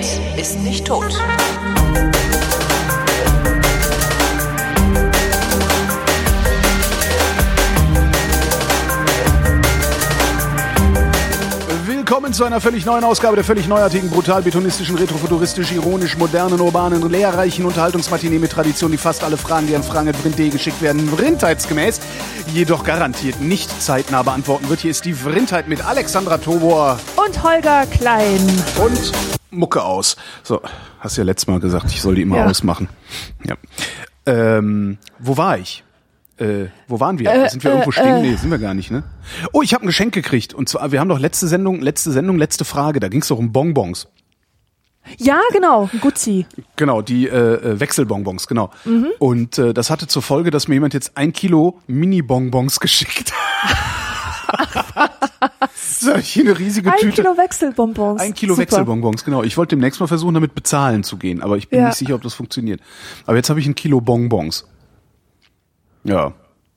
Welt ist nicht tot. Willkommen zu einer völlig neuen Ausgabe der völlig neuartigen, brutal betonistischen, retrofuturistischen, ironisch, modernen, urbanen, lehrreichen Unterhaltungsmatinee mit Tradition, die fast alle Fragen, die an fragen@vrind.de geschickt werden, vrindheitsgemäß, jedoch garantiert nicht zeitnah beantworten wird. Hier ist die Vrindheit mit Alexandra Tobor und Holger Klein und Mucke aus. So, hast ja letztes Mal gesagt, ich soll die immer ausmachen. Ja. Wo war ich? Wo waren wir? Sind wir irgendwo stehen? Nee, sind wir gar nicht, ne? Oh, ich habe ein Geschenk gekriegt. Und zwar, wir haben doch letzte Frage. Da ging es doch um Bonbons. Ja, genau, Guzzi. Genau, die Wechselbonbons, genau. Mhm. Und das hatte zur Folge, dass mir jemand jetzt 1 Kilo Mini-Bonbons geschickt hat. Das ist hier eine riesige Tüte. 1 Kilo Wechselbonbons. 1 Kilo Super. Wechselbonbons, genau. Ich wollte demnächst mal versuchen, damit bezahlen zu gehen. Aber ich bin nicht sicher, ob das funktioniert. Aber jetzt habe ich 1 Kilo Bonbons. Ja.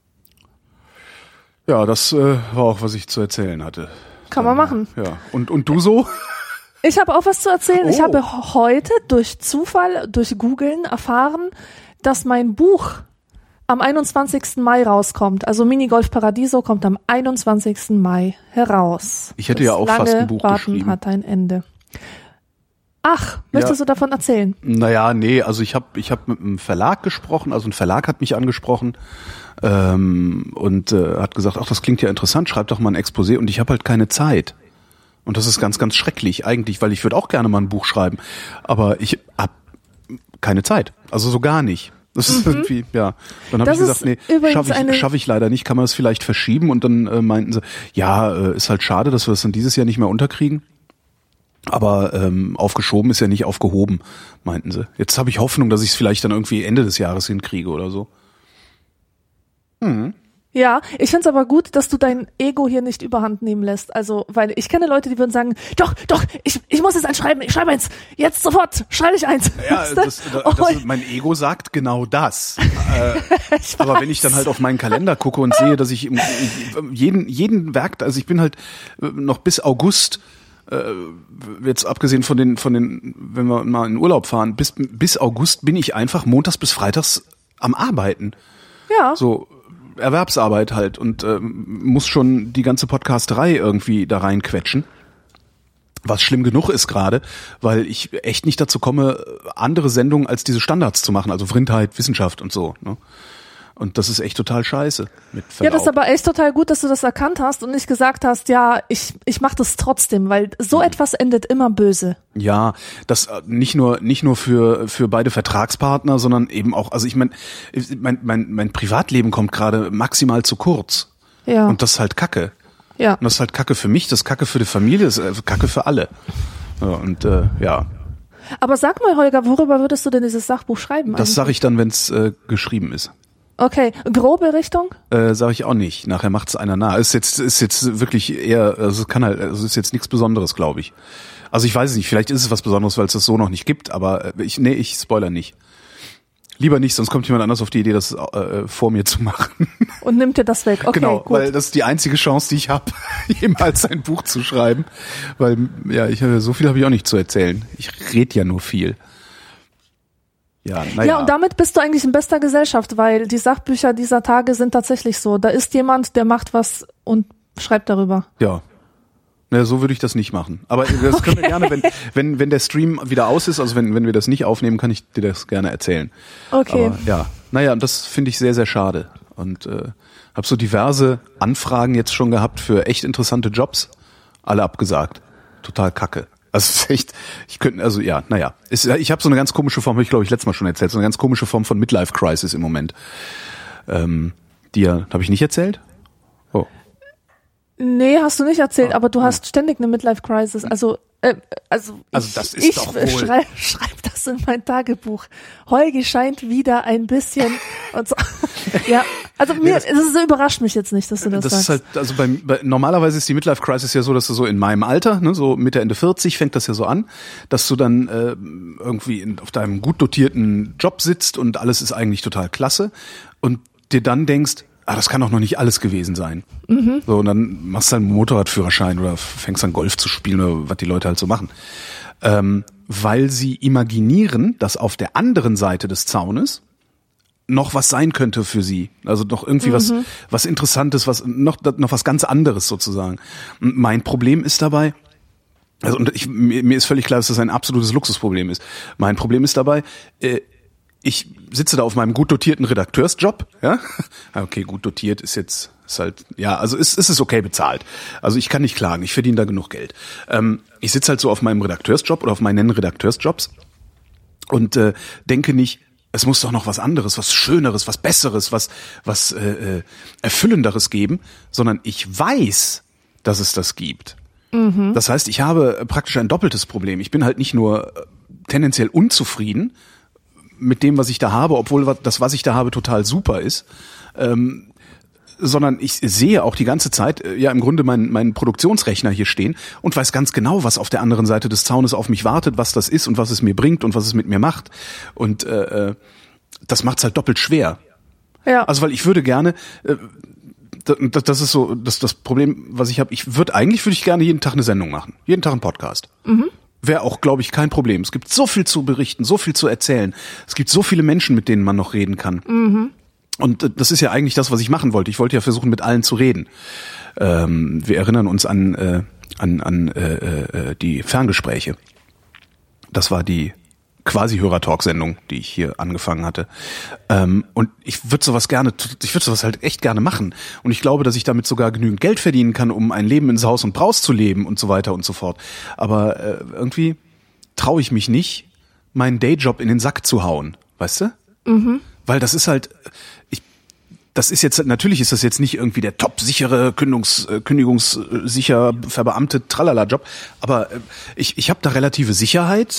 Ja, das war auch, was ich zu erzählen hatte. Kann man machen. Ja. Und du so? Ich habe auch was zu erzählen. Oh. Ich habe heute durch Zufall, durch Googlen erfahren, dass mein Buch am 21. Mai rauskommt. Also Minigolf Paradiso kommt am 21. Mai heraus. Ich hätte ja auch fast ein Buch geschrieben. Hat ein Ende. Ach, möchtest du davon erzählen? Naja, nee, also ich hab mit einem Verlag gesprochen, also ein Verlag hat mich angesprochen und hat gesagt, ach, das klingt ja interessant, schreib doch mal ein Exposé, und ich habe halt keine Zeit. Und das ist ganz, ganz schrecklich eigentlich, weil ich würde auch gerne mal ein Buch schreiben, aber ich hab keine Zeit, also so gar nicht. Das ist irgendwie, ja. Dann habe ich gesagt, nee, schaffe ich leider nicht, kann man das vielleicht verschieben? Und dann meinten sie, ja, ist halt schade, dass wir das dann dieses Jahr nicht mehr unterkriegen. Aber aufgeschoben ist ja nicht aufgehoben, meinten sie. Jetzt habe ich Hoffnung, dass ich es vielleicht dann irgendwie Ende des Jahres hinkriege oder so. Ja, ich find's aber gut, dass du dein Ego hier nicht überhand nehmen lässt. Also, weil ich kenne Leute, die würden sagen, doch, ich muss jetzt eins schreiben, ich schreibe eins. Jetzt sofort, schreibe ich eins. Ja, mein Ego sagt genau das. Aber wenn ich dann halt auf meinen Kalender gucke und sehe, dass ich jeden Werk, also ich bin halt noch bis August, jetzt abgesehen von den, wenn wir mal in Urlaub fahren, bis August bin ich einfach montags bis freitags am Arbeiten. Ja. So Erwerbsarbeit halt, und muss schon die ganze Podcasterei irgendwie da reinquetschen. Was schlimm genug ist gerade, weil ich echt nicht dazu komme, andere Sendungen als diese Standards zu machen, also Vrindheit, Wissenschaft und so, ne? Und das ist echt total scheiße. Mit Verlaub. Ja, das ist aber echt total gut, dass du das erkannt hast und nicht gesagt hast, ja, ich mache das trotzdem, weil so etwas endet immer böse. Ja, das nicht nur für beide Vertragspartner, sondern eben auch, also ich meine, mein Privatleben kommt gerade maximal zu kurz. Ja. Und das ist halt Kacke. Ja. Und das ist halt Kacke für mich, das ist Kacke für die Familie, das ist Kacke für alle. Ja, und ja. Aber sag mal, Holger, worüber würdest du denn dieses Sachbuch schreiben? Das sage ich dann, wenn es geschrieben ist. Okay, grobe Richtung? Sage ich auch nicht. Nachher macht's einer nach. Ist jetzt wirklich eher, also ist jetzt nichts Besonderes, glaube ich. Also ich weiß es nicht, vielleicht ist es was Besonderes, weil es das so noch nicht gibt, aber ich spoiler nicht. Lieber nicht, sonst kommt jemand anders auf die Idee, das vor mir zu machen. Und nimmt dir das weg. Okay, genau, gut. Weil das ist die einzige Chance, die ich habe, jemals ein Buch zu schreiben. Weil, ja, so viel habe ich auch nicht zu erzählen. Ich rede ja nur viel. Ja, ja, und damit bist du eigentlich in bester Gesellschaft, weil die Sachbücher dieser Tage sind tatsächlich so. Da ist jemand, der macht was und schreibt darüber. Ja. Na, so würde ich das nicht machen. Aber das können wir gerne, wenn der Stream wieder aus ist, also wenn wir das nicht aufnehmen, kann ich dir das gerne erzählen. Okay. Aber, ja, naja, das finde ich sehr, sehr schade. Und habe so diverse Anfragen jetzt schon gehabt für echt interessante Jobs. Alle abgesagt. Total kacke. Also es ist echt, ich habe so eine ganz komische Form, habe ich glaube ich letztes Mal schon erzählt, so eine ganz komische Form von Midlife Crisis im Moment. Habe ich nicht erzählt? Oh. Nee, hast du nicht erzählt, aber du hast ständig eine Midlife Crisis. Also das ist doch wohl. Ich schreib das in mein Tagebuch. Holgi scheint wieder ein bisschen und so. Ja, also das überrascht mich jetzt nicht, dass du das sagst. Ist halt, also normalerweise ist die Midlife Crisis ja so, dass du so in meinem Alter, ne, so Mitte, Ende 40 fängt das ja so an, dass du dann irgendwie auf deinem gut dotierten Job sitzt und alles ist eigentlich total klasse und dir dann denkst, das kann doch noch nicht alles gewesen sein. Mhm. So, und dann machst du einen Motorradführerschein oder fängst an Golf zu spielen oder was die Leute halt so machen. weil sie imaginieren, dass auf der anderen Seite des Zaunes noch was sein könnte für sie. Also noch irgendwie was Interessantes, noch was ganz anderes sozusagen. Und mein Problem ist dabei, also mir ist völlig klar, dass das ein absolutes Luxusproblem ist. Mein Problem ist dabei, ich sitze da auf meinem gut dotierten Redakteursjob, ja. Okay, gut dotiert ist halt, ja, also ist es okay bezahlt. Also ich kann nicht klagen, ich verdiene da genug Geld. Ich sitze halt so auf meinem Redakteursjob oder auf meinen Redakteursjobs und denke nicht, es muss doch noch was anderes, was Schöneres, was Besseres, was Erfüllenderes geben, sondern ich weiß, dass es das gibt. Das heißt, ich habe praktisch ein doppeltes Problem. Ich bin halt nicht nur tendenziell unzufrieden mit dem, was ich da habe, obwohl das, was ich da habe, total super ist, sondern ich sehe auch die ganze Zeit ja im Grunde meinen Produktionsrechner hier stehen und weiß ganz genau, was auf der anderen Seite des Zaunes auf mich wartet, was das ist und was es mir bringt und was es mit mir macht. Und das macht's halt doppelt schwer. Ja. Also weil ich würde gerne, das ist so das Problem, was ich habe. Eigentlich würde ich gerne jeden Tag eine Sendung machen, jeden Tag einen Podcast. Wäre auch, glaube ich, kein Problem. Es gibt so viel zu berichten, so viel zu erzählen. Es gibt so viele Menschen, mit denen man noch reden kann. Und das ist ja eigentlich das, was ich machen wollte. Ich wollte ja versuchen, mit allen zu reden. Wir erinnern uns an die Ferngespräche. Das war die quasi Hörer-Talk-Sendung, die ich hier angefangen hatte. Und ich würde sowas halt echt gerne machen. Und ich glaube, dass ich damit sogar genügend Geld verdienen kann, um ein Leben ins Haus und Braus zu leben und so weiter und so fort. Aber irgendwie traue ich mich nicht, meinen Dayjob in den Sack zu hauen, weißt du? Weil das ist halt, natürlich ist das jetzt nicht irgendwie der top-sichere, kündigungssicher, verbeamtet Tralala-Job, aber ich habe da relative Sicherheit,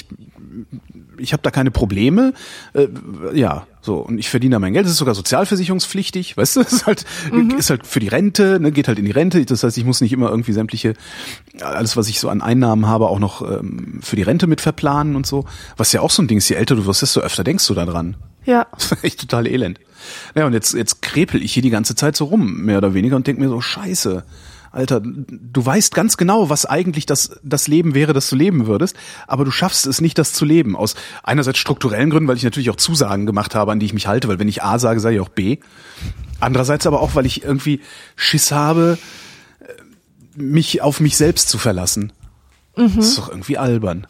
ich habe da keine Probleme, ja, so, und ich verdiene da mein Geld, es ist sogar sozialversicherungspflichtig, weißt du, es ist halt für die Rente, ne, geht halt in die Rente, das heißt, ich muss nicht immer irgendwie alles, was ich so an Einnahmen habe, auch noch für die Rente mit verplanen und so, was ja auch so ein Ding ist, je älter du wirst, desto öfter denkst du da dran. Ja. Das ist echt total elend. Ja, und jetzt krepel ich hier die ganze Zeit so rum, mehr oder weniger, und denk mir so, scheiße, Alter, du weißt ganz genau, was eigentlich das Leben wäre, das du leben würdest, aber du schaffst es nicht, das zu leben. Aus einerseits strukturellen Gründen, weil ich natürlich auch Zusagen gemacht habe, an die ich mich halte, weil wenn ich A sage, sage ich auch B. Andererseits aber auch, weil ich irgendwie Schiss habe, mich auf mich selbst zu verlassen. Das ist doch irgendwie albern.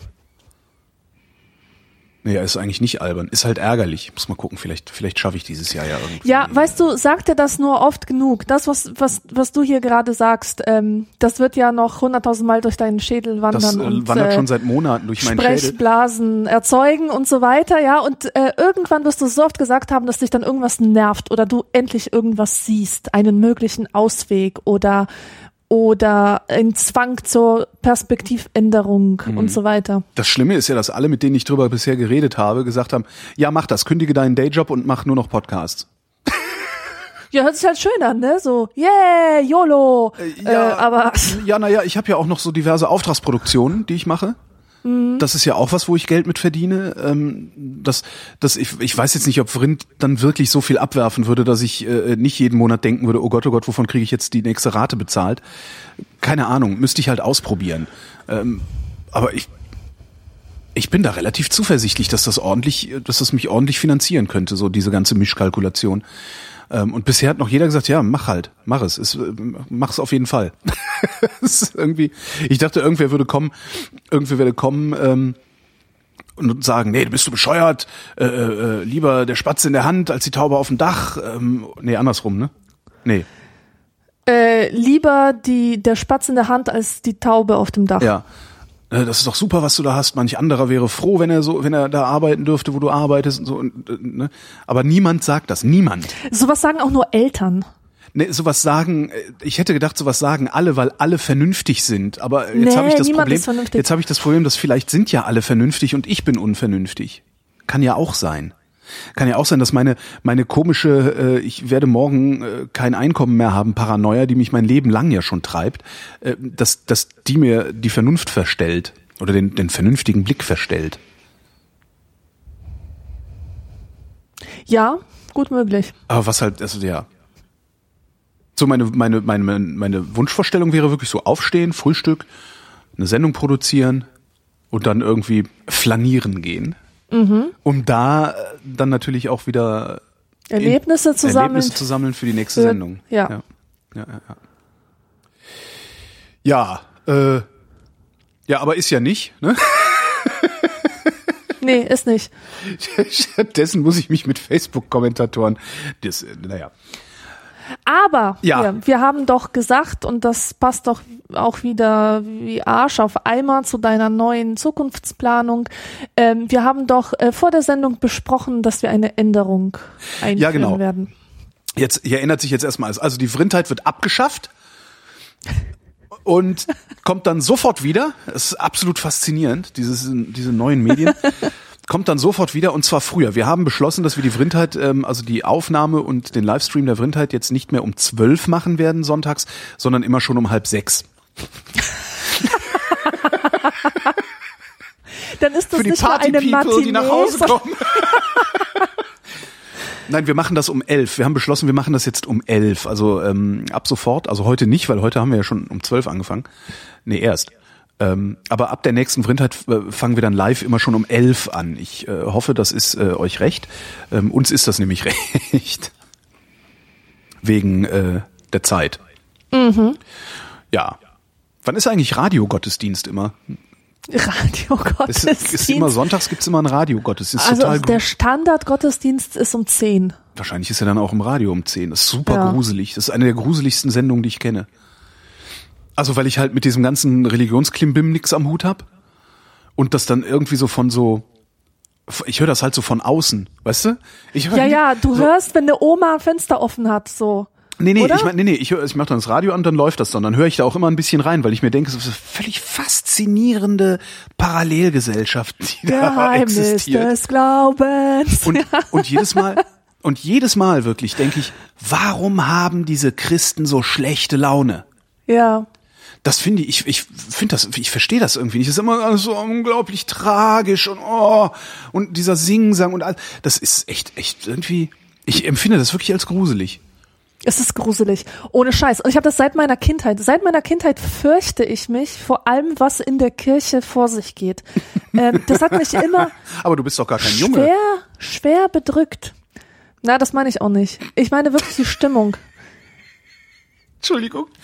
Naja, ist eigentlich nicht albern. Ist halt ärgerlich. Muss mal gucken, vielleicht schaffe ich dieses Jahr ja irgendwie. Ja, weißt du, sagt dir das nur oft genug. Das, was du hier gerade sagst, das wird ja noch 100.000 Mal durch deinen Schädel wandern. Das wandert schon seit Monaten durch meinen Schädel. Sprechblasen erzeugen und so weiter, ja. Und irgendwann wirst du so oft gesagt haben, dass dich dann irgendwas nervt oder du endlich irgendwas siehst, einen möglichen Ausweg oder ein Zwang zur Perspektivänderung und so weiter. Das Schlimme ist ja, dass alle, mit denen ich drüber bisher geredet habe, gesagt haben, ja, mach das, kündige deinen Dayjob und mach nur noch Podcasts. Ja, hört sich halt schön an, ne? So, yeah, YOLO. Aber naja, ich habe ja auch noch so diverse Auftragsproduktionen, die ich mache. Das ist ja auch was, wo ich Geld mit verdiene. Ich weiß jetzt nicht, ob Vrind dann wirklich so viel abwerfen würde, dass ich nicht jeden Monat denken würde, oh Gott, wovon kriege ich jetzt die nächste Rate bezahlt? Keine Ahnung, müsste ich halt ausprobieren. Aber ich bin da relativ zuversichtlich, dass das mich ordentlich finanzieren könnte, so diese ganze Mischkalkulation. Und bisher hat noch jeder gesagt, ja, mach es, mach's auf jeden Fall. Das ist irgendwie, ich dachte, irgendwer würde kommen und sagen, nee, bist du bescheuert, lieber der Spatz in der Hand als die Taube auf dem Dach. Nee, andersrum, ne? Nee. Lieber der Spatz in der Hand als die Taube auf dem Dach. Ja. Das ist doch super, was du da hast. Manch anderer wäre froh, wenn er da arbeiten dürfte, wo du arbeitest und so. Ne? Aber niemand sagt das. Niemand. Sowas sagen auch nur Eltern. Ne, ich hätte gedacht, sowas sagen alle, weil alle vernünftig sind. Aber jetzt habe ich das Problem, dass vielleicht sind ja alle vernünftig und ich bin unvernünftig. Kann ja auch sein. Kann ja auch sein, dass meine komische, ich werde morgen kein Einkommen mehr haben, Paranoia, die mich mein Leben lang ja schon treibt, dass die mir die Vernunft verstellt oder den vernünftigen Blick verstellt. Ja, gut möglich. Aber was halt, also ja. So meine Wunschvorstellung wäre wirklich so aufstehen, Frühstück, eine Sendung produzieren und dann irgendwie flanieren gehen, um da dann natürlich auch wieder Erlebnisse zu sammeln für die nächste Sendung. Ja. Ja, aber ist ja nicht, ne? Nee, ist nicht. Stattdessen muss ich mich mit Facebook-Kommentatoren, Aber wir haben doch gesagt, und das passt doch auch wieder wie Arsch auf Eimer zu deiner neuen Zukunftsplanung, wir haben doch vor der Sendung besprochen, dass wir eine Änderung einführen werden. Jetzt, hier ändert sich jetzt erstmal alles. Also die Vrindheit wird abgeschafft und kommt dann sofort wieder. Das ist absolut faszinierend, diese neuen Medien. Kommt dann sofort wieder, und zwar früher. Wir haben beschlossen, dass wir die Vrindheit, also die Aufnahme und den Livestream der Vrindheit jetzt nicht mehr um 12 machen werden sonntags, sondern immer schon um 5:30. Dann ist das für die nicht mal eine Party-People, die nach Hause Matinee, kommen. Nein, wir machen das um 11. Wir haben beschlossen, wir machen das jetzt um 11. Also ab sofort, also heute nicht, weil heute haben wir ja schon um 12 angefangen. Nee, erst. Aber ab der nächsten Vrindheit fangen wir dann live immer schon um 11 an. Ich hoffe, das ist euch recht. Uns ist das nämlich recht. Wegen der Zeit. Ja. Wann ist eigentlich Radiogottesdienst immer? Radiogottesdienst. Ist immer sonntags, gibt's immer einen Radiogottesdienst. Also total der Standardgottesdienst ist um 10. Wahrscheinlich ist er dann auch im Radio um 10. Das ist super gruselig. Das ist eine der gruseligsten Sendungen, die ich kenne. Also weil ich halt mit diesem ganzen Religionsklimbim nix am Hut hab und das dann irgendwie ich höre das halt so von außen, weißt du? Du hörst, wenn eine Oma ein Fenster offen hat, so. Nee, ich mach dann das Radio an, dann läuft das dann höre ich da auch immer ein bisschen rein, weil ich mir denke, es ist eine völlig faszinierende Parallelgesellschaft, die da existiert. Geheimnis des Glaubens. Und jedes Mal wirklich denke ich, warum haben diese Christen so schlechte Laune? Ja. Das finde ich verstehe das irgendwie nicht. Das ist immer alles so unglaublich tragisch und dieser Singsang und all, das ist echt irgendwie, ich empfinde das wirklich als gruselig. Es ist gruselig. Ohne Scheiß. Und ich habe das seit meiner Kindheit. Seit meiner Kindheit fürchte ich mich vor allem, was in der Kirche vor sich geht. Das hat mich immer Aber du bist doch gar kein Junge. Schwer bedrückt. Na, das meine ich auch nicht. Ich meine wirklich die Stimmung. Entschuldigung.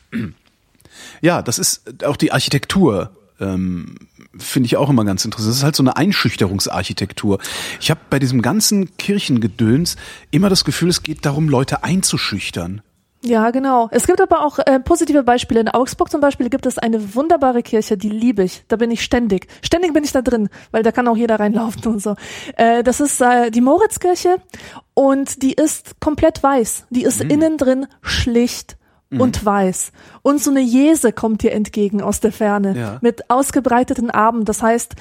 Ja, das ist auch die Architektur, finde ich auch immer ganz interessant. Das ist halt so eine Einschüchterungsarchitektur. Ich habe bei diesem ganzen Kirchengedöns immer das Gefühl, es geht darum, Leute einzuschüchtern. Ja, genau. Es gibt aber auch positive Beispiele. In Augsburg zum Beispiel gibt es eine wunderbare Kirche, die liebe ich. Da bin ich ständig. Ständig bin ich da drin, weil da kann auch jeder reinlaufen und so. Das ist die Moritzkirche und die ist komplett weiß. Die ist innen drin schlicht und weiß. Und so eine Jese kommt dir entgegen aus der Ferne mit ausgebreiteten Armen. Das heißt,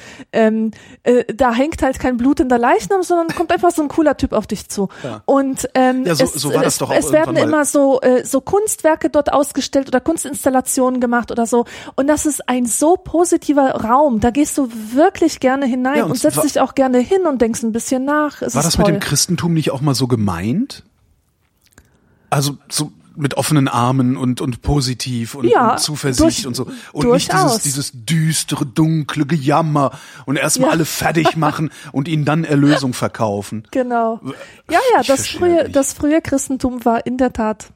da hängt halt kein blutender Leichnam, sondern kommt einfach so ein cooler Typ auf dich zu. Ja. Und so war das doch auch es werden immer so Kunstwerke dort ausgestellt oder Kunstinstallationen gemacht oder so. Und das ist ein so positiver Raum. Da gehst du wirklich gerne hinein und setzt dich auch gerne hin und denkst ein bisschen nach. War das toll. Mit dem Christentum nicht auch mal so gemeint? Also so mit offenen Armen und positiv und Zuversicht und so. Und nicht dieses düstere, dunkle Gejammer und erstmal alle fertig machen und ihnen dann Erlösung verkaufen. Genau. Ja, das frühe Christentum war in der Tat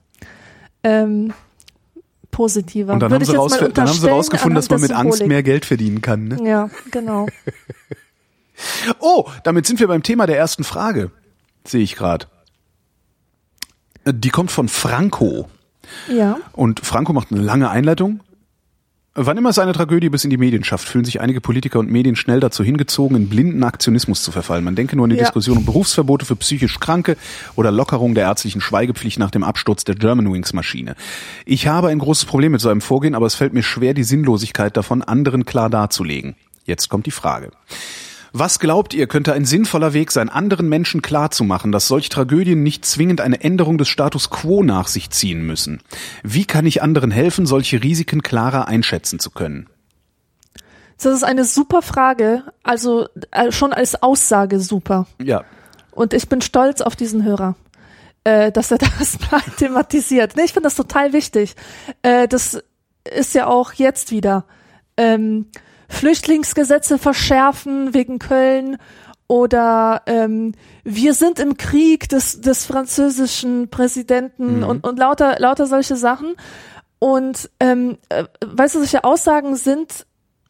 positiver. Und dann haben sie rausgefunden, dass man mit Angst mehr Geld verdienen kann. Ne? Ja, genau. Oh, damit sind wir beim Thema der ersten Frage. Sehe ich gerade. Die kommt von Franco. Ja. Und Franco macht eine lange Einleitung. Wann immer es eine Tragödie bis in die Medien schafft, fühlen sich einige Politiker und Medien schnell dazu hingezogen, in blinden Aktionismus zu verfallen. Man denke nur an die Diskussion um Berufsverbote für psychisch Kranke oder Lockerung der ärztlichen Schweigepflicht nach dem Absturz der Germanwings-Maschine. Ich habe ein großes Problem mit so einem Vorgehen, aber es fällt mir schwer, die Sinnlosigkeit davon anderen klar darzulegen. Jetzt kommt die Frage. Was glaubt ihr, könnte ein sinnvoller Weg sein, anderen Menschen klarzumachen, dass solche Tragödien nicht zwingend eine Änderung des Status quo nach sich ziehen müssen? Wie kann ich anderen helfen, solche Risiken klarer einschätzen zu können? Das ist eine super Frage, also schon als Aussage super. Ja. Und ich bin stolz auf diesen Hörer, dass er das mal thematisiert. Nee, ich finde das total wichtig. Das ist ja auch jetzt wieder Flüchtlingsgesetze verschärfen wegen Köln oder wir sind im Krieg des französischen Präsidenten und lauter solche Sachen. Und weißt du, solche Aussagen sind,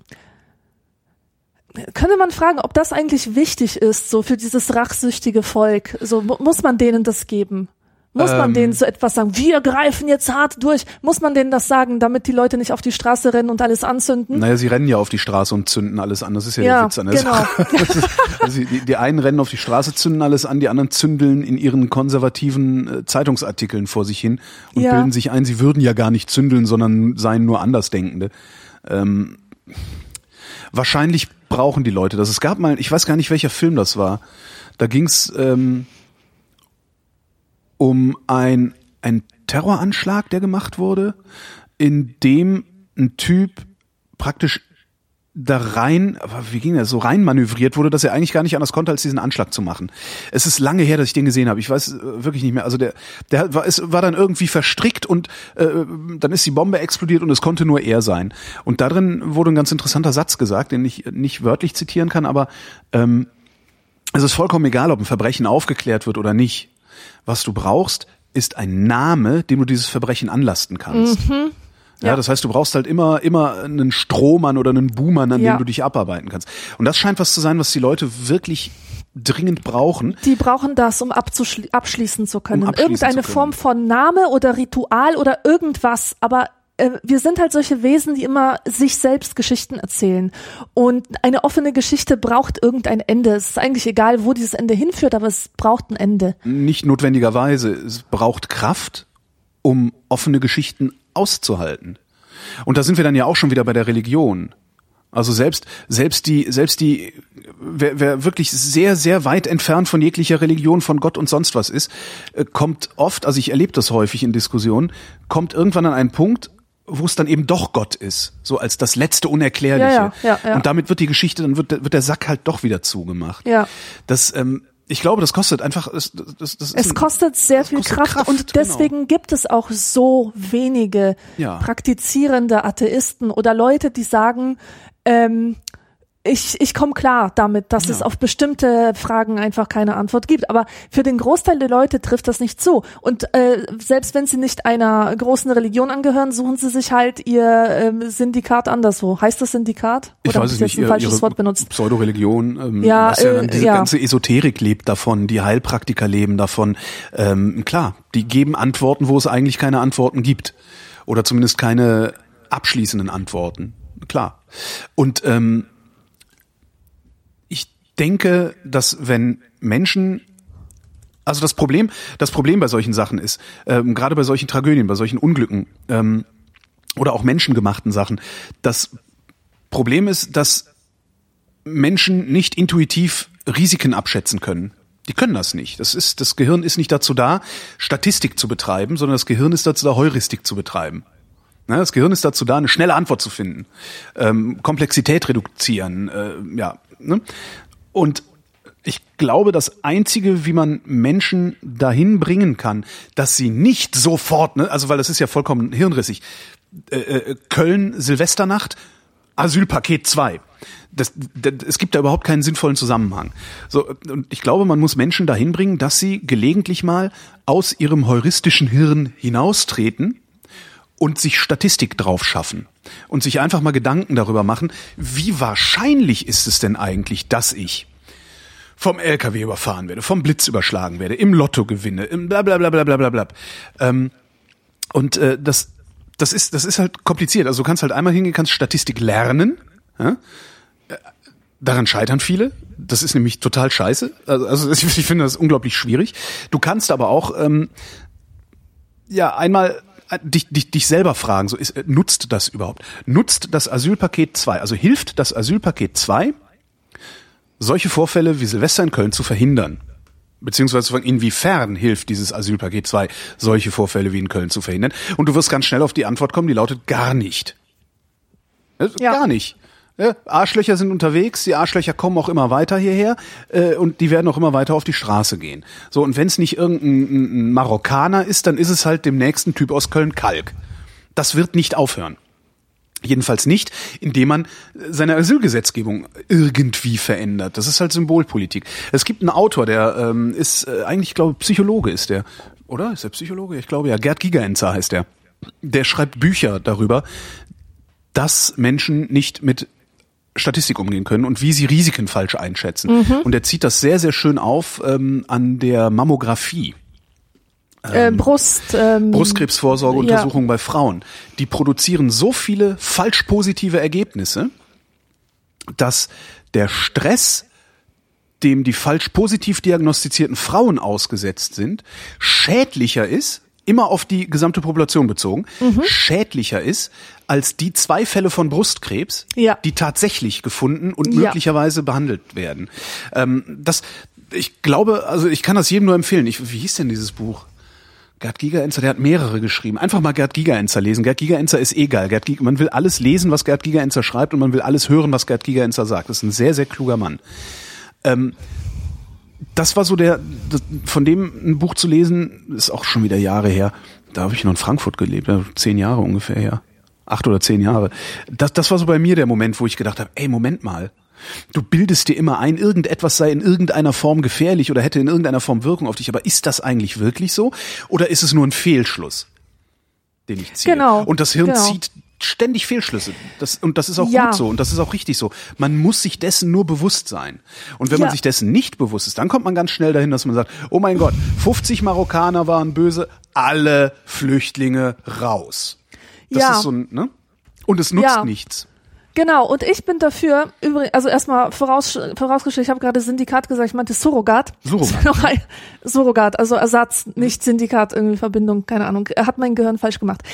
könnte man fragen, ob das eigentlich wichtig ist, so für dieses rachsüchtige Volk. So muss man denen das geben? Muss man denen so etwas sagen? Wir greifen jetzt hart durch. Muss man denen das sagen, damit die Leute nicht auf die Straße rennen und alles anzünden? Naja, sie rennen ja auf die Straße und zünden alles an. Das ist ja der Witz an der Sache. Also die einen rennen auf die Straße, zünden alles an, die anderen zündeln in ihren konservativen Zeitungsartikeln vor sich hin und bilden sich ein, sie würden ja gar nicht zündeln, sondern seien nur Andersdenkende. Wahrscheinlich brauchen die Leute das. Es gab mal, ich weiß gar nicht, welcher Film das war. Da ging's um einen Terroranschlag, der gemacht wurde, in dem ein Typ praktisch da rein, aber wie ging das, so rein manövriert wurde, dass er eigentlich gar nicht anders konnte, als diesen Anschlag zu machen. Es ist lange her, dass ich den gesehen habe. Ich weiß wirklich nicht mehr. Also der war dann irgendwie verstrickt und dann ist die Bombe explodiert und es konnte nur er sein. Und darin wurde ein ganz interessanter Satz gesagt, den ich nicht wörtlich zitieren kann, aber es ist vollkommen egal, ob ein Verbrechen aufgeklärt wird oder nicht. Was du brauchst, ist ein Name, dem du dieses Verbrechen anlasten kannst. Mhm. Ja, das heißt, du brauchst halt immer einen Strohmann oder einen Buhmann, an dem du dich abarbeiten kannst. Und das scheint was zu sein, was die Leute wirklich dringend brauchen. Die brauchen das, um abschließen zu können. Irgendeine Form von Name oder Ritual oder irgendwas, aber wir sind halt solche Wesen, die immer sich selbst Geschichten erzählen. Und eine offene Geschichte braucht irgendein Ende. Es ist eigentlich egal, wo dieses Ende hinführt, aber es braucht ein Ende. Nicht notwendigerweise. Es braucht Kraft, um offene Geschichten auszuhalten. Und da sind wir dann ja auch schon wieder bei der Religion. Also selbst die, wer wirklich sehr, sehr weit entfernt von jeglicher Religion, von Gott und sonst was ist, kommt oft, also ich erlebe das häufig in Diskussionen, kommt irgendwann an einen Punkt, wo es dann eben doch Gott ist, so als das letzte Unerklärliche. Ja. Und damit wird die Geschichte, dann wird der Sack halt doch wieder zugemacht. Ja. Ich glaube, das kostet einfach, es kostet sehr viel Kraft und deswegen gibt es auch so wenige praktizierende Atheisten oder Leute, die sagen, ich komme klar damit, dass es auf bestimmte Fragen einfach keine Antwort gibt. Aber für den Großteil der Leute trifft das nicht zu. Und selbst wenn sie nicht einer großen Religion angehören, suchen sie sich halt ihr Syndikat anderswo. Heißt das Syndikat? Oder ich weiß es nicht. Ein falsches Wort benutzt? Pseudoreligion, diese ganze Esoterik lebt davon, die Heilpraktiker leben davon. Klar, die geben Antworten, wo es eigentlich keine Antworten gibt. Oder zumindest keine abschließenden Antworten. Klar. Und ich denke, dass wenn Menschen, also das Problem bei solchen Sachen ist, gerade bei solchen Tragödien, bei solchen Unglücken oder auch menschengemachten Sachen, das Problem ist, dass Menschen nicht intuitiv Risiken abschätzen können. Die können das nicht. Das Gehirn ist nicht dazu da, Statistik zu betreiben, sondern das Gehirn ist dazu da, Heuristik zu betreiben. Das Gehirn ist dazu da, eine schnelle Antwort zu finden, Komplexität reduzieren, Und ich glaube, das Einzige, wie man Menschen dahin bringen kann, dass sie nicht sofort, also weil das ist ja vollkommen hirnrissig, Köln, Silvesternacht, Asylpaket 2. Es gibt da überhaupt keinen sinnvollen Zusammenhang. So, und ich glaube, man muss Menschen dahin bringen, dass sie gelegentlich mal aus ihrem heuristischen Hirn hinaustreten und sich Statistik drauf schaffen und sich einfach mal Gedanken darüber machen, wie wahrscheinlich ist es denn eigentlich, dass ich vom LKW überfahren werde, vom Blitz überschlagen werde, im Lotto gewinne, im blablabla. Und das ist halt kompliziert. Also du kannst halt einmal hingehen, kannst Statistik lernen. Ja? Daran scheitern viele. Das ist nämlich total scheiße. Also ich finde das unglaublich schwierig. Du kannst aber auch einmal dich selber fragen, nutzt das überhaupt? Nutzt das Asylpaket 2, also hilft das Asylpaket 2, solche Vorfälle wie Silvester in Köln zu verhindern? Beziehungsweise inwiefern hilft dieses Asylpaket 2, solche Vorfälle wie in Köln zu verhindern? Und du wirst ganz schnell auf die Antwort kommen, die lautet gar nicht. Gar nicht. Arschlöcher sind unterwegs, die Arschlöcher kommen auch immer weiter hierher und die werden auch immer weiter auf die Straße gehen. So, und wenn es nicht irgendein Marokkaner ist, dann ist es halt dem nächsten Typ aus Köln-Kalk. Das wird nicht aufhören. Jedenfalls nicht, indem man seine Asylgesetzgebung irgendwie verändert. Das ist halt Symbolpolitik. Es gibt einen Autor, der ist eigentlich, glaube ich, Psychologe ist der. Oder? Ist er Psychologe? Ich glaube ja. Gerd Gigerenzer heißt der. Der schreibt Bücher darüber, dass Menschen nicht mit Statistik umgehen können und wie sie Risiken falsch einschätzen. Und er zieht das sehr, sehr schön auf an der Mammographie. Brustkrebsvorsorgeuntersuchungen bei Frauen. Die produzieren so viele falsch positive Ergebnisse, dass der Stress, dem die falsch positiv diagnostizierten Frauen ausgesetzt sind, schädlicher ist, immer auf die gesamte Population bezogen, schädlicher ist als die 2 Fälle von Brustkrebs, die tatsächlich gefunden und möglicherweise behandelt werden. Ich glaube, also ich kann das jedem nur empfehlen. Wie hieß denn dieses Buch? Gerd Gigerenzer, der hat mehrere geschrieben. Einfach mal Gerd Gigerenzer lesen. Gerd Gigerenzer ist egal. Man will alles lesen, was Gerd Gigerenzer schreibt, und man will alles hören, was Gerd Gigerenzer sagt. Das ist ein sehr, sehr kluger Mann. Das war so von dem ein Buch zu lesen, ist auch schon wieder Jahre her. Da habe ich noch in Frankfurt gelebt, 10 Jahre ungefähr her. 8 oder 10 Jahre. Das war so bei mir der Moment, wo ich gedacht habe, ey, Moment mal. Du bildest dir immer ein, irgendetwas sei in irgendeiner Form gefährlich oder hätte in irgendeiner Form Wirkung auf dich. Aber ist das eigentlich wirklich so? Oder ist es nur ein Fehlschluss, den ich ziehe? Genau. Und das Hirn zieht ständig Fehlschlüsse. Und das ist auch gut so und das ist auch richtig so. Man muss sich dessen nur bewusst sein. Und wenn man sich dessen nicht bewusst ist, dann kommt man ganz schnell dahin, dass man sagt, oh mein Gott, 50 Marokkaner waren böse, alle Flüchtlinge raus. Das ist so ein, ne? Und es nutzt nichts. Genau, und ich bin dafür, also erstmal vorausgestellt, ich habe gerade Syndikat gesagt, ich meinte Surrogat. Surrogat, also Ersatz, nicht Syndikat, irgendwie Verbindung, keine Ahnung, hat mein Gehirn falsch gemacht.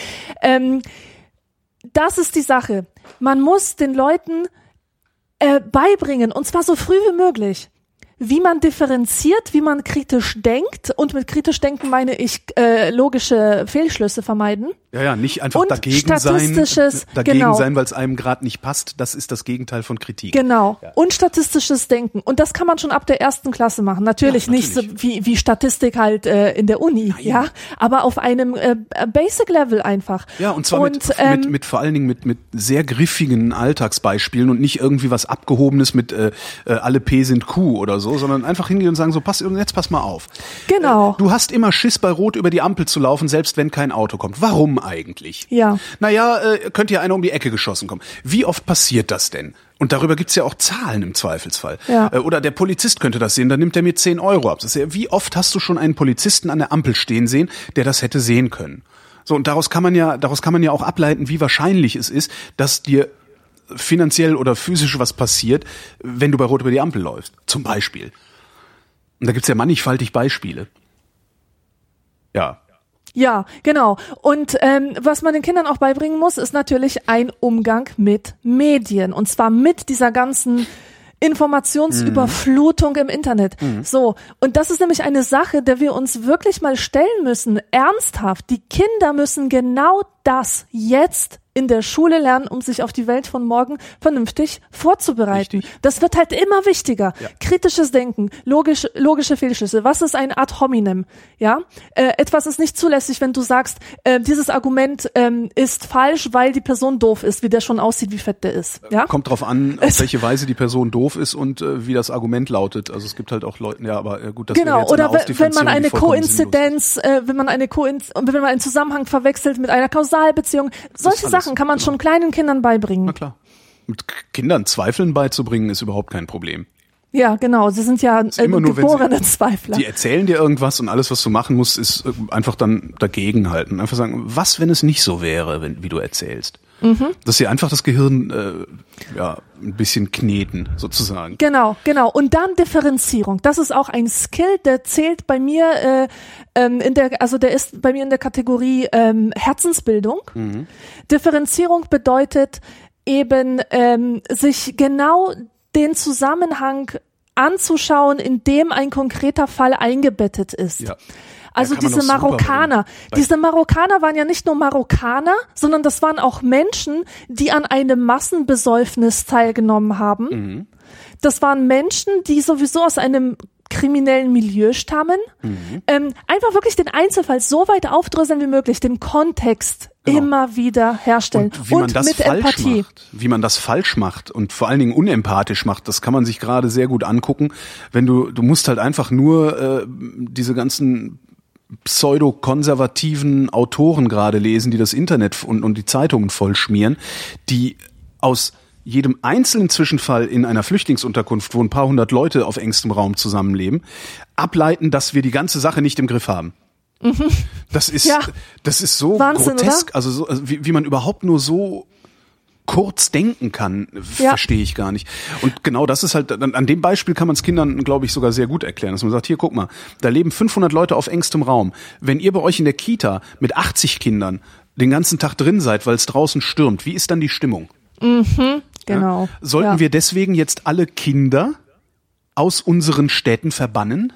Das ist die Sache. Man muss den Leuten beibringen, und zwar so früh wie möglich, wie man differenziert, wie man kritisch denkt, und mit kritisch denken meine ich logische Fehlschlüsse vermeiden. Ja, nicht einfach und dagegen sein, weil es einem gerade nicht passt. Das ist das Gegenteil von Kritik. Genau. Ja. Und statistisches Denken. Und das kann man schon ab der 1. Klasse machen. Natürlich nicht so wie Statistik halt in der Uni, aber auf einem Basic Level einfach. Ja, und zwar mit vor allen Dingen mit sehr griffigen Alltagsbeispielen und nicht irgendwie was Abgehobenes mit alle P sind Q oder so, sondern einfach hingehen und sagen, so jetzt pass mal auf. Genau. Du hast immer Schiss, bei Rot über die Ampel zu laufen, selbst wenn kein Auto kommt. Warum eigentlich? Ja. Naja, könnte ja einer um die Ecke geschossen kommen. Wie oft passiert das denn? Und darüber gibt's ja auch Zahlen im Zweifelsfall. Ja. Oder der Polizist könnte das sehen, dann nimmt er mir 10 Euro ab. Das ist ja, wie oft hast du schon einen Polizisten an der Ampel stehen sehen, der das hätte sehen können? So, und daraus kann man ja auch ableiten, wie wahrscheinlich es ist, dass dir finanziell oder physisch was passiert, wenn du bei Rot über die Ampel läufst. Zum Beispiel. Und da gibt's ja mannigfaltig Beispiele. Ja. Ja, genau. Und was man den Kindern auch beibringen muss, ist natürlich ein Umgang mit Medien. Und zwar mit dieser ganzen Informationsüberflutung im Internet. So, und das ist nämlich eine Sache, der wir uns wirklich mal stellen müssen, ernsthaft. Die Kinder müssen genau das jetzt in der Schule lernen, um sich auf die Welt von morgen vernünftig vorzubereiten. Richtig. Das wird halt immer wichtiger. Ja. Kritisches Denken, logische Fehlschlüsse. Was ist ein Ad hominem? Ja, etwas ist nicht zulässig, wenn du sagst, dieses Argument ist falsch, weil die Person doof ist, wie der schon aussieht, wie fett der ist. Ja, kommt drauf an, auf welche Weise die Person doof ist und wie das Argument lautet. Also es gibt halt auch Leute, ja, aber gut, das genau. Jetzt oder wenn man eine Koinzidenz, wenn man einen Zusammenhang verwechselt mit einer Kausalbeziehung, solche Sachen kann man schon kleinen Kindern beibringen. Na klar. Mit Kindern Zweifeln beizubringen, ist überhaupt kein Problem. Ja, genau. Sie sind ja geborene Zweifler. Die erzählen dir irgendwas und alles, was du machen musst, ist einfach dann dagegen halten. Einfach sagen, was, wenn es nicht so wäre, wie du erzählst. Dass sie einfach das Gehirn ein bisschen kneten, sozusagen. Genau. Und dann Differenzierung. Das ist auch ein Skill, der zählt bei mir der ist bei mir in der Kategorie Herzensbildung. Differenzierung bedeutet eben sich genau den Zusammenhang anzuschauen, in dem ein konkreter Fall eingebettet ist. Ja. Also diese Marokkaner waren ja nicht nur Marokkaner, sondern das waren auch Menschen, die an einem Massenbesäufnis teilgenommen haben. Das waren Menschen, die sowieso aus einem kriminellen Milieu stammen. Einfach wirklich den Einzelfall so weit aufdröseln wie möglich, den Kontext immer wieder herstellen und wie man das mit falsch Empathie. macht, wie man das falsch macht und vor allen Dingen unempathisch macht, das kann man sich gerade sehr gut angucken, wenn du musst halt einfach nur diese ganzen pseudo-konservativen Autoren gerade lesen, die das Internet und die Zeitungen vollschmieren, die aus jedem einzelnen Zwischenfall in einer Flüchtlingsunterkunft, wo ein paar hundert Leute auf engstem Raum zusammenleben, ableiten, dass wir die ganze Sache nicht im Griff haben. Das ist so Wahnsinn, grotesk, also wie man überhaupt nur so kurz denken kann, verstehe ich gar nicht. Und genau das ist halt, an dem Beispiel kann man es Kindern, glaube ich, sogar sehr gut erklären, dass man sagt, hier, guck mal, da leben 500 Leute auf engstem Raum. Wenn ihr bei euch in der Kita mit 80 Kindern den ganzen Tag drin seid, weil es draußen stürmt, wie ist dann die Stimmung? Genau. Ja? Sollten wir deswegen jetzt alle Kinder aus unseren Städten verbannen?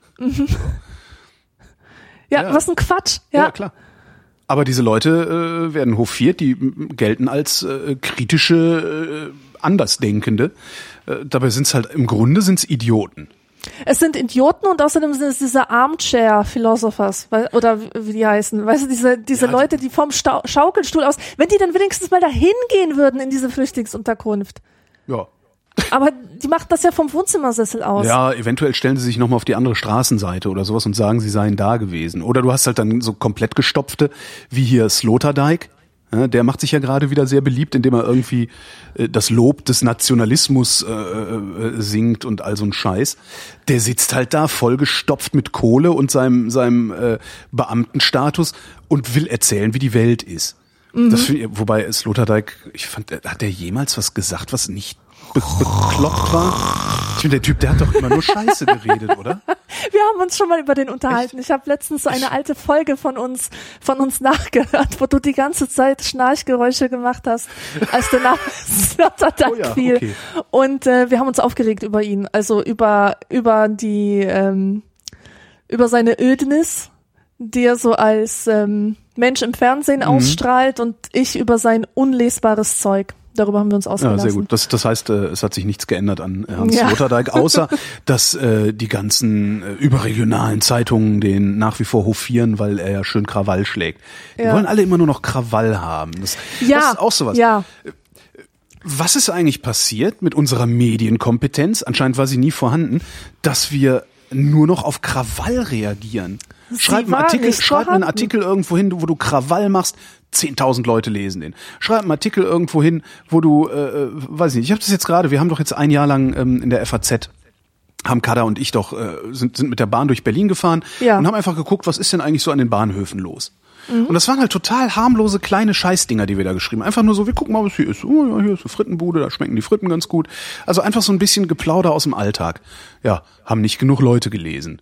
Ja, was ein Quatsch. Ja, klar. Aber diese Leute werden hofiert, die gelten als kritische Andersdenkende. Dabei sind es halt, im Grunde sind es Idioten. Es sind Idioten und außerdem sind es diese Armchair-Philosophers, oder wie die heißen. Weißt du, diese Leute, die vom Schaukelstuhl aus, wenn die dann wenigstens mal dahin gehen würden in diese Flüchtlingsunterkunft. Ja. Aber die macht das ja vom Wohnzimmersessel aus. Ja, eventuell stellen sie sich nochmal auf die andere Straßenseite oder sowas und sagen, sie seien da gewesen. Oder du hast halt dann so komplett gestopfte, wie hier Sloterdijk. Ja, der macht sich ja gerade wieder sehr beliebt, indem er irgendwie das Lob des Nationalismus singt und all so ein Scheiß. Der sitzt halt da vollgestopft mit Kohle und seinem Beamtenstatus und will erzählen, wie die Welt ist. Wobei Sloterdijk, ich fand, hat der jemals was gesagt, was nicht bekloppt war? Ich finde, der Typ, der hat doch immer nur Scheiße geredet, oder? Wir haben uns schon mal über den unterhalten. Ich habe letztens so eine alte Folge von uns nachgehört, wo du die ganze Zeit Schnarchgeräusche gemacht hast, als der Name Sloterdijk fiel. Okay. Und wir haben uns aufgeregt über ihn, also über seine Ödnis, die er so als Mensch im Fernsehen ausstrahlt, und ich über sein unlesbares Zeug. Darüber haben wir uns ausgelassen. Ja, sehr gut. Das heißt, es hat sich nichts geändert an Hans Sloterdijk, außer dass die ganzen überregionalen Zeitungen den nach wie vor hofieren, weil er ja schön Krawall schlägt. Die wollen alle immer nur noch Krawall haben. Das ist auch sowas. Ja. Was ist eigentlich passiert mit unserer Medienkompetenz? Anscheinend war sie nie vorhanden, dass wir nur noch auf Krawall reagieren. Schreib einen Artikel irgendwo hin, wo du Krawall machst. 10.000 Leute lesen den. Schreib einen Artikel irgendwo hin, wo du, weiß ich nicht, ich habe das jetzt gerade, wir haben doch jetzt ein Jahr lang in der FAZ, haben Kada und ich doch, sind mit der Bahn durch Berlin gefahren und haben einfach geguckt, was ist denn eigentlich so an den Bahnhöfen los. Und das waren halt total harmlose kleine Scheißdinger, die wir da geschrieben haben. Einfach nur so, wir gucken mal, was hier ist. Oh ja, hier ist eine Frittenbude, da schmecken die Fritten ganz gut. Also einfach so ein bisschen Geplauder aus dem Alltag. Ja, haben nicht genug Leute gelesen.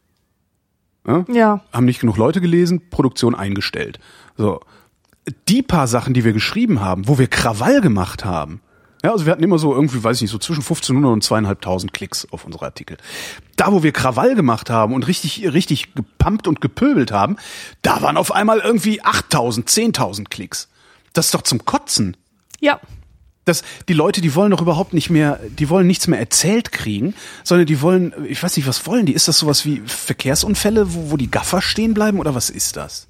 Ja. Haben nicht genug Leute gelesen, Produktion eingestellt. So. Die paar Sachen, die wir geschrieben haben, wo wir Krawall gemacht haben, ja, also wir hatten immer so irgendwie, weiß ich nicht, so zwischen 1.500 und 2.500 Klicks auf unsere Artikel. Da, wo wir Krawall gemacht haben und richtig gepumpt und gepöbelt haben, da waren auf einmal irgendwie 8.000, 10.000 Klicks. Das ist doch zum Kotzen. Ja. Die Leute, die wollen doch überhaupt nicht mehr, die wollen nichts mehr erzählt kriegen, sondern die wollen, ich weiß nicht, was wollen die? Ist das sowas wie Verkehrsunfälle, wo die Gaffer stehen bleiben, oder was ist das?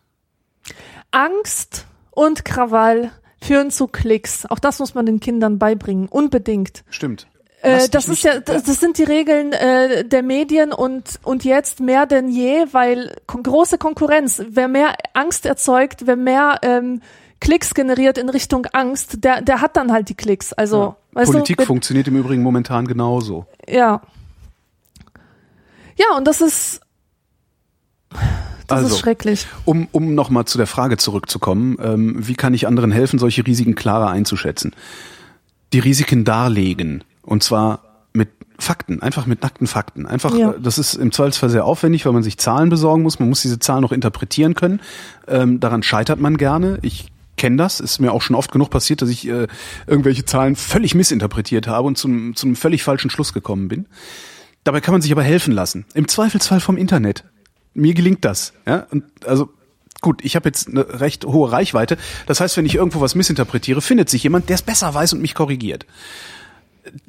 Angst und Krawall führen zu Klicks. Auch das muss man den Kindern beibringen, unbedingt. Stimmt. Das sind die Regeln der Medien und jetzt mehr denn je, weil große Konkurrenz. Wer mehr Angst erzeugt, wer mehr Klicks generiert in Richtung Angst, der hat dann halt die Klicks. Also Politik funktioniert im Übrigen momentan genauso. Ja. Ja, und das ist schrecklich. Um nochmal zu der Frage zurückzukommen, wie kann ich anderen helfen, solche Risiken klarer einzuschätzen? Die Risiken darlegen, und zwar mit Fakten, einfach mit nackten Fakten. Das ist im Zweifelsfall sehr aufwendig, weil man sich Zahlen besorgen muss. Man muss diese Zahlen noch interpretieren können. Daran scheitert man gerne. Ich kenne das, ist mir auch schon oft genug passiert, dass ich irgendwelche Zahlen völlig missinterpretiert habe und zum völlig falschen Schluss gekommen bin. Dabei kann man sich aber helfen lassen. Im Zweifelsfall vom Internet. Mir gelingt das. Ja? Und also gut, ich habe jetzt eine recht hohe Reichweite. Das heißt, wenn ich irgendwo was missinterpretiere, findet sich jemand, der es besser weiß und mich korrigiert.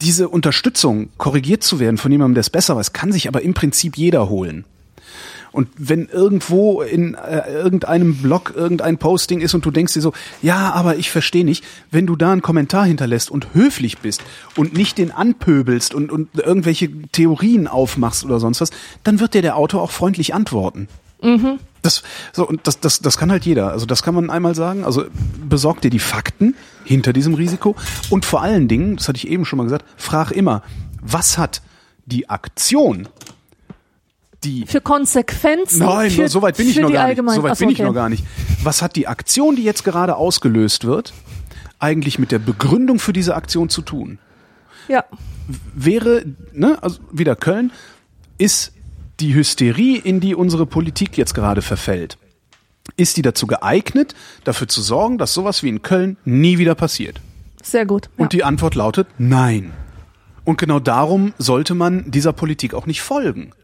diese Unterstützung, korrigiert zu werden von jemandem, der es besser weiß, kann sich aber im Prinzip jeder holen. Und wenn irgendwo in irgendeinem Blog irgendein Posting ist und du denkst dir so, ja, aber ich verstehe nicht, wenn du da einen Kommentar hinterlässt und höflich bist und nicht den anpöbelst und irgendwelche Theorien aufmachst oder sonst was, dann wird dir der Autor auch freundlich antworten. Mhm. Das kann halt jeder. Also das kann man einmal sagen. Also besorg dir die Fakten hinter diesem Risiko und vor allen Dingen, das hatte ich eben schon mal gesagt, frag immer, was hat die Aktion für Konsequenzen? Nein, so weit bin ich noch gar nicht. So weit bin ich okay. noch gar nicht. Was hat die Aktion, die jetzt gerade ausgelöst wird, eigentlich mit der Begründung für diese Aktion zu tun? Ja. Wäre, also wieder Köln, ist die Hysterie, in die unsere Politik jetzt gerade verfällt, ist die dazu geeignet, dafür zu sorgen, dass sowas wie in Köln nie wieder passiert? Sehr gut. Ja. Und die Antwort lautet nein. Und genau darum sollte man dieser Politik auch nicht folgen.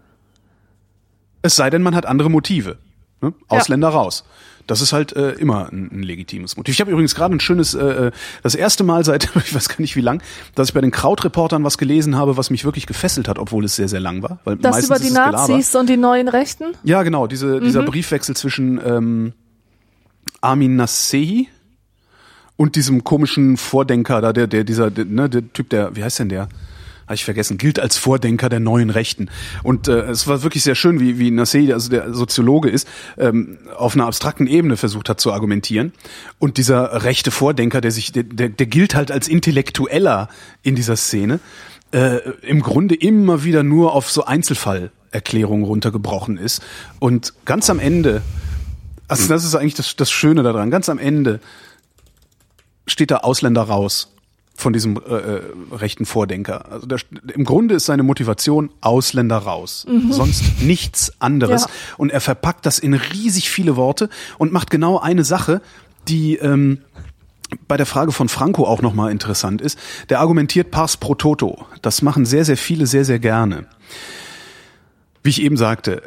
Es sei denn, man hat andere Motive. Ne? Ausländer raus. Das ist halt immer ein legitimes Motiv. Ich habe übrigens gerade ein schönes, das erste Mal seit, ich weiß gar nicht wie lang, dass ich bei den Krautreportern was gelesen habe, was mich wirklich gefesselt hat, obwohl es sehr, sehr lang war. Weil das über die Nazis und die neuen Rechten? Ja, genau. Dieser Briefwechsel zwischen Armin Nasehi und diesem komischen Vordenker da, der Typ, wie heißt denn der? Habe ich vergessen, gilt als Vordenker der neuen Rechten. Und es war wirklich sehr schön, wie Nasehi, also der Soziologe ist, auf einer abstrakten Ebene versucht hat zu argumentieren. Und dieser rechte Vordenker, der gilt halt als Intellektueller in dieser Szene, im Grunde immer wieder nur auf so Einzelfallerklärungen runtergebrochen ist. Und ganz am Ende, also das ist eigentlich das Schöne daran, ganz am Ende steht da Ausländer raus von diesem rechten Vordenker. Also im Grunde ist seine Motivation Ausländer raus, sonst nichts anderes. Ja. Und er verpackt das in riesig viele Worte und macht genau eine Sache, die bei der Frage von Franco auch nochmal interessant ist. Der argumentiert pars pro toto. Das machen sehr, sehr viele sehr, sehr gerne. Wie ich eben sagte,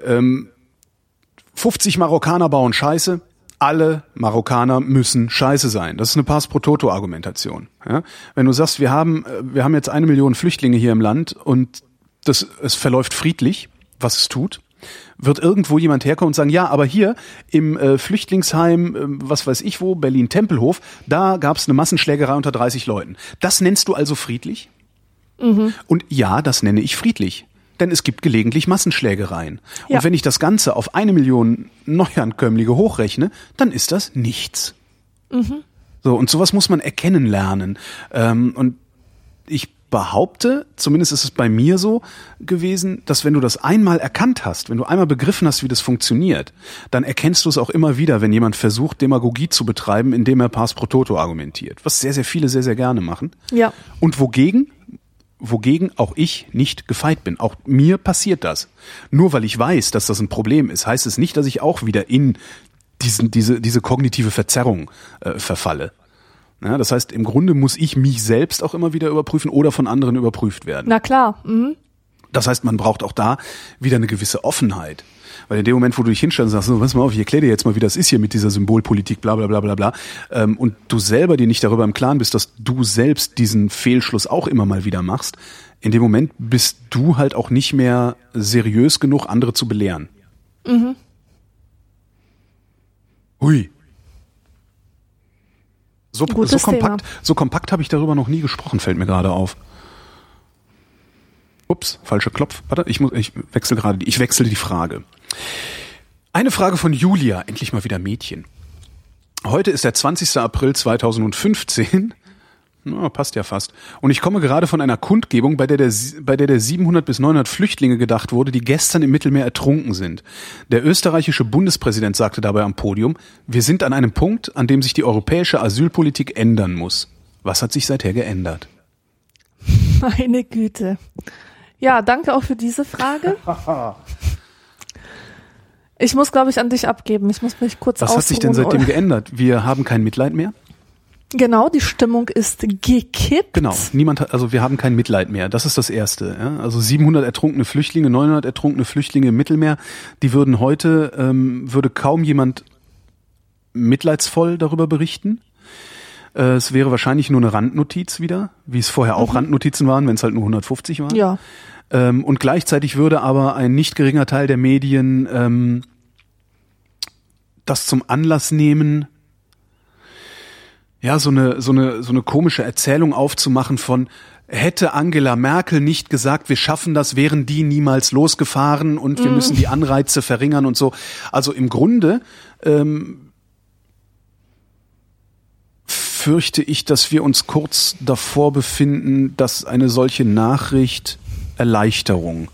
50 Marokkaner bauen Scheiße. Alle Marokkaner müssen scheiße sein. Das ist eine Pars pro toto Argumentation. Ja? Wenn du sagst, wir haben jetzt 1 Million Flüchtlinge hier im Land und es verläuft friedlich, was es tut, wird irgendwo jemand herkommen und sagen, ja, aber hier im Flüchtlingsheim, was weiß ich wo, Berlin-Tempelhof, da gab es eine Massenschlägerei unter 30 Leuten. Das nennst du also friedlich? Mhm. Und ja, das nenne ich friedlich. Denn es gibt gelegentlich Massenschlägereien. Ja. Und wenn ich das Ganze auf 1 Million Neuankömmlinge hochrechne, dann ist das nichts. Mhm. So, und sowas muss man erkennen lernen. Und ich behaupte, zumindest ist es bei mir so gewesen, dass wenn du das einmal erkannt hast, wenn du einmal begriffen hast, wie das funktioniert, dann erkennst du es auch immer wieder, wenn jemand versucht, Demagogie zu betreiben, indem er pars pro toto argumentiert. Was sehr, sehr viele sehr, sehr gerne machen. Ja. Und wogegen auch ich nicht gefeit bin. Auch mir passiert das. Nur weil ich weiß, dass das ein Problem ist, heißt es nicht, dass ich auch wieder in diese kognitive Verzerrung verfalle. Ja, das heißt, im Grunde muss ich mich selbst auch immer wieder überprüfen oder von anderen überprüft werden. Na klar. Mhm. Das heißt, man braucht auch da wieder eine gewisse Offenheit. Weil in dem Moment, wo du dich hinstellst und sagst, so, pass mal auf, ich erkläre dir jetzt mal, wie das ist hier mit dieser Symbolpolitik, bla bla bla bla bla, und du selber dir nicht darüber im Klaren bist, dass du selbst diesen Fehlschluss auch immer mal wieder machst, in dem Moment bist du halt auch nicht mehr seriös genug, andere zu belehren. Mhm. Hui. So kompakt habe ich darüber noch nie gesprochen, fällt mir gerade auf. Ups, falscher Knopf. Warte, ich wechsle die Frage. Eine Frage von Julia, endlich mal wieder Mädchen. Heute ist der 20. April 2015. Na, passt ja fast. Und ich komme gerade von einer Kundgebung, bei der 700 bis 900 Flüchtlinge gedacht wurde, die gestern im Mittelmeer ertrunken sind. Der österreichische Bundespräsident sagte dabei am Podium, wir sind an einem Punkt, an dem sich die europäische Asylpolitik ändern muss. Was hat sich seither geändert? Meine Güte. Ja, danke auch für diese Frage. Ich muss, glaube ich, an dich abgeben. Ich muss mich kurz ausruhen. Was hat sich denn seitdem geändert? Wir haben kein Mitleid mehr? Genau, die Stimmung ist gekippt. Genau, wir haben kein Mitleid mehr. Das ist das Erste. Ja? Also 700 ertrunkene Flüchtlinge, 900 ertrunkene Flüchtlinge im Mittelmeer, die würden heute, würde kaum jemand mitleidsvoll darüber berichten. Es wäre wahrscheinlich nur eine Randnotiz wieder, wie es vorher auch Randnotizen waren, wenn es halt nur 150 waren. Ja. Und gleichzeitig würde aber ein nicht geringer Teil der Medien das zum Anlass nehmen, ja, so eine komische Erzählung aufzumachen von, hätte Angela Merkel nicht gesagt, wir schaffen das, wären die niemals losgefahren und wir müssen die Anreize verringern und so. Also im Grunde fürchte ich, dass wir uns kurz davor befinden, dass eine solche Nachricht Erleichterung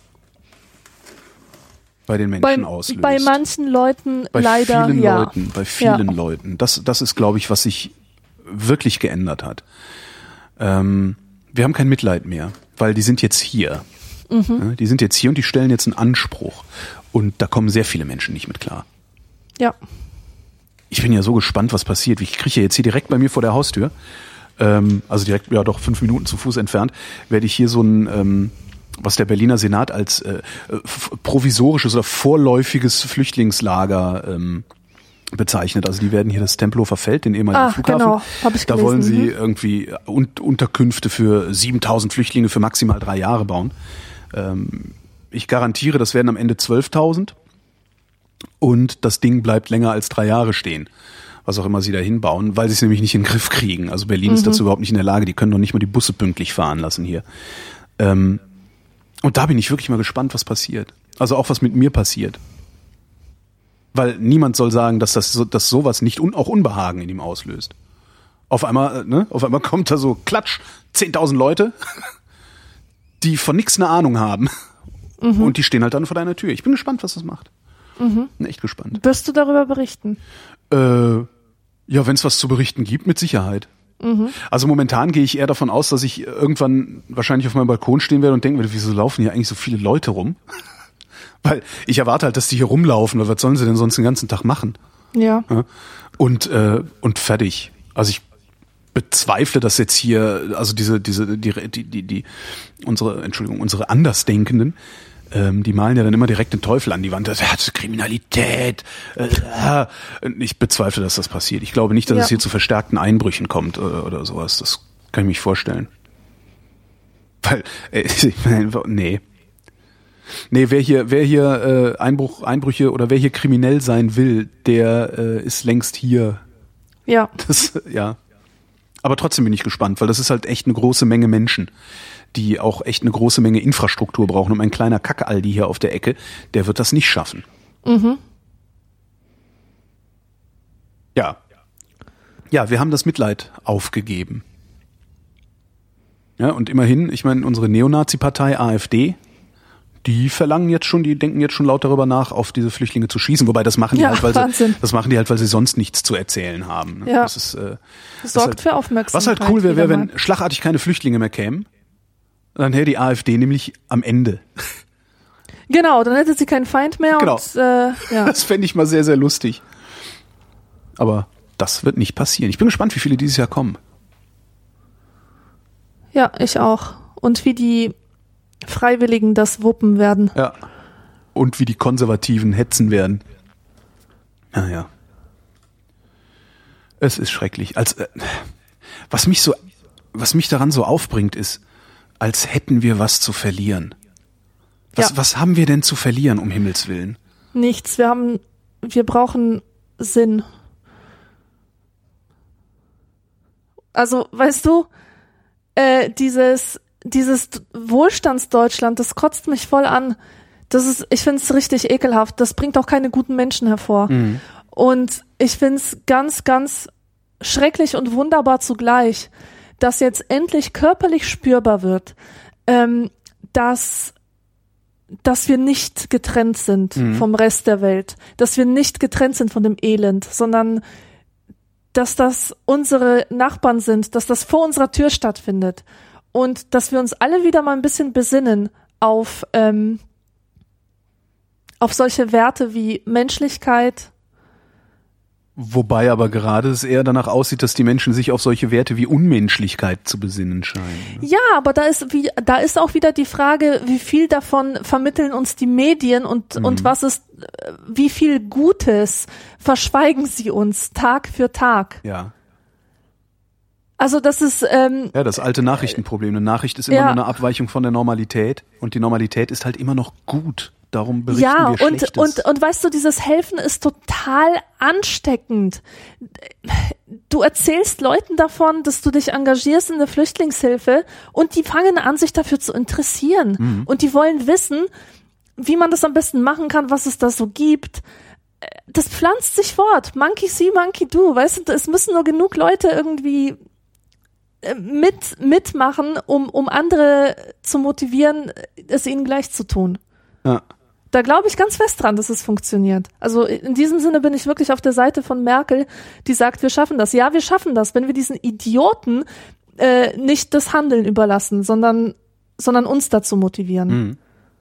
bei den Menschen auslöst. Bei manchen Leuten bei leider, vielen ja. Leuten, bei vielen Leuten. Das ist, glaube ich, was sich wirklich geändert hat. Wir haben kein Mitleid mehr, weil die sind jetzt hier. Ja, die sind jetzt hier und die stellen jetzt einen Anspruch. Und da kommen sehr viele Menschen nicht mit klar. Ja. Ich bin ja so gespannt, was passiert. Ich kriege ja jetzt hier direkt bei mir vor der Haustür, also direkt, ja doch 5 Minuten zu Fuß entfernt, werde ich hier so ein, was der Berliner Senat als provisorisches oder vorläufiges Flüchtlingslager bezeichnet. Also die werden hier das Tempelhofer Feld, den ehemaligen Flughafen. Genau, hab ich da gelesen. wollen sie irgendwie Unterkünfte für 7.000 Flüchtlinge für maximal 3 Jahre bauen. Ich garantiere, das werden am Ende 12.000 und das Ding bleibt länger als 3 Jahre stehen. Was auch immer sie da hinbauen, weil sie es nämlich nicht in den Griff kriegen. Also Berlin ist dazu überhaupt nicht in der Lage, die können doch nicht mal die Busse pünktlich fahren lassen hier. Und da bin ich wirklich mal gespannt, was passiert. Also auch was mit mir passiert. Weil niemand soll sagen, dass sowas nicht auch Unbehagen in ihm auslöst. Auf einmal kommt da so, klatsch, 10.000 Leute, die von nichts eine Ahnung haben. Und die stehen halt dann vor deiner Tür. Ich bin gespannt, was das macht. Bin echt gespannt. Wirst du darüber berichten? Ja, wenn es was zu berichten gibt, mit Sicherheit. Also momentan gehe ich eher davon aus, dass ich irgendwann wahrscheinlich auf meinem Balkon stehen werde und denken werde, wieso laufen hier eigentlich so viele Leute rum? Weil ich erwarte halt, dass die hier rumlaufen, weil was sollen sie denn sonst den ganzen Tag machen? Ja. Und fertig. Also ich bezweifle, dass jetzt hier, also unsere Andersdenkenden, die malen ja dann immer direkt den Teufel an die Wand. Das hat Kriminalität. Ich bezweifle, dass das passiert. Ich glaube nicht, dass es hier zu verstärkten Einbrüchen kommt oder sowas. Das kann ich mich vorstellen. Weil, nee. Nee, wer hier Einbrüche oder wer hier kriminell sein will, der ist längst hier. Ja. Ja. Aber trotzdem bin ich gespannt, weil das ist halt echt eine große Menge Menschen, die auch echt eine große Menge Infrastruktur brauchen. Und ein kleiner Kack-Aldi hier auf der Ecke, der wird das nicht schaffen. Ja. Ja, wir haben das Mitleid aufgegeben. Ja, und immerhin, ich meine, unsere Neonazi-Partei AfD, die denken jetzt schon laut darüber nach, auf diese Flüchtlinge zu schießen. Wobei das machen die weil sie sonst nichts zu erzählen haben. Ja. Das ist, das sorgt halt, für Aufmerksamkeit. Was halt cool wäre, wenn schlagartig keine Flüchtlinge mehr kämen. Dann hätte die AfD nämlich am Ende. Genau, dann hätte sie keinen Feind mehr. Genau. Und, ja. Das fände ich mal sehr, sehr lustig. Aber das wird nicht passieren. Ich bin gespannt, wie viele dieses Jahr kommen. Ja, ich auch. Und wie die Freiwilligen das wuppen werden. Ja. Und wie die Konservativen hetzen werden. Naja. Es ist schrecklich. Was mich daran so aufbringt, ist, als hätten wir was zu verlieren. Was haben wir denn zu verlieren, um Himmels Willen? Nichts. Wir brauchen Sinn. Also, weißt du, dieses Wohlstandsdeutschland, das kotzt mich voll an. Ich finde es richtig ekelhaft. Das bringt auch keine guten Menschen hervor. Und ich finde es ganz, ganz schrecklich und wunderbar zugleich, dass jetzt endlich körperlich spürbar wird, dass wir nicht getrennt sind vom Rest der Welt, dass wir nicht getrennt sind von dem Elend, sondern dass das unsere Nachbarn sind, dass das vor unserer Tür stattfindet und dass wir uns alle wieder mal ein bisschen besinnen auf solche Werte wie Menschlichkeit. Wobei aber gerade es eher danach aussieht, dass die Menschen sich auf solche Werte wie Unmenschlichkeit zu besinnen scheinen. Ne? Ja, aber da ist auch wieder die Frage, wie viel davon vermitteln uns die Medien und wie viel Gutes verschweigen sie uns Tag für Tag. Ja. Also das ist ja, das alte Nachrichtenproblem. Eine Nachricht ist immer nur eine Abweichung von der Normalität und die Normalität ist halt immer noch gut. Darum berichten wir Schlechtes. Und weißt du, dieses Helfen ist total ansteckend. Du erzählst Leuten davon, dass du dich engagierst in der Flüchtlingshilfe und die fangen an, sich dafür zu interessieren. Mhm. Und die wollen wissen, wie man das am besten machen kann, was es da so gibt. Das pflanzt sich fort. Monkey see, monkey do. Weißt du, es müssen nur genug Leute irgendwie mitmachen, um andere zu motivieren, es ihnen gleich zu tun. Ja. Da glaube ich ganz fest dran, dass es funktioniert. Also in diesem Sinne bin ich wirklich auf der Seite von Merkel, die sagt, wir schaffen das. Ja, wir schaffen das, wenn wir diesen Idioten nicht das Handeln überlassen, sondern uns dazu motivieren. Mhm.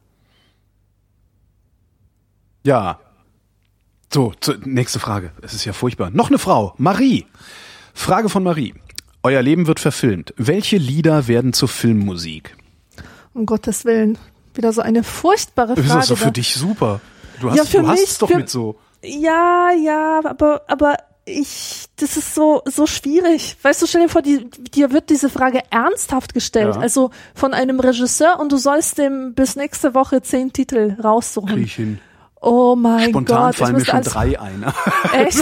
Ja. So, nächste Frage. Es ist ja furchtbar. Noch eine Frau. Marie. Frage von Marie. Euer Leben wird verfilmt. Welche Lieder werden zur Filmmusik? Um Gottes Willen. Wieder so eine furchtbare Frage. Das ist doch für dich super. Du hast es doch mit so. Ja, aber das ist so schwierig. Weißt du, stell dir vor, dir wird diese Frage ernsthaft gestellt. Ja. Also von einem Regisseur und du sollst dem bis nächste Woche 10 Titel raussuchen. Krieg ich hin. Oh mein Gott. Spontan fallen mir schon 3 ein. Echt?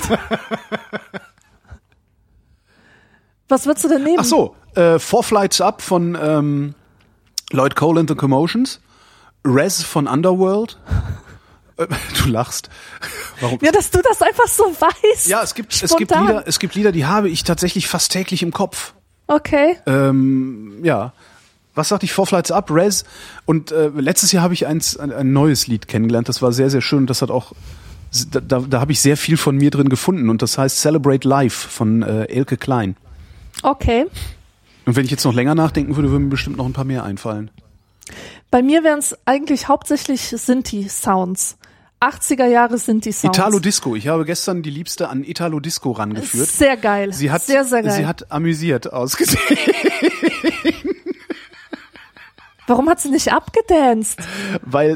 Was würdest du denn nehmen? Ach so, Four Flights Up von Lloyd Cole and the Commotions. Rez von Underworld. Du lachst. Warum? Ja, dass du das einfach so weißt. Ja, es gibt Lieder, die habe ich tatsächlich fast täglich im Kopf. Okay. Ja. Was sagte ich? Four Flights Up, Rez. Und letztes Jahr habe ich ein neues Lied kennengelernt. Das war sehr, sehr schön. Das hat auch, da habe ich sehr viel von mir drin gefunden. Und das heißt Celebrate Life von Elke Klein. Okay. Und wenn ich jetzt noch länger nachdenken würde, würden mir bestimmt noch ein paar mehr einfallen. Bei mir wären es eigentlich hauptsächlich Sinti-Sounds. 80er Jahre Sinti-Sounds. Italo-Disco. Ich habe gestern die Liebste an Italo-Disco rangeführt. Sehr geil. Sehr, sehr geil. Sie hat amüsiert ausgesehen. Warum hat sie nicht abgedanced? Weil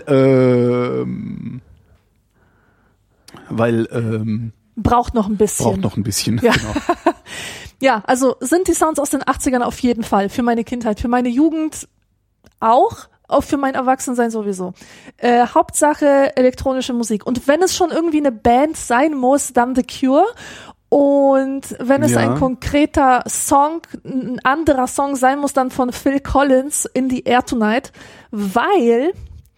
braucht noch ein bisschen. Ja. Genau. Ja, also sind die Sounds aus den 80ern auf jeden Fall. Für meine Kindheit, für meine Jugend auch für mein Erwachsensein sowieso. Hauptsache elektronische Musik. Und wenn es schon irgendwie eine Band sein muss, dann The Cure. Und wenn es ein konkreter Song, ein anderer Song sein muss, dann von Phil Collins, In the Air Tonight. Weil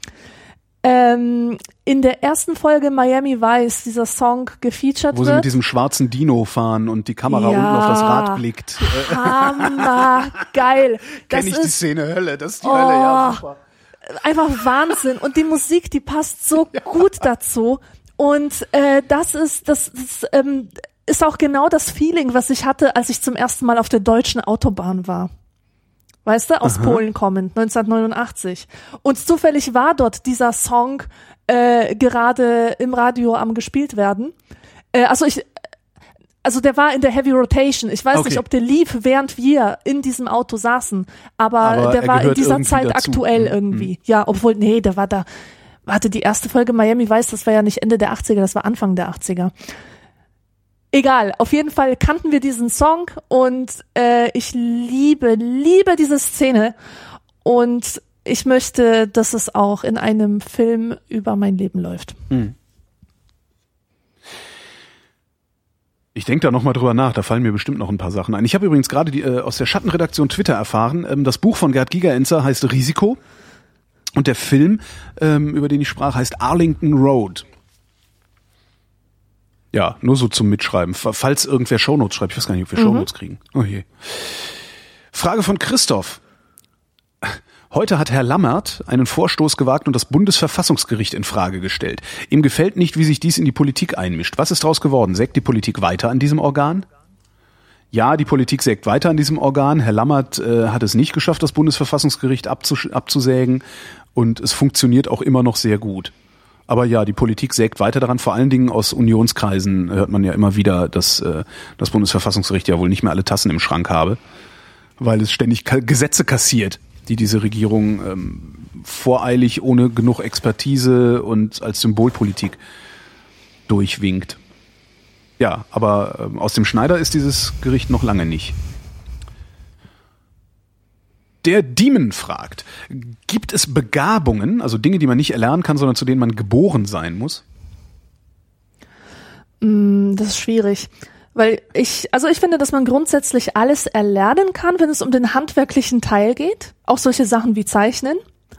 in der ersten Folge Miami Vice dieser Song gefeatured wird. Wo sie mit diesem schwarzen Dino fahren und die Kamera unten auf das Rad blickt. Hammer, geil. Kenn ich die Szene, Hölle, das ist die Hölle, ja, super. Einfach Wahnsinn. Und die Musik, die passt so gut dazu. Und das ist auch genau das Feeling, was ich hatte, als ich zum ersten Mal auf der deutschen Autobahn war. Weißt du, aus Polen kommend, 1989. Und zufällig war dort dieser Song gerade im Radio am gespielt werden. Also der war in der Heavy Rotation. Ich weiß nicht, ob der lief, während wir in diesem Auto saßen. Aber der war in dieser Zeit dazu. Aktuell irgendwie. Ja, obwohl, der war da. Warte, die erste Folge Miami Vice, das war ja nicht Ende der 80er, das war Anfang der 80er. Egal, auf jeden Fall kannten wir diesen Song und ich liebe diese Szene und ich möchte, dass es auch in einem Film über mein Leben läuft. Ich denke da nochmal drüber nach, da fallen mir bestimmt noch ein paar Sachen ein. Ich habe übrigens gerade aus der Schattenredaktion Twitter erfahren, das Buch von Gerd Gigerenzer heißt Risiko und der Film, über den ich sprach, heißt Arlington Road. Ja, nur so zum Mitschreiben. Falls irgendwer Shownotes schreibt. Ich weiß gar nicht, ob wir Shownotes kriegen. Oh je. Frage von Christoph. Heute hat Herr Lammert einen Vorstoß gewagt und das Bundesverfassungsgericht in Frage gestellt. Ihm gefällt nicht, wie sich dies in die Politik einmischt. Was ist daraus geworden? Sägt die Politik weiter an diesem Organ? Ja, die Politik sägt weiter an diesem Organ. Herr Lammert hat es nicht geschafft, das Bundesverfassungsgericht abzusägen. Und es funktioniert auch immer noch sehr gut. Aber ja, die Politik sägt weiter daran. Vor allen Dingen aus Unionskreisen hört man ja immer wieder, dass das Bundesverfassungsgericht ja wohl nicht mehr alle Tassen im Schrank habe, weil es ständig Gesetze kassiert, die diese Regierung voreilig, ohne genug Expertise und als Symbolpolitik durchwinkt. Ja, aber aus dem Schneider ist dieses Gericht noch lange nicht. Der Demon fragt, gibt es Begabungen, also Dinge, die man nicht erlernen kann, sondern zu denen man geboren sein muss? Das ist schwierig. Weil ich finde, dass man grundsätzlich alles erlernen kann, wenn es um den handwerklichen Teil geht. Auch solche Sachen wie Zeichnen.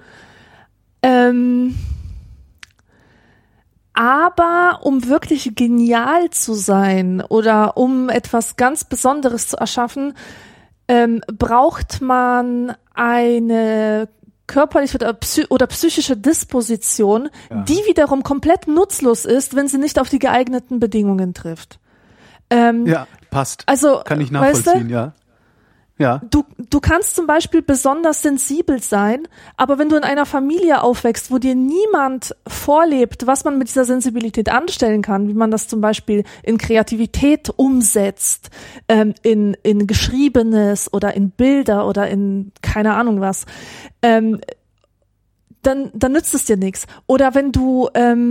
Aber um wirklich genial zu sein oder um etwas ganz Besonderes zu erschaffen, braucht man eine körperliche oder psychische Disposition, die wiederum komplett nutzlos ist, wenn sie nicht auf die geeigneten Bedingungen trifft. Ja, passt. Also, kann ich nachvollziehen, weißt du, ja. Ja. Du kannst zum Beispiel besonders sensibel sein, aber wenn du in einer Familie aufwächst, wo dir niemand vorlebt, was man mit dieser Sensibilität anstellen kann, wie man das zum Beispiel in Kreativität umsetzt, in Geschriebenes oder in Bilder oder in keine Ahnung was, dann nützt es dir nichts. Oder wenn du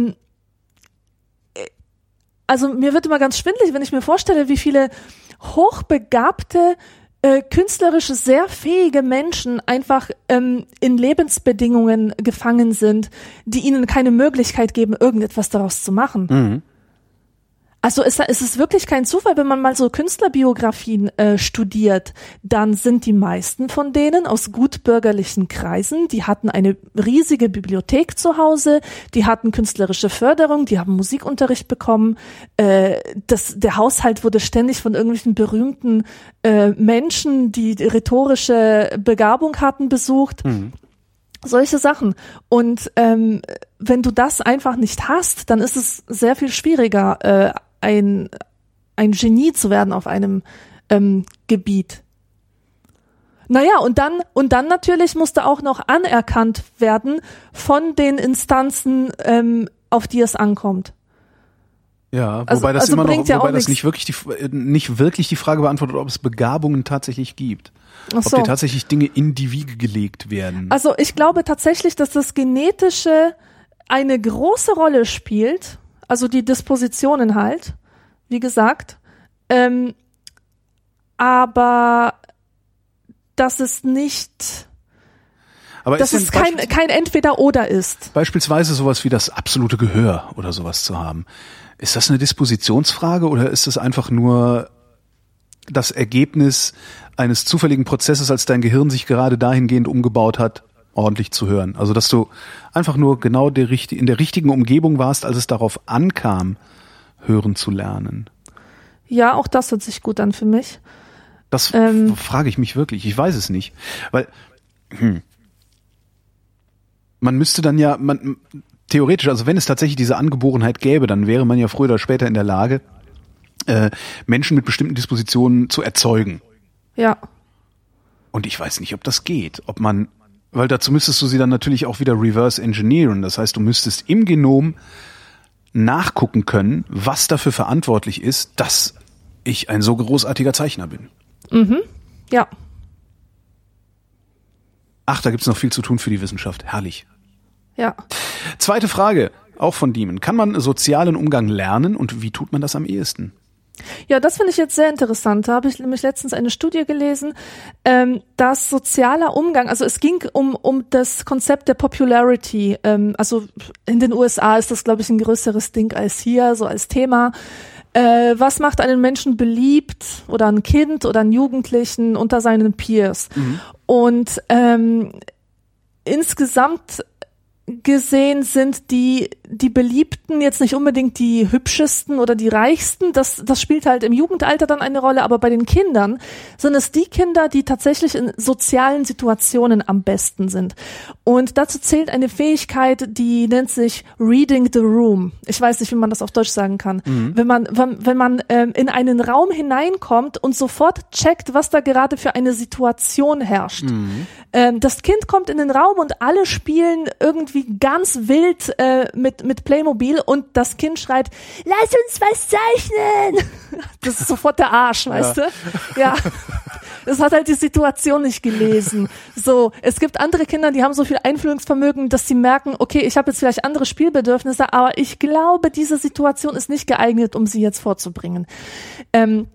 also mir wird immer ganz schwindelig, wenn ich mir vorstelle, wie viele hochbegabte, künstlerisch sehr fähige Menschen einfach in Lebensbedingungen gefangen sind, die ihnen keine Möglichkeit geben, irgendetwas daraus zu machen. Mhm. Also es ist wirklich kein Zufall, wenn man mal so Künstlerbiografien studiert, dann sind die meisten von denen aus gutbürgerlichen Kreisen, die hatten eine riesige Bibliothek zu Hause, die hatten künstlerische Förderung, die haben Musikunterricht bekommen, der Haushalt wurde ständig von irgendwelchen berühmten Menschen, die rhetorische Begabung hatten, besucht. Mhm. Solche Sachen. Und wenn du das einfach nicht hast, dann ist es sehr viel schwieriger, ein Genie zu werden auf einem Gebiet. Naja, und dann natürlich musste auch noch anerkannt werden von den Instanzen, auf die es ankommt. Ja, wobei das immer noch, wobei das nicht wirklich die Frage beantwortet, ob es Begabungen tatsächlich gibt. Ob dir tatsächlich Dinge in die Wiege gelegt werden. Also ich glaube tatsächlich, dass das Genetische eine große Rolle spielt, also die Dispositionen halt, wie gesagt, aber dass es nicht, aber dass es kein Entweder-Oder ist. Beispielsweise sowas wie das absolute Gehör oder sowas zu haben. Ist das eine Dispositionsfrage oder ist es einfach nur das Ergebnis eines zufälligen Prozesses, als dein Gehirn sich gerade dahingehend umgebaut hat, ordentlich zu hören? Also, dass du einfach nur genau in der richtigen Umgebung warst, als es darauf ankam, hören zu lernen. Ja, auch das hört sich gut an für mich. Das frage ich mich wirklich. Ich weiß es nicht. Weil, man müsste dann ja, theoretisch, also wenn es tatsächlich diese Angeborenheit gäbe, dann wäre man ja früher oder später in der Lage, Menschen mit bestimmten Dispositionen zu erzeugen. Ja. Und ich weiß nicht, ob das geht. Weil dazu müsstest du sie dann natürlich auch wieder reverse engineeren. Das heißt, du müsstest im Genom nachgucken können, was dafür verantwortlich ist, dass ich ein so großartiger Zeichner bin. Mhm. Ja. Ach, da gibt's noch viel zu tun für die Wissenschaft. Herrlich. Ja. Zweite Frage, auch von Demon. Kann man sozialen Umgang lernen und wie tut man das am ehesten? Ja, das finde ich jetzt sehr interessant. Da habe ich nämlich letztens eine Studie gelesen, dass sozialer Umgang, also es ging um das Konzept der Popularity. Also in den USA ist das, glaube ich, ein größeres Ding als hier, so als Thema. Was macht einen Menschen beliebt oder ein Kind oder einen Jugendlichen unter seinen Peers? Mhm. Und insgesamt gesehen sind die Beliebten jetzt nicht unbedingt die hübschesten oder die reichsten. Das spielt halt im Jugendalter dann eine Rolle, aber bei den Kindern sind es die Kinder, die tatsächlich in sozialen Situationen am besten sind. Und dazu zählt eine Fähigkeit, die nennt sich Reading the Room. Ich weiß nicht, wie man das auf Deutsch sagen kann. Mhm. Wenn man in einen Raum hineinkommt und sofort checkt, was da gerade für eine Situation herrscht. Mhm. Das Kind kommt in den Raum und alle spielen irgendwie ganz wild mit Playmobil und das Kind schreit, lass uns was zeichnen. Das ist sofort der Arsch, weißt du? Ja. Das hat halt die Situation nicht gelesen. So, es gibt andere Kinder, die haben so viel Einfühlungsvermögen, dass sie merken, okay, ich habe jetzt vielleicht andere Spielbedürfnisse, aber ich glaube, diese Situation ist nicht geeignet, um sie jetzt vorzubringen.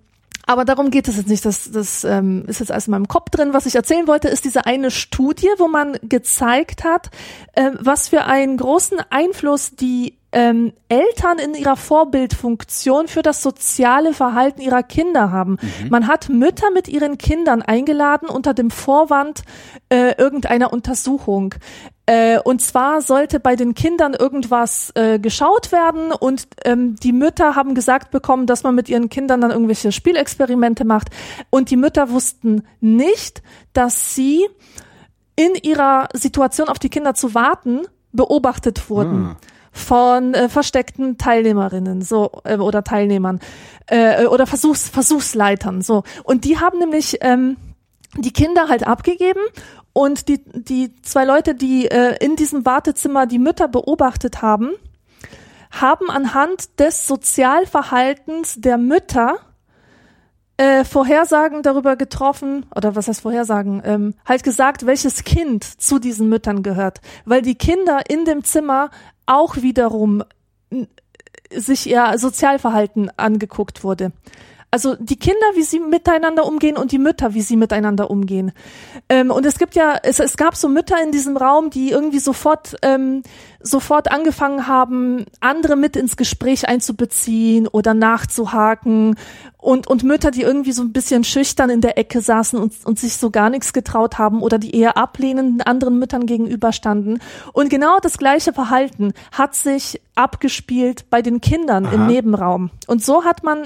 Aber darum geht es jetzt nicht. Das ist jetzt alles in meinem Kopf drin. Was ich erzählen wollte, ist diese eine Studie, wo man gezeigt hat, was für einen großen Einfluss die Eltern in ihrer Vorbildfunktion für das soziale Verhalten ihrer Kinder haben. Man hat Mütter mit ihren Kindern eingeladen unter dem Vorwand irgendeiner Untersuchung. Und zwar sollte bei den Kindern irgendwas geschaut werden und die Mütter haben gesagt bekommen, dass man mit ihren Kindern dann irgendwelche Spielexperimente macht. Und die Mütter wussten nicht, dass sie in ihrer Situation auf die Kinder zu warten beobachtet wurden. Von versteckten Teilnehmerinnen oder Teilnehmern oder Versuchsleitern. So. Und die haben nämlich die Kinder halt abgegeben und die zwei Leute, die in diesem Wartezimmer die Mütter beobachtet haben anhand des Sozialverhaltens der Mütter Vorhersagen darüber getroffen, oder was heißt Vorhersagen, halt gesagt, welches Kind zu diesen Müttern gehört. Weil die Kinder in dem Zimmer auch wiederum sich ihr Sozialverhalten angeguckt wurde. Also die Kinder, wie sie miteinander umgehen und die Mütter, wie sie miteinander umgehen. Und es gab so Mütter in diesem Raum, die irgendwie sofort angefangen haben, andere mit ins Gespräch einzubeziehen oder nachzuhaken und Mütter, die irgendwie so ein bisschen schüchtern in der Ecke saßen und sich so gar nichts getraut haben oder die eher ablehnenden anderen Müttern gegenüberstanden. Und genau das gleiche Verhalten hat sich abgespielt bei den Kindern im Nebenraum. Und so hat man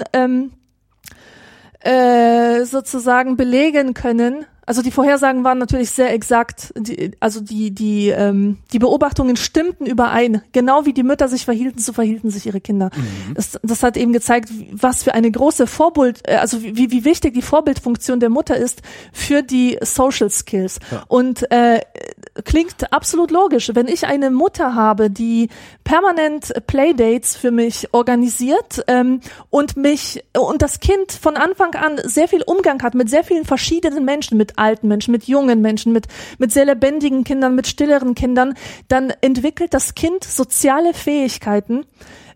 sozusagen belegen können, also die Vorhersagen waren natürlich sehr exakt, die Beobachtungen stimmten überein. Genau wie die Mütter sich verhielten, so verhielten sich ihre Kinder. Das hat eben gezeigt, was für eine große wie wichtig die Vorbildfunktion der Mutter ist für die Social Skills. Ja. Und klingt absolut logisch. Wenn ich eine Mutter habe, die permanent Playdates für mich organisiert und das Kind von Anfang an sehr viel Umgang hat mit sehr vielen verschiedenen Menschen, mit alten Menschen, mit jungen Menschen, mit sehr lebendigen Kindern, mit stilleren Kindern, dann entwickelt das Kind soziale Fähigkeiten,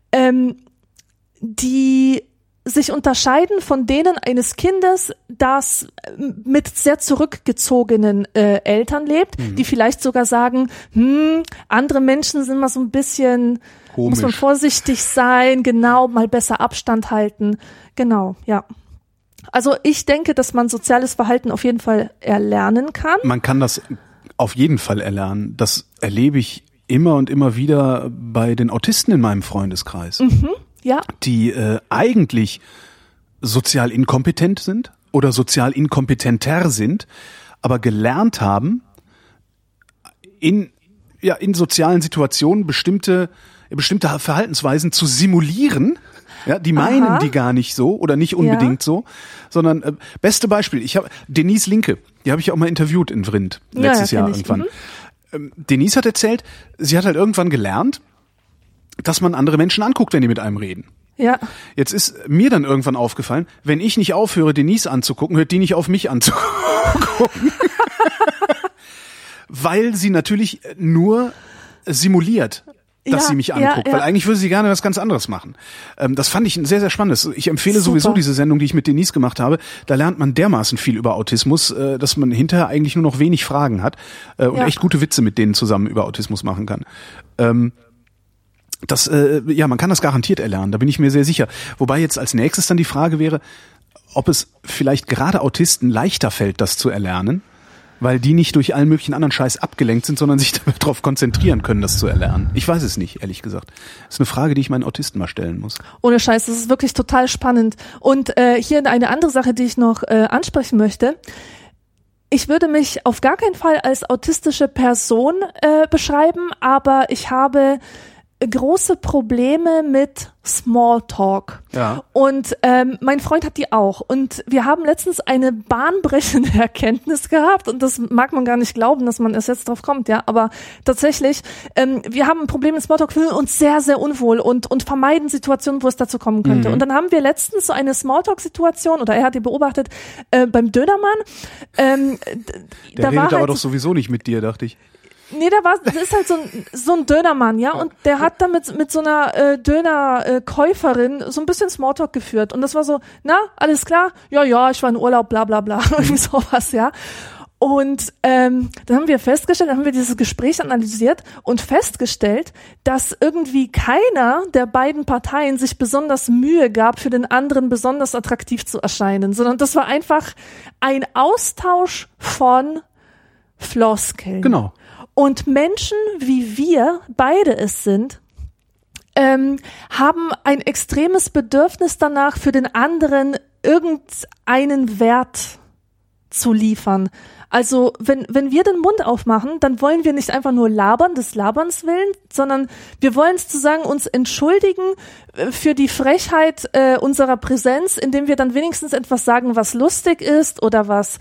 die sich unterscheiden von denen eines Kindes, das mit sehr zurückgezogenen Eltern lebt, die vielleicht sogar sagen, andere Menschen sind mal so ein bisschen, komisch. Muss man vorsichtig sein, genau, mal besser Abstand halten. Genau, ja. Also ich denke, dass man soziales Verhalten auf jeden Fall erlernen kann. Man kann das auf jeden Fall erlernen. Das erlebe ich immer und immer wieder bei den Autisten in meinem Freundeskreis. Ja. Die eigentlich sozial inkompetent sind oder sozial inkompetenter sind, aber gelernt haben, in sozialen Situationen bestimmte Verhaltensweisen zu simulieren. Ja, die meinen die gar nicht so oder nicht unbedingt so, sondern beste Beispiel, ich habe Denise Linke, die habe ich auch mal interviewt in Vrindt letztes Jahr irgendwann. Denise hat erzählt, sie hat halt irgendwann gelernt, dass man andere Menschen anguckt, wenn die mit einem reden. Ja. Jetzt ist mir dann irgendwann aufgefallen, wenn ich nicht aufhöre, Denise anzugucken, hört die nicht auf mich anzugucken. Weil sie natürlich nur simuliert, dass sie mich anguckt, weil eigentlich würde sie gerne was ganz anderes machen. Das fand ich sehr, sehr spannend. Ich empfehle sowieso diese Sendung, die ich mit Denise gemacht habe. Da lernt man dermaßen viel über Autismus, dass man hinterher eigentlich nur noch wenig Fragen hat und echt gute Witze mit denen zusammen über Autismus machen kann. Man kann das garantiert erlernen, da bin ich mir sehr sicher. Wobei jetzt als nächstes dann die Frage wäre, ob es vielleicht gerade Autisten leichter fällt, das zu erlernen, weil die nicht durch allen möglichen anderen Scheiß abgelenkt sind, sondern sich darauf konzentrieren können, das zu erlernen. Ich weiß es nicht, ehrlich gesagt. Das ist eine Frage, die ich meinen Autisten mal stellen muss. Ohne Scheiß, das ist wirklich total spannend. Und hier eine andere Sache, die ich noch ansprechen möchte. Ich würde mich auf gar keinen Fall als autistische Person beschreiben, aber ich habe große Probleme mit Smalltalk. Ja. Und mein Freund hat die auch. Und wir haben letztens eine bahnbrechende Erkenntnis gehabt. Und das mag man gar nicht glauben, dass man erst jetzt drauf kommt. Ja, aber tatsächlich, wir haben ein Problem mit Smalltalk, fühlen uns sehr, sehr unwohl und vermeiden Situationen, wo es dazu kommen könnte. Und dann haben wir letztens so eine Smalltalk-Situation, oder er hat die beobachtet, beim Dönermann. Der redet aber doch sowieso nicht mit dir, dachte ich. Nee, das ist halt so ein Dönermann, ja, und der hat da mit so einer Dönerkäuferin so ein bisschen Smalltalk geführt und das war so, na, alles klar? Ja, ich war in Urlaub, bla bla bla, irgendwie sowas, ja. Und dann haben wir dieses Gespräch analysiert und festgestellt, dass irgendwie keiner der beiden Parteien sich besonders Mühe gab, für den anderen besonders attraktiv zu erscheinen, sondern das war einfach ein Austausch von Floskeln. Genau. Und Menschen, wie wir beide es sind, haben ein extremes Bedürfnis danach, für den anderen irgendeinen Wert zu liefern. Also wenn wir den Mund aufmachen, dann wollen wir nicht einfach nur labern, des Laberns willen, sondern wir wollen sozusagen uns entschuldigen für die Frechheit unserer Präsenz, indem wir dann wenigstens etwas sagen, was lustig ist oder was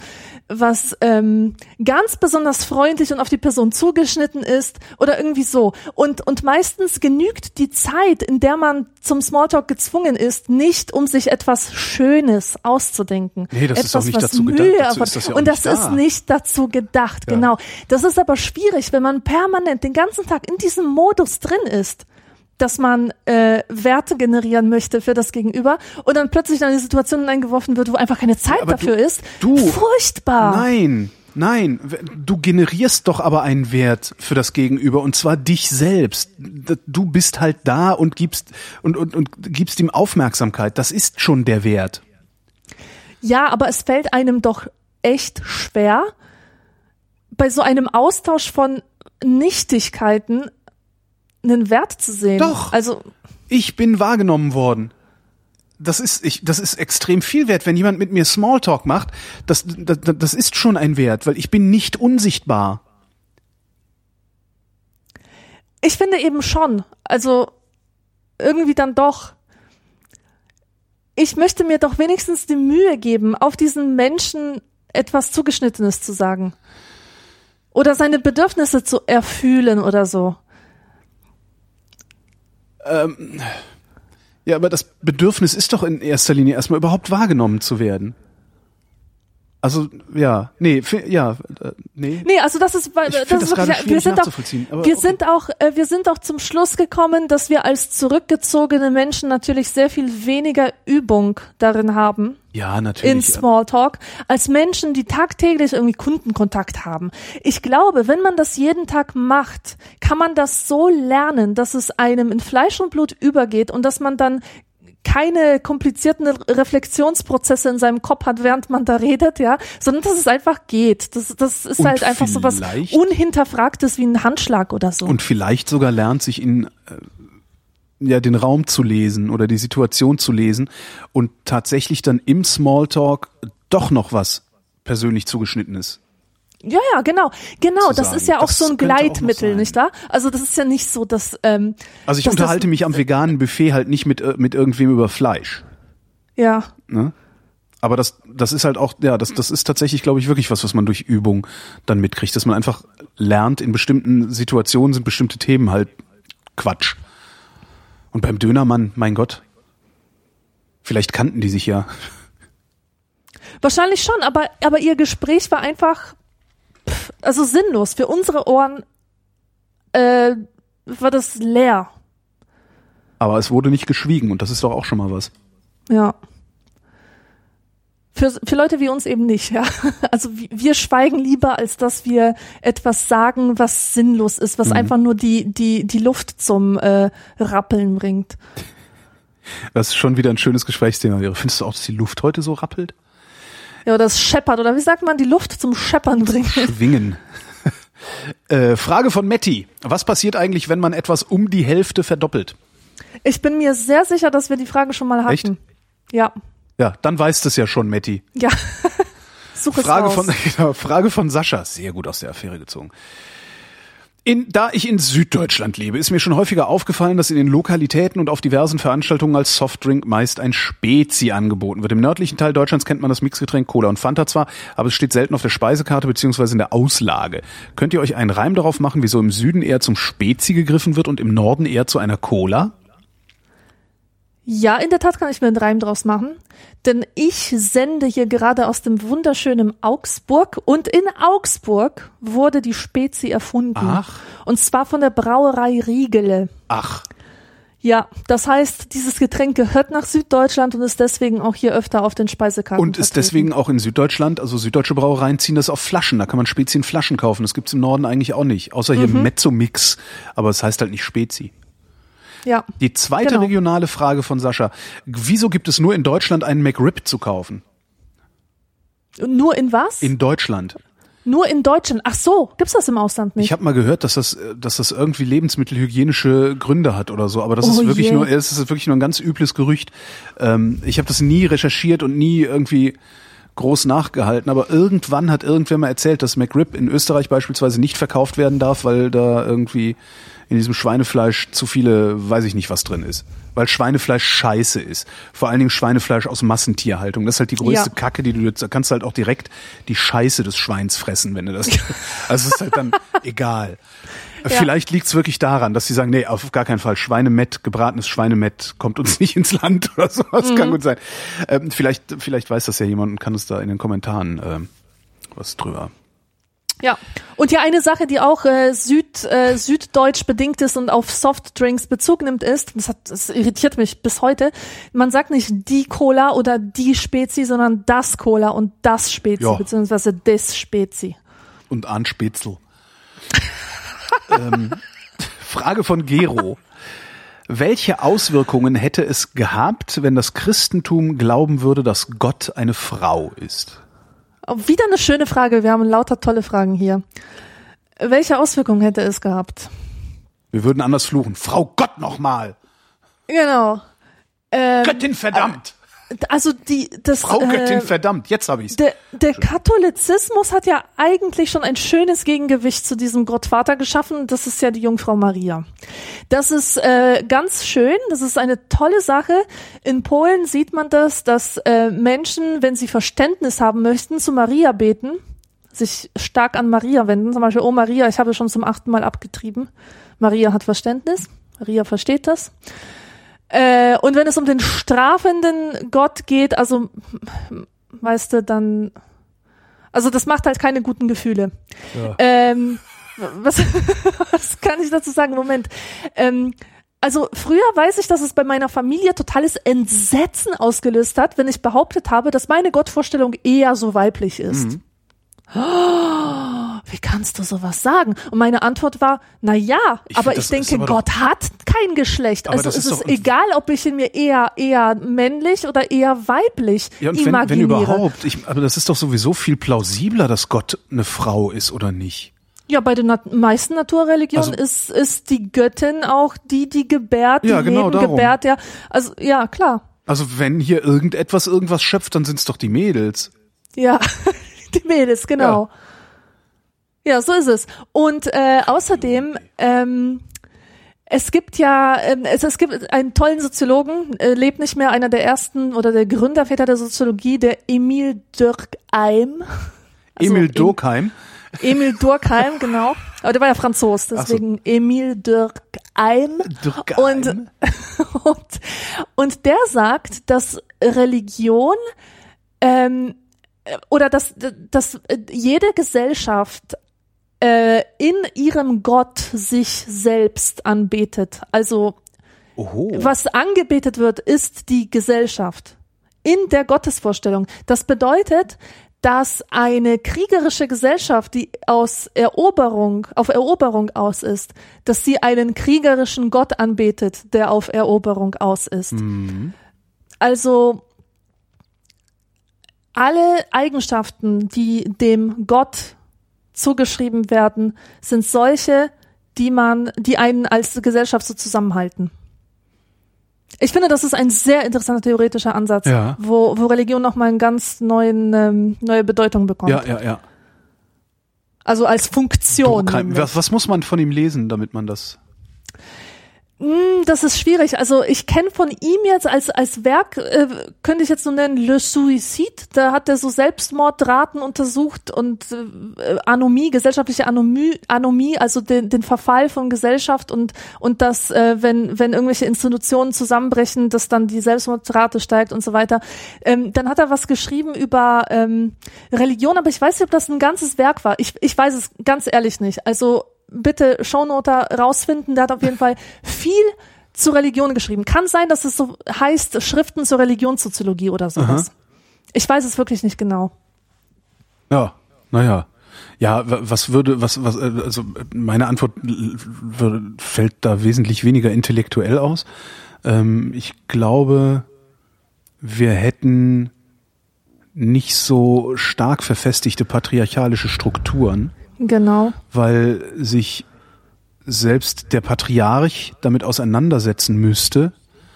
ganz besonders freundlich und auf die Person zugeschnitten ist oder irgendwie so. Und meistens genügt die Zeit, in der man zum Smalltalk gezwungen ist, nicht, um sich etwas Schönes auszudenken. Nee, das etwas, ist auch nicht was dazu Mühe gedacht. Dazu ist das ja auch und das nicht ist nicht dazu gedacht, Ja. genau. Das ist aber schwierig, wenn man permanent den ganzen Tag in diesem Modus drin ist, dass man Werte generieren möchte für das Gegenüber und dann plötzlich in eine Situation hineingeworfen wird, wo einfach keine Zeit aber dafür ist. du- Furchtbar. Nein, du generierst doch aber einen Wert für das Gegenüber und zwar dich selbst. Du bist halt da und gibst ihm Aufmerksamkeit. Das ist schon der Wert. Ja, aber es fällt einem doch echt schwer, bei so einem Austausch von Nichtigkeiten einen Wert zu sehen. Doch. Also Ich bin wahrgenommen worden. Das ist extrem viel wert, wenn jemand mit mir Smalltalk macht. Das ist schon ein Wert, weil ich bin nicht unsichtbar. ich finde eben schon, also irgendwie dann doch. Ich möchte mir doch wenigstens die Mühe geben, auf diesen Menschen etwas Zugeschnittenes zu sagen. Oder seine Bedürfnisse zu erfühlen oder so. Ja, aber das Bedürfnis ist doch in erster Linie erstmal überhaupt wahrgenommen zu werden. Also, ja, nee. Nee, also das ist, Ich find das gerade schwierig nachzuvollziehen, aber wir okay. sind auch zum Schluss gekommen, dass wir als zurückgezogene Menschen natürlich sehr viel weniger Übung darin haben. Ja, natürlich. In Smalltalk, als Menschen, die tagtäglich irgendwie Kundenkontakt haben. Ich glaube, wenn man das jeden Tag macht, kann man das so lernen, dass es einem in Fleisch und Blut übergeht und dass man dann keine komplizierten Reflexionsprozesse in seinem Kopf hat, während man da redet, ja, sondern dass es einfach geht. Das ist Und halt einfach so was Unhinterfragtes wie ein Handschlag oder so. Und vielleicht sogar lernt, sich in den Raum zu lesen oder die Situation zu lesen und tatsächlich dann im Smalltalk doch noch was persönlich zugeschnittenes. Ja, genau. Das sagen. ist ja auch Das so ein könnte auch noch Gleitmittel, sein. nicht wahr? Also das ist ja nicht so, dass Also ich dass unterhalte mich am veganen Buffet halt nicht mit irgendwem über Fleisch. ja. Ne? Aber das ist halt auch, ja, das ist tatsächlich, glaube ich, wirklich was man durch Übung dann mitkriegt, dass man einfach lernt, in bestimmten Situationen sind bestimmte Themen halt Quatsch. Und beim Dönermann, mein Gott, vielleicht kannten die sich ja. Wahrscheinlich schon, aber ihr Gespräch war einfach also sinnlos. Für unsere Ohren war das leer. Aber es wurde nicht geschwiegen und das ist doch auch schon mal was. Ja. Für Leute wie uns eben nicht, ja. Also wir schweigen lieber, als dass wir etwas sagen, was sinnlos ist, was einfach nur die Luft zum Rappeln bringt. Das ist schon wieder ein schönes Gesprächsthema wäre. Findest du auch, dass die Luft heute so rappelt? Ja, oder das scheppert, oder wie sagt man, die Luft zum Scheppern bringt. Schwingen. Frage von Matti. Was passiert eigentlich, wenn man etwas um die Hälfte verdoppelt? Ich bin mir sehr sicher, dass wir die Frage schon mal hatten. Echt? Ja. Ja, dann weißt du es ja schon, Matti. Ja. Such es Frage raus. Frage von Sascha. Sehr gut aus der Affäre gezogen. Da ich in Süddeutschland lebe, ist mir schon häufiger aufgefallen, dass in den Lokalitäten und auf diversen Veranstaltungen als Softdrink meist ein Spezi angeboten wird. Im nördlichen Teil Deutschlands kennt man das Mixgetränk Cola und Fanta zwar, aber es steht selten auf der Speisekarte bzw. in der Auslage. Könnt ihr euch einen Reim darauf machen, wieso im Süden eher zum Spezi gegriffen wird und im Norden eher zu einer Cola? Ja, in der Tat kann ich mir einen Reim draus machen, denn ich sende hier gerade aus dem wunderschönen Augsburg und in Augsburg wurde die Spezi erfunden. Ach. Und zwar von der Brauerei Riegele. Ach. Ja, das heißt, dieses Getränk gehört nach Süddeutschland und ist deswegen auch hier öfter auf den Speisekarten Und ist deswegen auch in Süddeutschland, also süddeutsche Brauereien ziehen das auf Flaschen, da kann man Spezi in Flaschen kaufen, das gibt's im Norden eigentlich auch nicht, außer hier Mezzo-Mix, aber es heißt halt nicht Spezi. Ja. Die zweite regionale Frage von Sascha, wieso gibt es nur in Deutschland einen McRib zu kaufen? Nur in was? In Deutschland. Nur in Deutschland. Ach so, gibt's das im Ausland nicht? Ich habe mal gehört, dass das irgendwie lebensmittelhygienische Gründe hat oder so, aber das ist wirklich nur ein ganz übles Gerücht. Ich habe das nie recherchiert und nie irgendwie groß nachgehalten, aber irgendwann hat irgendwer mal erzählt, dass McRib in Österreich beispielsweise nicht verkauft werden darf, weil da irgendwie in diesem Schweinefleisch zu viele, weiß ich nicht, was drin ist. Weil Schweinefleisch scheiße ist. Vor allen Dingen Schweinefleisch aus Massentierhaltung. Das ist halt die größte Kacke, die du jetzt, da kannst du halt auch direkt die Scheiße des Schweins fressen, wenn du das, also ist halt dann egal. Ja. Vielleicht liegt's wirklich daran, dass sie sagen, nee, auf gar keinen Fall, Schweinemett, gebratenes Schweinemett kommt uns nicht ins Land oder sowas, kann gut sein. Vielleicht weiß das ja jemand und kann uns da in den Kommentaren was drüber. Ja, und ja, eine Sache, die auch süddeutsch bedingt ist und auf Softdrinks Bezug nimmt, ist, das irritiert mich bis heute, man sagt nicht die Cola oder die Spezi, sondern das Cola und das Spezi, beziehungsweise des Spezi. Und an Spätzl. Frage von Gero. Welche Auswirkungen hätte es gehabt, wenn das Christentum glauben würde, dass Gott eine Frau ist? Wieder eine schöne Frage. Wir haben lauter tolle Fragen hier. Welche Auswirkungen hätte es gehabt? Wir würden anders fluchen. Frau Gott nochmal! Genau. Göttin verdammt! Also Frau Göttin verdammt, jetzt habe ich's. Der Katholizismus hat ja eigentlich schon ein schönes Gegengewicht zu diesem Gottvater geschaffen. Das ist ja die Jungfrau Maria. Das ist ganz schön, das ist eine tolle Sache. In Polen sieht man das, dass Menschen, wenn sie Verständnis haben möchten, zu Maria beten, sich stark an Maria wenden. Zum Beispiel, oh Maria, ich habe schon zum 8. Mal abgetrieben. Maria hat Verständnis, Maria versteht das. Und wenn es um den strafenden Gott geht, also, weißt du, dann, also das macht halt keine guten Gefühle. Ja. Was kann ich dazu sagen? Moment. Also früher weiß ich, dass es bei meiner Familie totales Entsetzen ausgelöst hat, wenn ich behauptet habe, dass meine Gottvorstellung eher so weiblich ist. Mhm. Oh, wie kannst du sowas sagen? Und meine Antwort war, na ja, aber ich denke, Gott hat kein Geschlecht. Also es ist egal, ob ich ihn mir eher männlich oder eher weiblich imaginiere. Wenn überhaupt. Aber das ist doch sowieso viel plausibler, dass Gott eine Frau ist, oder nicht? Ja, bei den meisten Naturreligionen ist die Göttin auch die gebärt, die Leben gebärt. Ja, also ja, klar. Also wenn hier irgendwas schöpft, dann sind's doch die Mädels. Ja. Die Mädels, genau. Ja, so ist es. Und außerdem, es gibt ja, es gibt einen tollen Soziologen, lebt nicht mehr, einer der ersten oder der Gründerväter der Soziologie, der Emil Durkheim. Also Emil Durkheim? Emil Durkheim, genau. Aber der war ja Franzos, deswegen so. Emil Durkheim. Und der sagt, dass Religion oder dass jede Gesellschaft in ihrem Gott sich selbst anbetet. Also was angebetet wird, ist die Gesellschaft in der Gottesvorstellung. Das bedeutet, dass eine kriegerische Gesellschaft, die auf Eroberung aus ist, dass sie einen kriegerischen Gott anbetet, der auf Eroberung aus ist. Mhm. Also alle Eigenschaften, die dem Gott zugeschrieben werden, sind solche, die einen als Gesellschaft so zusammenhalten. Ich finde, das ist ein sehr interessanter theoretischer Ansatz, wo Religion nochmal eine ganz neue Bedeutung bekommt. Ja. Also als Funktion. Was muss man von ihm lesen, damit man das? Das ist schwierig. Also ich kenne von ihm jetzt als Werk, könnte ich jetzt so nennen, Le Suicide. Da hat er so Selbstmordraten untersucht und Anomie, gesellschaftliche Anomie, also den Verfall von Gesellschaft und dass, wenn irgendwelche Institutionen zusammenbrechen, dass dann die Selbstmordrate steigt und so weiter. Dann hat er was geschrieben über Religion, aber ich weiß nicht, ob das ein ganzes Werk war. Ich weiß es ganz ehrlich nicht. Also bitte Shownoter rausfinden, der hat auf jeden Fall viel zur Religion geschrieben. Kann sein, dass es so heißt, Schriften zur Religionssoziologie oder sowas. Aha. Ich weiß es wirklich nicht genau. Ja, naja. Ja, also meine Antwort fällt da wesentlich weniger intellektuell aus. Ich glaube, wir hätten nicht so stark verfestigte patriarchalische Strukturen. Genau. Weil sich selbst der Patriarch damit auseinandersetzen müsste,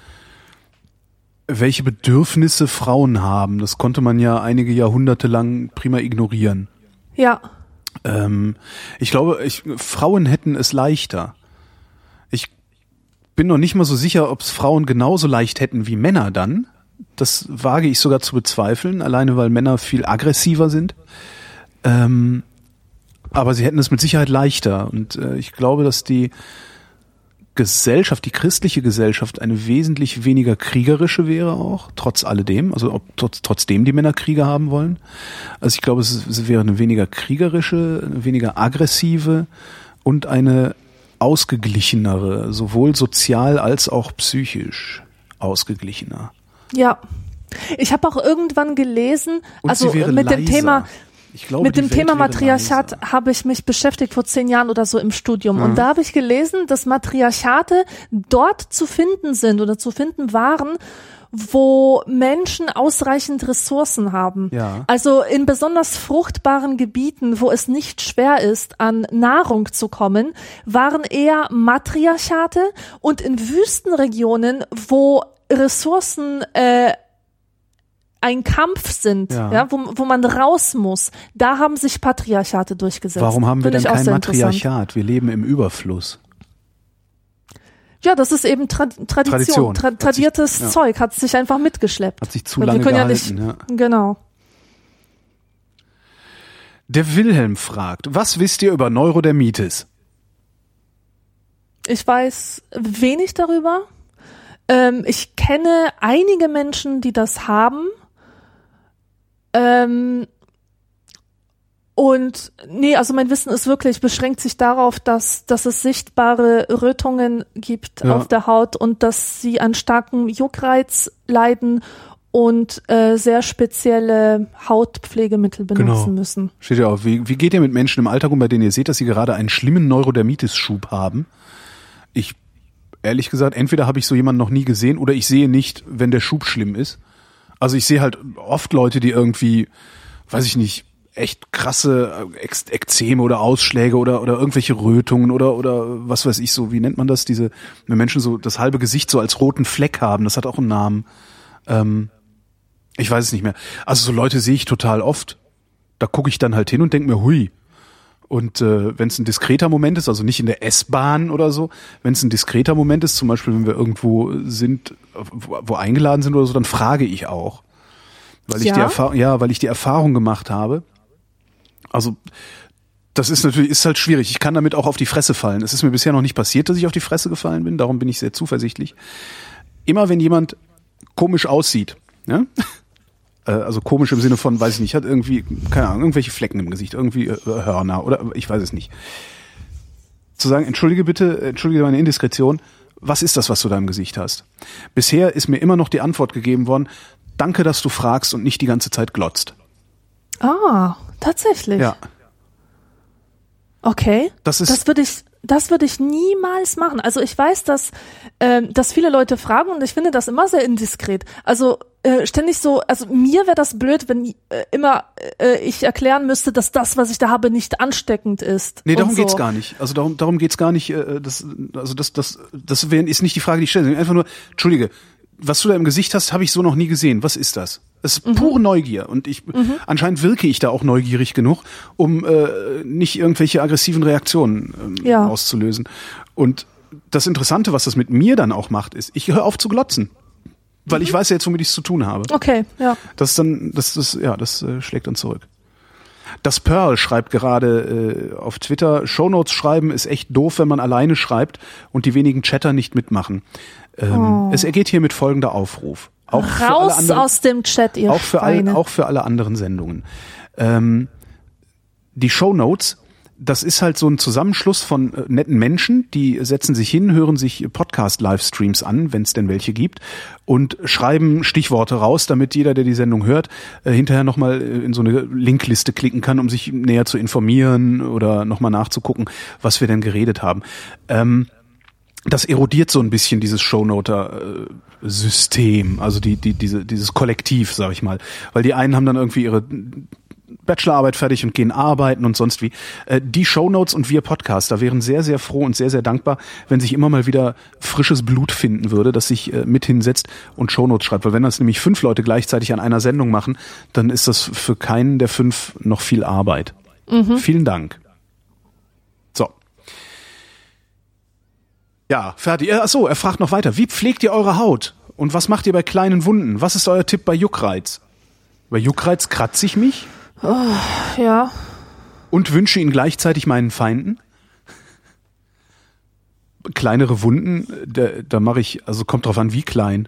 welche Bedürfnisse Frauen haben. Das konnte man ja einige Jahrhunderte lang prima ignorieren. Ja. Ich glaube, Frauen hätten es leichter. Ich bin noch nicht mal so sicher, ob es Frauen genauso leicht hätten wie Männer dann. Das wage ich sogar zu bezweifeln, alleine weil Männer viel aggressiver sind. Aber sie hätten es mit Sicherheit leichter. Und ich glaube, dass die Gesellschaft, die christliche Gesellschaft, eine wesentlich weniger kriegerische wäre auch, trotz alledem. Also trotzdem die Männer Kriege haben wollen. Also ich glaube, es wäre eine weniger kriegerische, eine weniger aggressive und eine ausgeglichenere, sowohl sozial als auch psychisch ausgeglichener. Ja. Ich habe auch irgendwann gelesen, und also mit leiser. Dem Thema Mit dem Thema Matriarchat habe ich mich beschäftigt vor 10 Jahren oder so im Studium. Mhm. Und da habe ich gelesen, dass Matriarchate dort zu finden sind oder zu finden waren, wo Menschen ausreichend Ressourcen haben. Ja. Also in besonders fruchtbaren Gebieten, wo es nicht schwer ist, an Nahrung zu kommen, waren eher Matriarchate. Und in Wüstenregionen, wo Ressourcen ein Kampf sind, ja, wo man raus muss, da haben sich Patriarchate durchgesetzt. Warum haben wir denn kein Matriarchat? Wir leben im Überfluss. Ja, das ist eben Tradition. Tradiertes Zeug, hat sich einfach mitgeschleppt. Hat sich zu lange gehalten. Ja. Genau. Der Wilhelm fragt, was wisst ihr über Neurodermitis? Ich weiß wenig darüber. Ich kenne einige Menschen, die das haben. Also mein Wissen ist wirklich, beschränkt sich darauf, dass es sichtbare Rötungen gibt auf der Haut und dass sie an starkem Juckreiz leiden und sehr spezielle Hautpflegemittel benutzen müssen. Steht ja auch, wie geht ihr mit Menschen im Alltag um, bei denen ihr seht, dass sie gerade einen schlimmen Neurodermitis-Schub haben? Ehrlich gesagt, entweder habe ich so jemanden noch nie gesehen oder ich sehe nicht, wenn der Schub schlimm ist. Also ich sehe halt oft Leute, die irgendwie, weiß ich nicht, echt krasse Ekzeme oder Ausschläge oder irgendwelche Rötungen oder was weiß ich so, wie nennt man das? Wenn Menschen so das halbe Gesicht so als roten Fleck haben, das hat auch einen Namen. Ich weiß es nicht mehr. Also so Leute sehe ich total oft. Da gucke ich dann halt hin und denke mir, hui. Und wenn es ein diskreter Moment ist, also nicht in der S-Bahn oder so, wenn es ein diskreter Moment ist, zum Beispiel wenn wir irgendwo sind, wo eingeladen sind oder so, dann frage ich auch. Weil ich die Erfahrung gemacht habe. Also das ist halt schwierig. Ich kann damit auch auf die Fresse fallen. Es ist mir bisher noch nicht passiert, dass ich auf die Fresse gefallen bin, darum bin ich sehr zuversichtlich. Immer wenn jemand komisch aussieht, ja? Also komisch im Sinne von, weiß ich nicht, hat irgendwie, keine Ahnung, irgendwelche Flecken im Gesicht, irgendwie Hörner oder ich weiß es nicht. Zu sagen, entschuldige meine Indiskretion, was ist das, was du da im Gesicht hast? Bisher ist mir immer noch die Antwort gegeben worden, danke, dass du fragst und nicht die ganze Zeit glotzt. Ah, tatsächlich? Ja. Okay, das würde ich niemals machen. Also ich weiß, dass viele Leute fragen und ich finde das immer sehr indiskret. Also ständig so, also mir wäre das blöd, wenn ich erklären müsste, dass das, was ich da habe, nicht ansteckend ist. Nee, darum geht's gar nicht. Also darum geht's gar nicht. Das ist nicht die Frage, die ich stelle. Einfach nur, entschuldige, was du da im Gesicht hast, habe ich so noch nie gesehen. Was ist das? Das ist pure Neugier und anscheinend wirke ich da auch neugierig genug, um nicht irgendwelche aggressiven Reaktionen auszulösen. Und das Interessante, was das mit mir dann auch macht, ist, ich höre auf zu glotzen. Weil ich weiß ja jetzt, womit ich es zu tun habe. Okay, ja. Das schlägt dann zurück. Das Pearl schreibt gerade auf Twitter, Shownotes schreiben ist echt doof, wenn man alleine schreibt und die wenigen Chatter nicht mitmachen. Es ergeht hier mit folgender Aufruf. Auch Raus für alle anderen, aus dem Chat, ihr Schweine. Auch für alle anderen Sendungen. Die Shownotes, das ist halt so ein Zusammenschluss von netten Menschen, die setzen sich hin, hören sich Podcast-Livestreams an, wenn es denn welche gibt, und schreiben Stichworte raus, damit jeder, der die Sendung hört, hinterher nochmal in so eine Linkliste klicken kann, um sich näher zu informieren oder nochmal nachzugucken, was wir denn geredet haben. Das erodiert so ein bisschen dieses Shownoter-System, also dieses Kollektiv, sag ich mal. Weil die einen haben dann irgendwie ihre Bachelorarbeit fertig und gehen arbeiten und sonst wie. Die Shownotes und wir Podcaster wären sehr, sehr froh und sehr, sehr dankbar, wenn sich immer mal wieder frisches Blut finden würde, das sich mit hinsetzt und Shownotes schreibt. Weil wenn das nämlich 5 Leute gleichzeitig an einer Sendung machen, dann ist das für keinen der 5 noch viel Arbeit. Vielen Dank. So. Ja, fertig. Achso, er fragt noch weiter. Wie pflegt ihr eure Haut? Und was macht ihr bei kleinen Wunden? Was ist euer Tipp bei Juckreiz? Bei Juckreiz kratze ich mich. Oh, ja. Und wünsche ihn gleichzeitig meinen Feinden. Kleinere Wunden, da mache ich, also kommt drauf an, wie klein.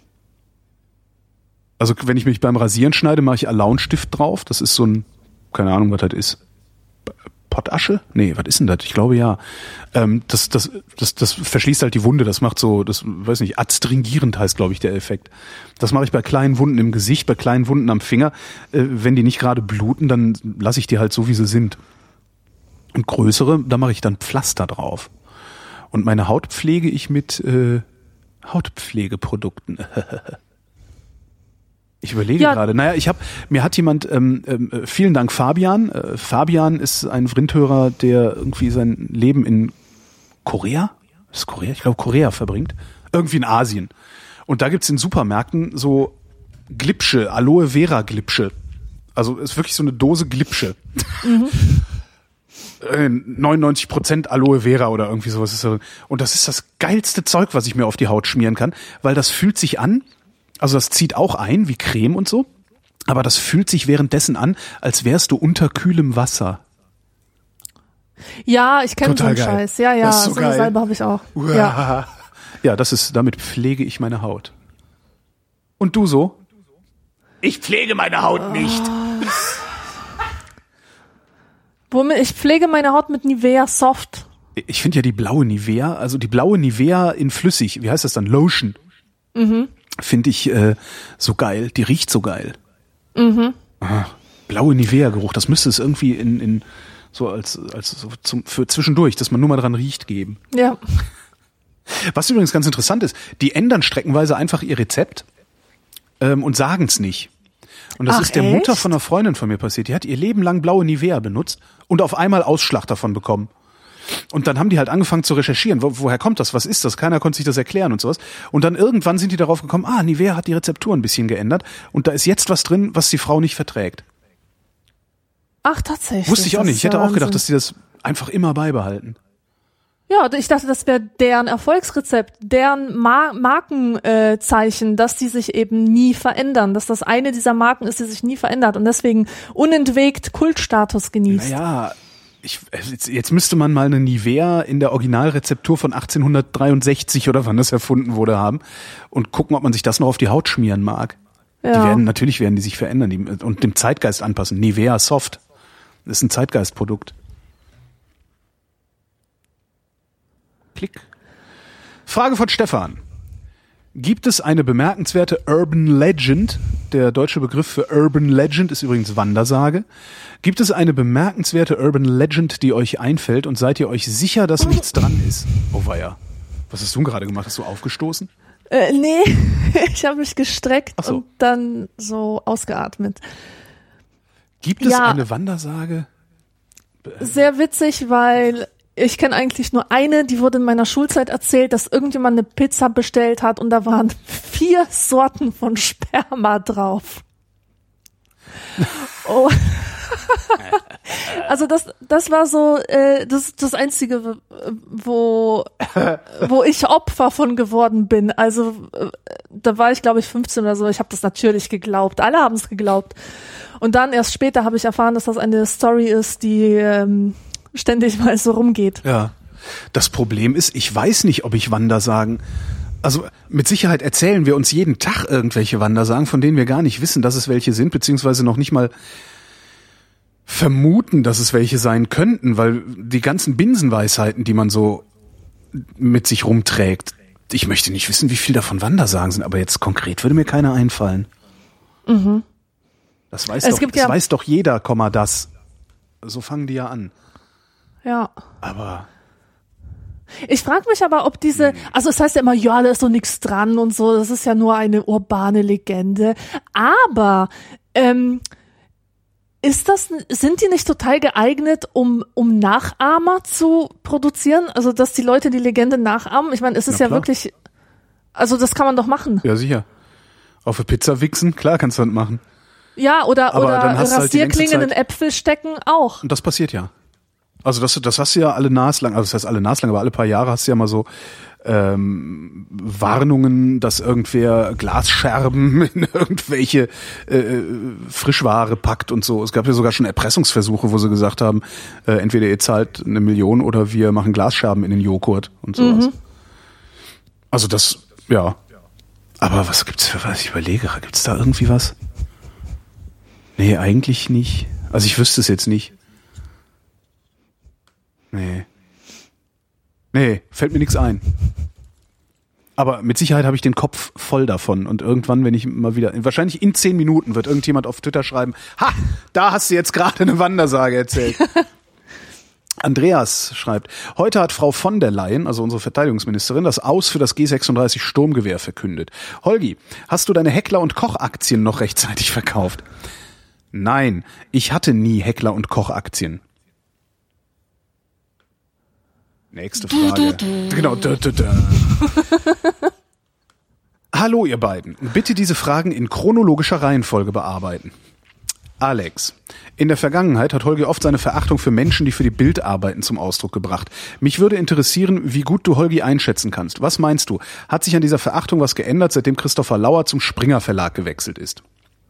Also wenn ich mich beim Rasieren schneide, mache ich Alaunstift drauf. Das ist so ein, keine Ahnung, was das ist. Pottasche? Nee, was ist denn das? Ich glaube ja. Das verschließt halt die Wunde. Das macht so, das weiß nicht, adstringierend heißt, glaube ich, der Effekt. Das mache ich bei kleinen Wunden im Gesicht, bei kleinen Wunden am Finger. Wenn die nicht gerade bluten, dann lasse ich die halt so, wie sie sind. Und größere, da mache ich dann Pflaster drauf. Und meine Haut pflege ich mit Hautpflegeprodukten. Ich überlege gerade. Naja, mir hat jemand, vielen Dank Fabian. Fabian ist ein Vrindhörer, der irgendwie sein Leben in Korea? Ist es Korea? Ich glaube Korea verbringt. Irgendwie in Asien. Und da gibt's in Supermärkten so Glipsche, Aloe Vera Glipsche. Also ist wirklich so eine Dose Glipsche. 99% Aloe Vera oder irgendwie sowas ist da. Und das ist das geilste Zeug, was ich mir auf die Haut schmieren kann, weil das fühlt sich an, also das zieht auch ein, wie Creme und so, aber das fühlt sich währenddessen an, als wärst du unter kühlem Wasser. Ja, ich kenne so einen geil. Scheiß. Ja, das ist so eine Salbe habe ich auch. Ja, damit pflege ich meine Haut. Und du so? Ich pflege meine Haut nicht. Womit? Ich pflege meine Haut mit Nivea Soft. Ich finde ja die blaue Nivea in flüssig, wie heißt das dann? Lotion. Finde ich so geil. Die riecht so geil. Blaue Nivea-Geruch, das müsste es irgendwie in so als so für zwischendurch, dass man nur mal dran riecht, geben. Ja. Was übrigens ganz interessant ist, die ändern streckenweise einfach ihr Rezept und sagen es nicht. Und das ist der echt? Mutter von einer Freundin von mir passiert. Die hat ihr Leben lang blaue Nivea benutzt und auf einmal Ausschlag davon bekommen. Und dann haben die halt angefangen zu recherchieren. Woher kommt das? Was ist das? Keiner konnte sich das erklären und sowas. Und dann irgendwann sind die darauf gekommen, Nivea hat die Rezeptur ein bisschen geändert. Und da ist jetzt was drin, was die Frau nicht verträgt. Ach, tatsächlich. Wusste ich auch nicht. Ich hätte auch gedacht, dass die das einfach immer beibehalten. Ja, ich dachte, das wäre deren Erfolgsrezept, deren Markenzeichen, dass die sich eben nie verändern, dass das eine dieser Marken ist, die sich nie verändert und deswegen unentwegt Kultstatus genießt. Naja, jetzt müsste man mal eine Nivea in der Originalrezeptur von 1863 oder wann das erfunden wurde haben und gucken, ob man sich das noch auf die Haut schmieren mag. Ja. Natürlich werden die sich verändern und dem Zeitgeist anpassen. Nivea Soft, das ist ein Zeitgeistprodukt. Klick. Frage von Stefan. Gibt es eine bemerkenswerte Urban Legend? Der deutsche Begriff für Urban Legend ist übrigens Wandersage. Gibt es eine bemerkenswerte Urban Legend, die euch einfällt und seid ihr euch sicher, dass nichts dran ist? Oh weia. Was hast du gerade gemacht? Hast du aufgestoßen? Nee, ich habe mich gestreckt Ach so. und dann so ausgeatmet. Gibt es eine Wandersage? Sehr witzig, weil ich kenne eigentlich nur eine, die wurde in meiner Schulzeit erzählt, dass irgendjemand eine Pizza bestellt hat und da waren 4 Sorten von Sperma drauf. Oh. Also das war so das Einzige, wo ich Opfer von geworden bin. Also da war ich, glaube ich, 15 oder so. Ich habe das natürlich geglaubt. Alle haben es geglaubt. Und dann erst später habe ich erfahren, dass das eine Story ist, die ständig mal so rumgeht. Ja. Das Problem ist, ich weiß nicht, ob ich Wandersagen. Also mit Sicherheit erzählen wir uns jeden Tag irgendwelche Wandersagen, von denen wir gar nicht wissen, dass es welche sind, beziehungsweise noch nicht mal vermuten, dass es welche sein könnten, weil die ganzen Binsenweisheiten, die man so mit sich rumträgt, ich möchte nicht wissen, wie viel davon Wandersagen sind, aber jetzt konkret würde mir keiner einfallen. Mhm. Das weiß doch jeder, das. So fangen die ja an. Ja. Aber ich frage mich aber, ob also es heißt ja immer, ja, da ist so nichts dran und so, das ist ja nur eine urbane Legende, aber sind die nicht total geeignet, um Nachahmer zu produzieren? Also, dass die Leute die Legende nachahmen? Ich meine, es ist ja wirklich, also das kann man doch machen. Ja, sicher. Auf eine Pizza wichsen, klar kannst du das machen. Ja, oder Rasierklingen halt in Äpfel stecken auch. Und das passiert ja. Also das hast du ja alle naslang, also das heißt alle naslang, aber alle paar Jahre hast du ja mal so Warnungen, dass irgendwer Glasscherben in irgendwelche Frischware packt und so. Es gab ja sogar schon Erpressungsversuche, wo sie gesagt haben, entweder ihr zahlt 1 Million oder wir machen Glasscherben in den Joghurt und sowas. Mhm. Also das, ja. Aber was gibt's für was? Ich überlege, gibt's da irgendwie was? Nee, eigentlich nicht. Also ich wüsste es jetzt nicht. Nee, fällt mir nichts ein. Aber mit Sicherheit habe ich den Kopf voll davon. Und irgendwann, wenn ich mal wieder, wahrscheinlich in 10 Minuten wird irgendjemand auf Twitter schreiben, ha, da hast du jetzt gerade eine Wandersage erzählt. Andreas schreibt, heute hat Frau von der Leyen, also unsere Verteidigungsministerin, das Aus für das G36 Sturmgewehr verkündet. Holgi, hast du deine Heckler- und Koch-Aktien noch rechtzeitig verkauft? Nein, ich hatte nie Heckler- und Koch-Aktien. Nächste Frage. Genau. Hallo ihr beiden. Bitte diese Fragen in chronologischer Reihenfolge bearbeiten. Alex. In der Vergangenheit hat Holgi oft seine Verachtung für Menschen, die für die Bild arbeiten, zum Ausdruck gebracht. Mich würde interessieren, wie gut du Holgi einschätzen kannst. Was meinst du? Hat sich an dieser Verachtung was geändert, seitdem Christopher Lauer zum Springer Verlag gewechselt ist?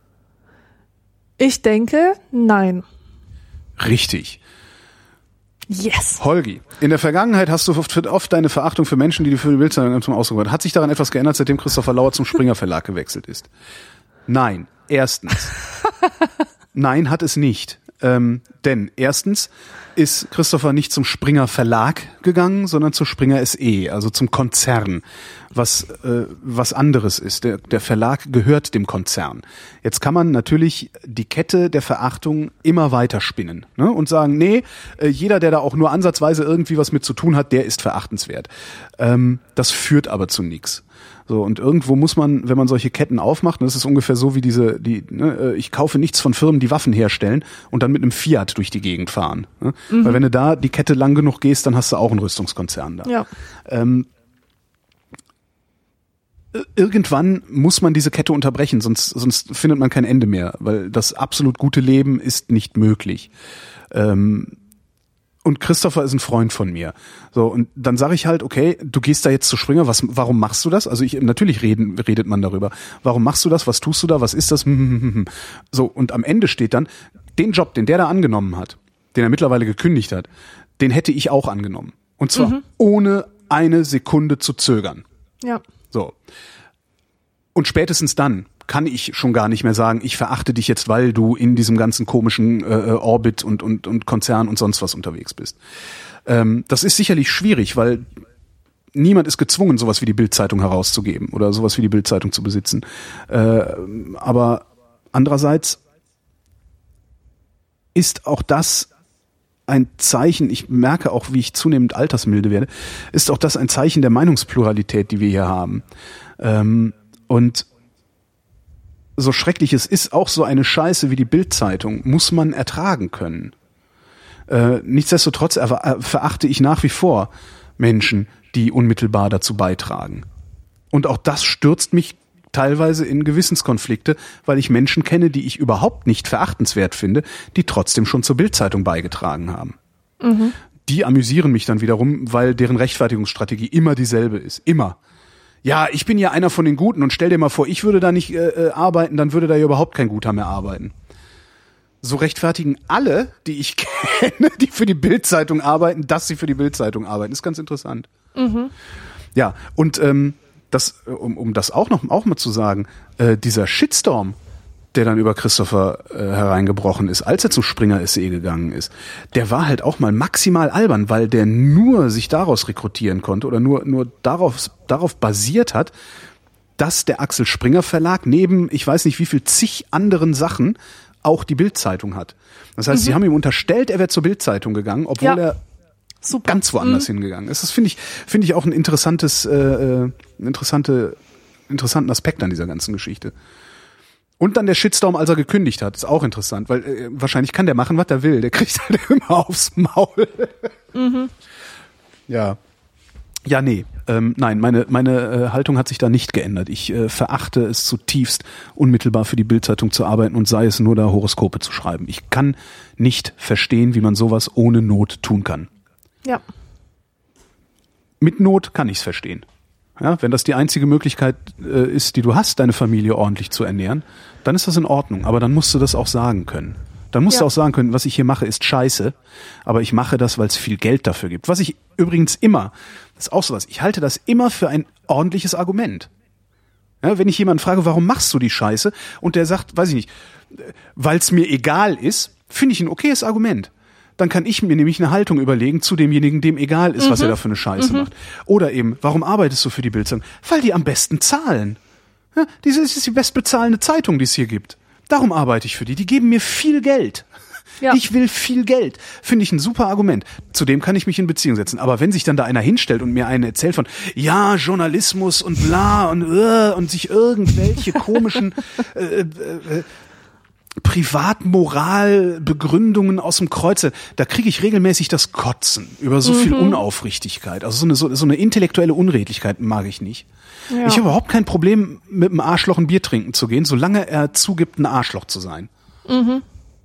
Ich denke, nein. Richtig. Yes. Holgi, in der Vergangenheit hast du oft deine Verachtung für Menschen, die für die Bild zum Ausdruck gebracht. Hat sich daran etwas geändert, seitdem Christopher Lauer zum Springer Verlag gewechselt ist? Nein. Erstens. Nein, hat es nicht. Denn erstens ist Christopher nicht zum Springer Verlag gegangen, sondern zur Springer SE, also zum Konzern, was anderes ist. Der Verlag gehört dem Konzern. Jetzt kann man natürlich die Kette der Verachtung immer weiter spinnen, ne? Und sagen, nee, jeder, der da auch nur ansatzweise irgendwie was mit zu tun hat, der ist verachtenswert. Das führt aber zu nichts. So, und irgendwo muss man, wenn man solche Ketten aufmacht, das ist ungefähr so wie ich kaufe nichts von Firmen, die Waffen herstellen und dann mit einem Fiat durch die Gegend fahren. Ne? Mhm. Weil wenn du da die Kette lang genug gehst, dann hast du auch einen Rüstungskonzern da. Ja. Irgendwann muss man diese Kette unterbrechen, sonst findet man kein Ende mehr, weil das absolut gute Leben ist nicht möglich. Und Christopher ist ein Freund von mir. So, und dann sage ich halt, okay, du gehst da jetzt zu Springer, warum machst du das? Also natürlich redet man darüber. Warum machst du das? Was tust du da? Was ist das? So, und am Ende steht dann, den Job, den der da angenommen hat, den er mittlerweile gekündigt hat, den hätte ich auch angenommen. Und zwar ohne eine Sekunde zu zögern. Ja. So. Und spätestens dann kann ich schon gar nicht mehr sagen, ich verachte dich jetzt, weil du in diesem ganzen komischen Orbit und Konzern und sonst was unterwegs bist. Das ist sicherlich schwierig, weil niemand ist gezwungen, sowas wie die Bild-Zeitung herauszugeben oder sowas wie die Bild-Zeitung zu besitzen. Aber andererseits ist auch das ein Zeichen, ich merke auch, wie ich zunehmend altersmilde werde, ist auch das ein Zeichen der Meinungspluralität, die wir hier haben. Und so schrecklich es ist, auch so eine Scheiße wie die Bild-Zeitung muss man ertragen können. Nichtsdestotrotz verachte ich nach wie vor Menschen, die unmittelbar dazu beitragen. Und auch das stürzt mich teilweise in Gewissenskonflikte, weil ich Menschen kenne, die ich überhaupt nicht verachtenswert finde, die trotzdem schon zur Bild-Zeitung beigetragen haben. Mhm. Die amüsieren mich dann wiederum, weil deren Rechtfertigungsstrategie immer dieselbe ist. Immer. Ja, ich bin ja einer von den Guten und stell dir mal vor, ich würde da nicht arbeiten, dann würde da ja überhaupt kein Guter mehr arbeiten. So rechtfertigen alle, die ich kenne, die für die Bild-Zeitung arbeiten, dass sie für die Bild-Zeitung arbeiten. Das ist ganz interessant. Mhm. Ja, und das, um das auch mal zu sagen, dieser Shitstorm, der dann über Christopher hereingebrochen ist, als er zum Springer-SE gegangen ist, der war halt auch mal maximal albern, weil der nur sich daraus rekrutieren konnte oder nur darauf basiert hat, dass der Axel Springer Verlag neben, ich weiß nicht wie viel, zig anderen Sachen auch die Bild-Zeitung hat. Das heißt, sie haben ihm unterstellt, er wäre zur Bild-Zeitung gegangen, obwohl er ganz woanders hingegangen ist. Das finde ich auch ein interessanten Aspekt an dieser ganzen Geschichte. Und dann der Shitstorm, als er gekündigt hat, ist auch interessant, weil wahrscheinlich kann der machen, was er will. Der kriegt halt immer aufs Maul. Mhm. Ja. Ja, nee. Nein, meine Haltung hat sich da nicht geändert. Ich verachte es zutiefst, unmittelbar für die Bild-Zeitung zu arbeiten und sei es nur da Horoskope zu schreiben. Ich kann nicht verstehen, wie man sowas ohne Not tun kann. Ja. Mit Not kann ich es verstehen. Ja, wenn das die einzige Möglichkeit ist, die du hast, deine Familie ordentlich zu ernähren, dann ist das in Ordnung. Aber dann musst du das auch sagen können. Dann musst du auch sagen können, was ich hier mache, ist scheiße, aber ich mache das, weil es viel Geld dafür gibt. Was ich übrigens immer, das ist auch sowas, ich halte das immer für ein ordentliches Argument. Ja, wenn ich jemanden frage, warum machst du die Scheiße? Und der sagt, weiß ich nicht, weil es mir egal ist, finde ich ein okayes Argument. Dann kann ich mir nämlich eine Haltung überlegen zu demjenigen, dem egal ist, was er da für eine Scheiße macht. Oder eben, warum arbeitest du für die Bild-Zeitung? Weil die am besten zahlen. Ja, das ist die bestbezahlende Zeitung, die es hier gibt. Darum arbeite ich für die. Die geben mir viel Geld. Ja. Ich will viel Geld. Finde ich ein super Argument. Zudem kann ich mich in Beziehung setzen. Aber wenn sich dann da einer hinstellt und mir einen erzählt von, ja, Journalismus und bla und sich irgendwelche komischen Privatmoralbegründungen aus dem Kreuze, da kriege ich regelmäßig das Kotzen über so viel Unaufrichtigkeit. Also so eine intellektuelle Unredlichkeit mag ich nicht. Ja. Ich habe überhaupt kein Problem, mit einem Arschloch ein Bier trinken zu gehen, solange er zugibt, ein Arschloch zu sein. Mhm.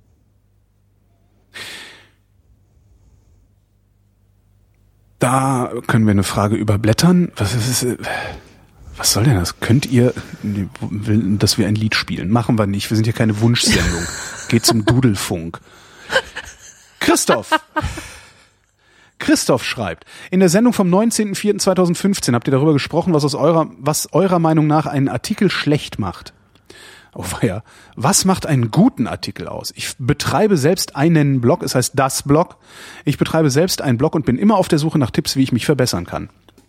Da können wir eine Frage überblättern. Was soll denn das? Könnt ihr, dass wir ein Lied spielen? Machen wir nicht. Wir sind hier keine Wunschsendung. Geht zum Dudelfunk. Christoph schreibt, in der Sendung vom 19.04.2015 habt ihr darüber gesprochen, was eurer Meinung nach einen Artikel schlecht macht. Oh weia. Was macht einen guten Artikel aus? Ich betreibe selbst einen Blog, es heißt das Blog. Ich betreibe selbst einen Blog und bin immer auf der Suche nach Tipps, wie ich mich verbessern kann.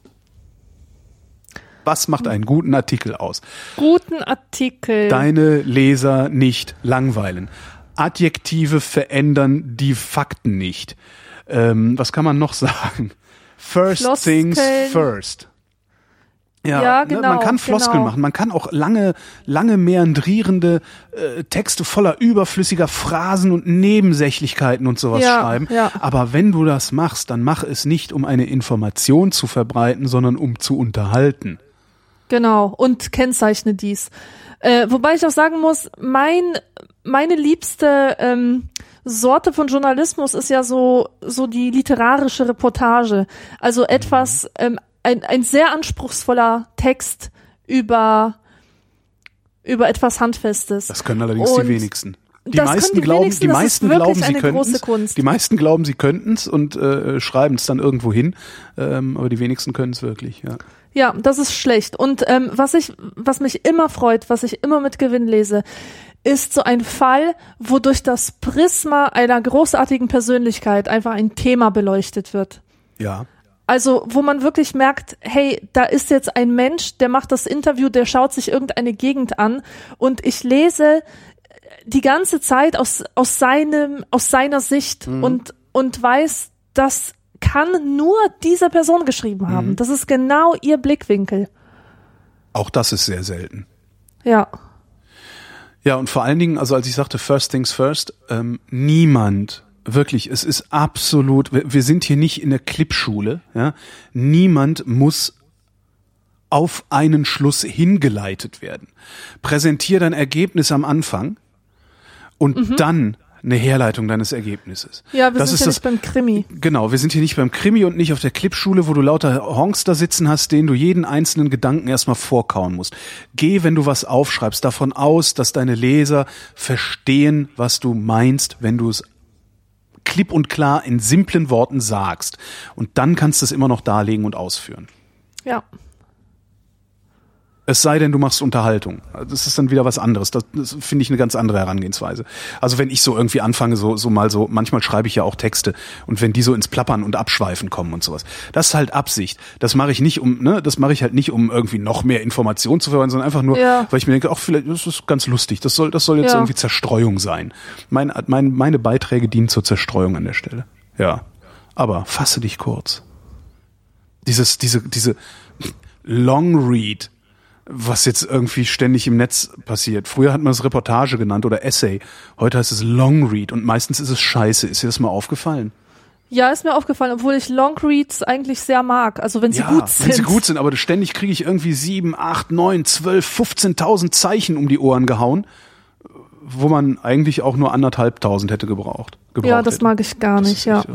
Was macht einen guten Artikel aus? Guten Artikel. Deine Leser nicht langweilen. Adjektive verändern die Fakten nicht. Was kann man noch sagen? First things first. Ja, genau. Man kann Floskeln machen. Man kann auch lange meandrierende Texte voller überflüssiger Phrasen und Nebensächlichkeiten und sowas schreiben. Ja. Aber wenn du das machst, dann mach es nicht, um eine Information zu verbreiten, sondern um zu unterhalten. Genau, und kennzeichne dies. Wobei ich auch sagen muss, meine liebste Sorte von Journalismus ist ja so die literarische Reportage. Also etwas, ein sehr anspruchsvoller Text über etwas Handfestes. Das können allerdings die wenigsten. Die meisten glauben, sie könnten's. Die meisten glauben, sie könnten's und schreiben es dann irgendwo hin. Aber die wenigsten können es wirklich, ja. Ja, das ist schlecht. Und was mich immer freut, was ich immer mit Gewinn lese, ist so ein Fall, wo durch das Prisma einer großartigen Persönlichkeit einfach ein Thema beleuchtet wird. Ja. Also, wo man wirklich merkt, hey, da ist jetzt ein Mensch, der macht das Interview, der schaut sich irgendeine Gegend an und ich lese die ganze Zeit aus seiner Sicht und weiß, das kann nur diese Person geschrieben haben. Das ist genau ihr Blickwinkel. Auch das ist sehr selten. Ja. Ja, und vor allen Dingen, also als ich sagte, first things first, niemand, wirklich, es ist absolut, wir sind hier nicht in der Clipschule, ja, niemand muss auf einen Schluss hingeleitet werden. Präsentier dein Ergebnis am Anfang und dann eine Herleitung deines Ergebnisses. Ja, wir sind hier nicht beim Krimi. Genau, wir sind hier nicht beim Krimi und nicht auf der Clipschule, wo du lauter Honks da sitzen hast, denen du jeden einzelnen Gedanken erstmal vorkauen musst. Geh, wenn du was aufschreibst, davon aus, dass deine Leser verstehen, was du meinst, wenn du es klipp und klar in simplen Worten sagst. Und dann kannst du es immer noch darlegen und ausführen. Ja. Es sei denn, du machst Unterhaltung. Das ist dann wieder was anderes. Das finde ich eine ganz andere Herangehensweise. Also wenn ich so irgendwie anfange, manchmal schreibe ich ja auch Texte und wenn die so ins Plappern und Abschweifen kommen und sowas. Das ist halt Absicht. Das mache ich nicht das mache ich halt nicht, um irgendwie noch mehr Informationen zu verwenden, sondern einfach nur, weil ich mir denke, vielleicht, das ist ganz lustig. Das soll jetzt irgendwie Zerstreuung sein. Meine Beiträge dienen zur Zerstreuung an der Stelle. Ja. Aber fasse dich kurz. Diese Long Read, was jetzt irgendwie ständig im Netz passiert. Früher hat man es Reportage genannt oder Essay. Heute heißt es Long Read und meistens ist es scheiße. Ist dir das mal aufgefallen? Ja, ist mir aufgefallen, obwohl ich Long Reads eigentlich sehr mag. Also wenn sie gut sind. Wenn sie gut sind, aber ständig kriege ich irgendwie 7, 8, 9, 12, 15.000 Zeichen um die Ohren gehauen, wo man eigentlich auch nur 1.500 hätte gebraucht. Ja, das mag ich gar nicht, ja.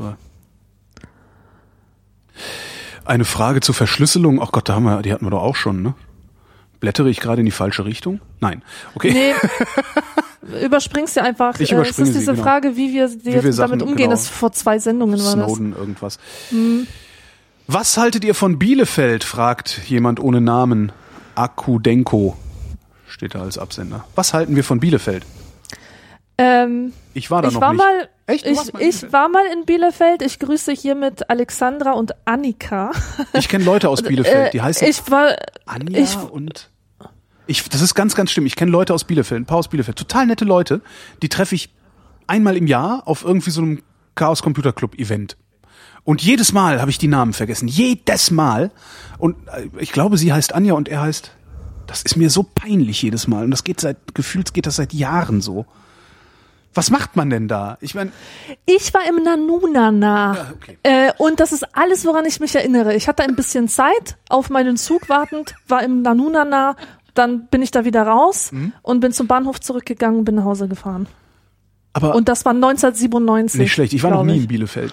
Eine Frage zur Verschlüsselung. Ach Gott, die hatten wir doch auch schon, ne? Blättere ich gerade in die falsche Richtung? Nein. Okay. Nee, überspringst du einfach. Ich überspringe es ist diese Frage, wie wir damit umgehen. Genau. Das vor 2 Sendungen war das. Snowden, irgendwas. Was haltet ihr von Bielefeld? Fragt jemand ohne Namen. Akudenko steht da als Absender. Was halten wir von Bielefeld? Ich war da noch nicht. Echt? Ich war mal in Bielefeld. Ich grüße hiermit Alexandra und Annika. Ich kenne Leute aus Bielefeld, die heißen Anja und das ist ganz, ganz schlimm. Ich kenne Leute aus Bielefeld, ein paar aus Bielefeld. Total nette Leute, die treffe ich einmal im Jahr auf irgendwie so einem Chaos Computer Club Event. Und jedes Mal habe ich die Namen vergessen. Jedes Mal. Und ich glaube, sie heißt Anja und er heißt, das ist mir so peinlich jedes Mal. Und das gefühlt geht das seit Jahren so. Was macht man denn da? Ich meine, ich war im Nanunana. Ja, okay. Und das ist alles, woran ich mich erinnere. Ich hatte ein bisschen Zeit, auf meinen Zug wartend, war im Nanunana, dann bin ich da wieder raus und bin zum Bahnhof zurückgegangen und bin nach Hause gefahren. Und das war 1997. Nicht schlecht, ich war noch nie in Bielefeld.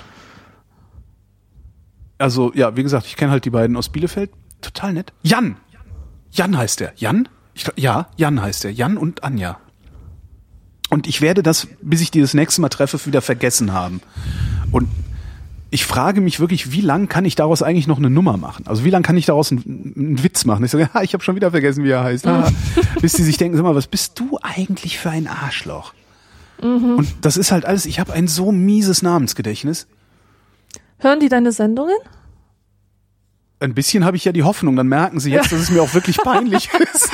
Also, ja, wie gesagt, ich kenne halt die beiden aus Bielefeld. Total nett. Jan heißt der. Jan? Jan heißt der. Jan und Anja. Und ich werde das, bis ich die das nächste Mal treffe, wieder vergessen haben. Und ich frage mich wirklich, wie lang kann ich daraus eigentlich noch eine Nummer machen? Also wie lang kann ich daraus einen Witz machen? Ich sage, ich habe schon wieder vergessen, wie er heißt. Bis die sich denken, sag mal, was bist du eigentlich für ein Arschloch? Und das ist halt alles, ich habe ein so mieses Namensgedächtnis. Hören die deine Sendungen? Ein bisschen habe ich ja die Hoffnung, dann merken sie jetzt, dass es mir auch wirklich peinlich ist.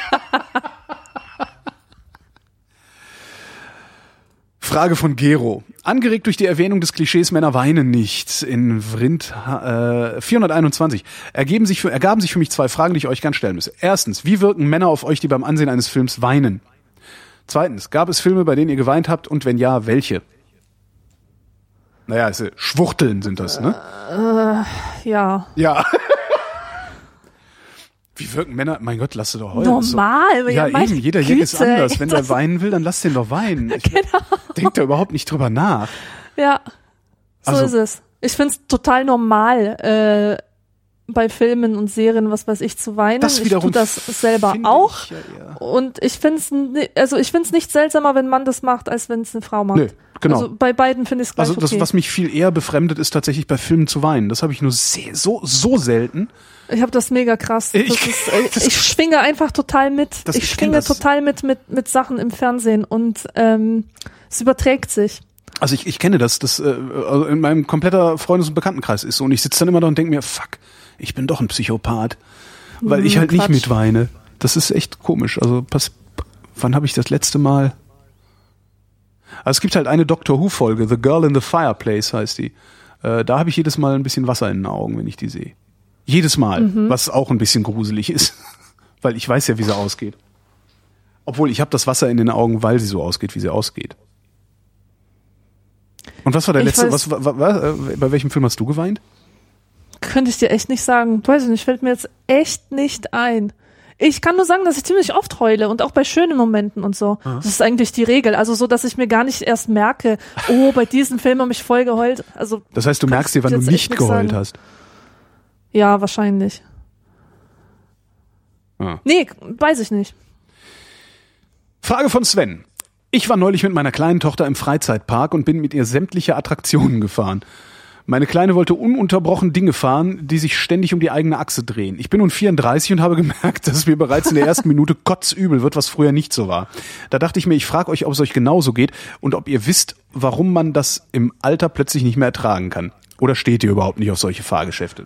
Frage von Gero. Angeregt durch die Erwähnung des Klischees Männer weinen nicht in Vrind 421 ergaben sich für mich 2 Fragen, die ich euch ganz stellen müsse. Erstens, wie wirken Männer auf euch, die beim Ansehen eines Films weinen? Zweitens, gab es Filme, bei denen ihr geweint habt und wenn ja, welche? Naja, Schwuchteln sind das, ne? Ja. Ja. Wie wirken Männer? Mein Gott, lass du doch heulen. Normal. Ja, eben. Jeder ist anders. Wenn der weinen will, dann lass den doch weinen. Denkt da überhaupt nicht drüber nach. Ja, so ist es. Ich find's total normal, bei Filmen und Serien, was weiß ich, zu weinen. Ich tue das selber auch. Und ich find's nicht seltsamer, wenn ein Mann das macht, als wenn es eine Frau macht. Nee, genau. Also bei beiden finde ich es gleich okay. Also was mich viel eher befremdet, ist tatsächlich bei Filmen zu weinen. Das habe ich nur so selten. Ich habe das mega krass. Ich schwinge einfach total mit. Ich schwinge total mit Sachen im Fernsehen und es überträgt sich. Also ich kenne das in meinem kompletter Freundes- und Bekanntenkreis ist so. Und ich sitze dann immer da und denke mir, fuck, ich bin doch ein Psychopath. Weil ich halt nicht mitweine. Das ist echt komisch. Also wann habe ich das letzte Mal... Also es gibt halt eine Doctor Who-Folge, The Girl in the Fireplace heißt die. Da habe ich jedes Mal ein bisschen Wasser in den Augen, wenn ich die sehe. Jedes Mal, was auch ein bisschen gruselig ist. Weil ich weiß ja, wie sie ausgeht. Obwohl, ich habe das Wasser in den Augen, weil sie so ausgeht, wie sie ausgeht. Und was war der letzte? Bei welchem Film hast du geweint? Könnte ich dir echt nicht sagen. Weiß ich nicht, fällt mir jetzt echt nicht ein. Ich kann nur sagen, dass ich ziemlich oft heule und auch bei schönen Momenten und so. Das ist eigentlich die Regel. Also so, dass ich mir gar nicht erst merke, bei diesem Film habe ich voll geheult. Also das heißt, du merkst dir, wann du nicht geheult hast? Ja, wahrscheinlich. Nee, weiß ich nicht. Frage von Sven. Ich war neulich mit meiner kleinen Tochter im Freizeitpark und bin mit ihr sämtliche Attraktionen gefahren. Meine Kleine wollte ununterbrochen Dinge fahren, die sich ständig um die eigene Achse drehen. Ich bin nun 34 und habe gemerkt, dass es mir bereits in der ersten Minute kotzübel wird, was früher nicht so war. Da dachte ich mir, ich frage euch, ob es euch genauso geht und ob ihr wisst, warum man das im Alter plötzlich nicht mehr ertragen kann. Oder steht ihr überhaupt nicht auf solche Fahrgeschäfte?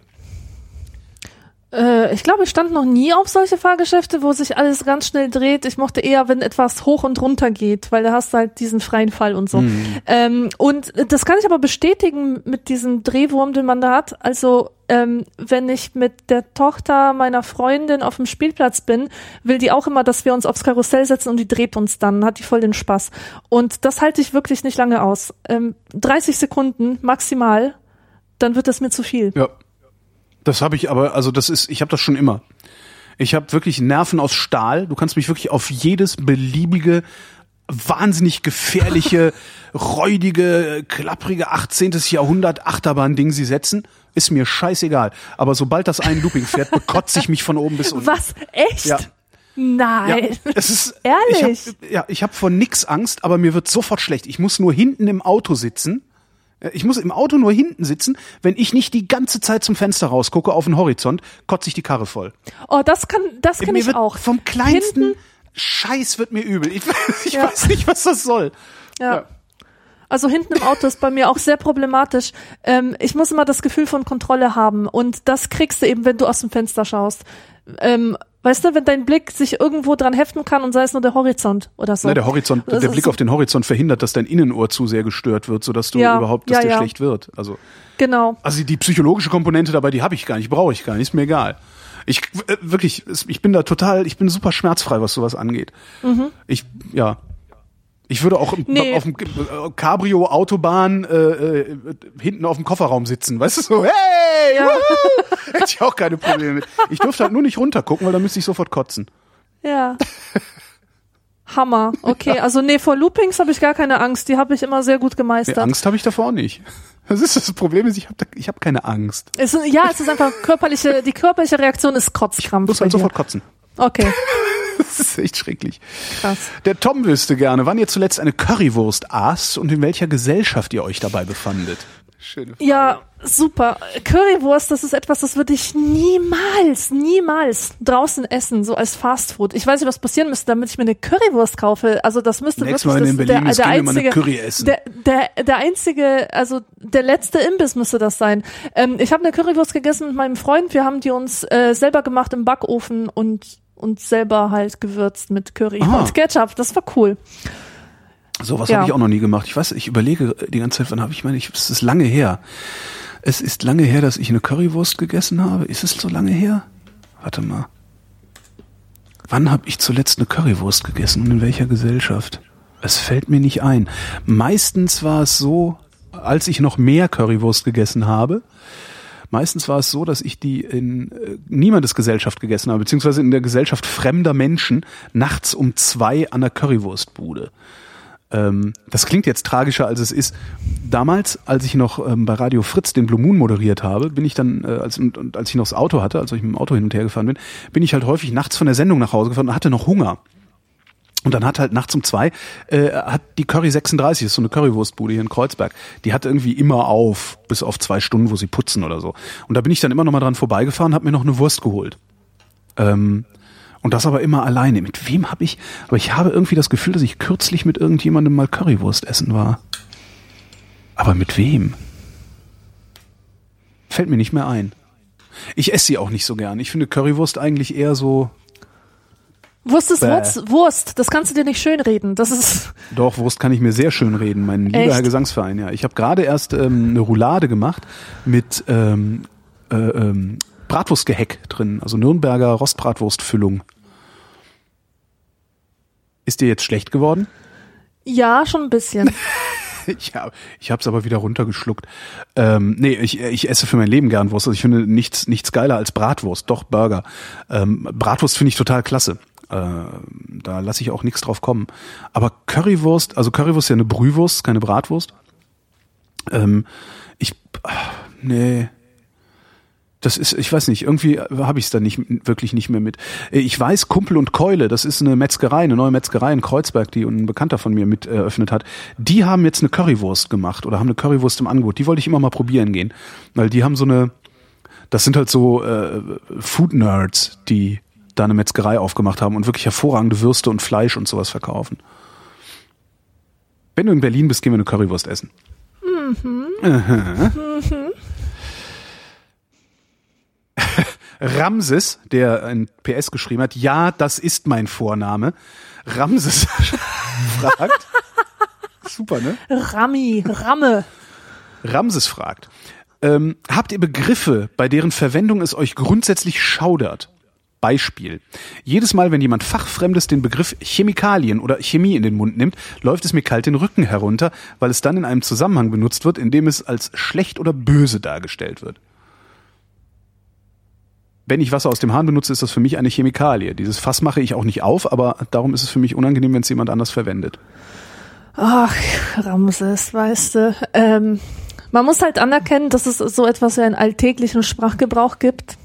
Ich glaube, ich stand noch nie auf solche Fahrgeschäfte, wo sich alles ganz schnell dreht. Ich mochte eher, wenn etwas hoch und runter geht, weil da hast du halt diesen freien Fall und so. Und das kann ich aber bestätigen mit diesem Drehwurm, den man da hat. Also wenn ich mit der Tochter meiner Freundin auf dem Spielplatz bin, will die auch immer, dass wir uns aufs Karussell setzen und die dreht uns dann, hat die voll den Spaß. Und das halte ich wirklich nicht lange aus. 30 Sekunden maximal, dann wird das mir zu viel. Ja. Das habe ich aber, also ich habe das schon immer. Ich habe wirklich Nerven aus Stahl. Du kannst mich wirklich auf jedes beliebige, wahnsinnig gefährliche, räudige, klapprige 18. Jahrhundert Achterbahn-Ding sie setzen. Ist mir scheißegal. Aber sobald das ein Looping fährt, bekotze ich mich von oben bis unten. Was? Echt? Ja. Nein. Ja, es ist, ehrlich? Ich hab vor nix Angst, aber mir wird sofort schlecht. Ich muss nur hinten im Auto sitzen. Ich muss im Auto nur hinten sitzen, wenn ich nicht die ganze Zeit zum Fenster rausgucke auf den Horizont, kotze ich die Karre voll. Oh, das kann ich auch. Vom kleinsten hinten, Scheiß wird mir übel. Ich weiß nicht, was das soll. Ja. Also hinten im Auto ist bei mir auch sehr problematisch. Ich muss immer das Gefühl von Kontrolle haben und das kriegst du eben, wenn du aus dem Fenster schaust. Weißt du, wenn dein Blick sich irgendwo dran heften kann und sei es nur der Horizont oder so. Ne, der Blick auf den Horizont verhindert, dass dein Innenohr zu sehr gestört wird, sodass du dir schlecht wird. Also genau. Also die psychologische Komponente dabei, die habe ich gar nicht, brauche ich gar nicht, ist mir egal. Ich bin super schmerzfrei, was sowas angeht. Ich würde auch auf dem Cabrio-Autobahn hinten auf dem Kofferraum sitzen, weißt du, so, hey, ja. Hätte ich auch keine Probleme mit. Ich durfte halt nur nicht runtergucken, weil dann müsste ich sofort kotzen. Ja. Hammer. Okay, also vor Loopings habe ich gar keine Angst, die habe ich immer sehr gut gemeistert. Angst habe ich davor nicht. Das Problem ist, ich habe keine Angst. Es ist einfach die körperliche Reaktion ist Kotzkrampf. Ich muss halt sofort kotzen. Okay. Das ist echt schrecklich. Krass. Der Tom wüsste gerne, wann ihr zuletzt eine Currywurst aßt und in welcher Gesellschaft ihr euch dabei befandet. Schöne Frage. Ja, super. Currywurst, das ist etwas, das würde ich niemals draußen essen, so als Fastfood. Ich weiß nicht, was passieren müsste, damit ich mir eine Currywurst kaufe. Also das müsste Nächstes Mal in Berlin der einzige Curry essen. Der einzige, also der letzte Imbiss müsste das sein. Ich habe eine Currywurst gegessen mit meinem Freund. Wir haben die uns selber gemacht im Backofen und selber halt gewürzt mit Curry und Ketchup. Das war cool. Sowas habe ich auch noch nie gemacht. Ich überlege die ganze Zeit, es ist lange her. Es ist lange her, dass ich eine Currywurst gegessen habe. Ist es so lange her? Warte mal. Wann habe ich zuletzt eine Currywurst gegessen und in welcher Gesellschaft? Es fällt mir nicht ein. Meistens war es so, als ich noch mehr Currywurst gegessen habe, dass ich die in niemandes Gesellschaft gegessen habe, beziehungsweise in der Gesellschaft fremder Menschen nachts um 2 an der Currywurstbude. Das klingt jetzt tragischer, als es ist. Damals, als ich noch bei Radio Fritz den Blue Moon moderiert habe, bin ich dann, als ich noch das Auto hatte, als ich mit dem Auto hin und her gefahren bin ich halt häufig nachts von der Sendung nach Hause gefahren und hatte noch Hunger. Und dann hat halt nachts um 2 hat die Curry 36, das ist so eine Currywurstbude hier in Kreuzberg, die hat irgendwie immer auf, bis auf 2 Stunden, wo sie putzen oder so. Und da bin ich dann immer noch mal dran vorbeigefahren, habe mir noch eine Wurst geholt. Und das aber immer alleine. Mit wem habe ich? Aber ich habe irgendwie das Gefühl, dass ich kürzlich mit irgendjemandem mal Currywurst essen war. Aber mit wem? Fällt mir nicht mehr ein. Ich esse sie auch nicht so gern. Ich finde Currywurst eigentlich eher so... Wurst ist Wurst. Das kannst du dir nicht schönreden. Das ist... Doch, Wurst kann ich mir sehr schön reden. Mein lieber Herr Gesangsverein, ja. Ich habe gerade erst eine Roulade gemacht mit Bratwurstgeheck drin, also Nürnberger Rostbratwurstfüllung. Ist dir jetzt schlecht geworden? Ja, schon ein bisschen. Ich hab's aber wieder runtergeschluckt. Nee, ich esse für mein Leben gern Wurst. Also ich finde nichts geiler als Bratwurst. Doch, Burger. Bratwurst finde ich total klasse. Da lasse ich auch nichts drauf kommen. Aber Currywurst ist ja eine Brühwurst, keine Bratwurst. Nee. Das ist, ich weiß nicht, irgendwie habe ich es da wirklich nicht mehr mit. Ich weiß, Kumpel und Keule, das ist eine neue Metzgerei in Kreuzberg, die ein Bekannter von mir mit eröffnet hat. Die haben jetzt eine Currywurst gemacht oder haben eine Currywurst im Angebot. Die wollte ich immer mal probieren gehen, weil die haben das sind halt so Food-Nerds, die da eine Metzgerei aufgemacht haben und wirklich hervorragende Würste und Fleisch und sowas verkaufen. Wenn du in Berlin bist, gehen wir eine Currywurst essen. Mhm. Mhm. Ramses, der ein PS geschrieben hat, ja, das ist mein Vorname. Ramses fragt. Super, ne? Ramme. Ramses fragt, habt ihr Begriffe, bei deren Verwendung es euch grundsätzlich schaudert? Beispiel. Jedes Mal, wenn jemand Fachfremdes den Begriff Chemikalien oder Chemie in den Mund nimmt, läuft es mir kalt den Rücken herunter, weil es dann in einem Zusammenhang benutzt wird, in dem es als schlecht oder böse dargestellt wird. Wenn ich Wasser aus dem Hahn benutze, ist das für mich eine Chemikalie. Dieses Fass mache ich auch nicht auf, aber darum ist es für mich unangenehm, wenn es jemand anders verwendet. Ach, Ramses, weißt du. Man muss halt anerkennen, dass es so etwas wie einen alltäglichen Sprachgebrauch gibt.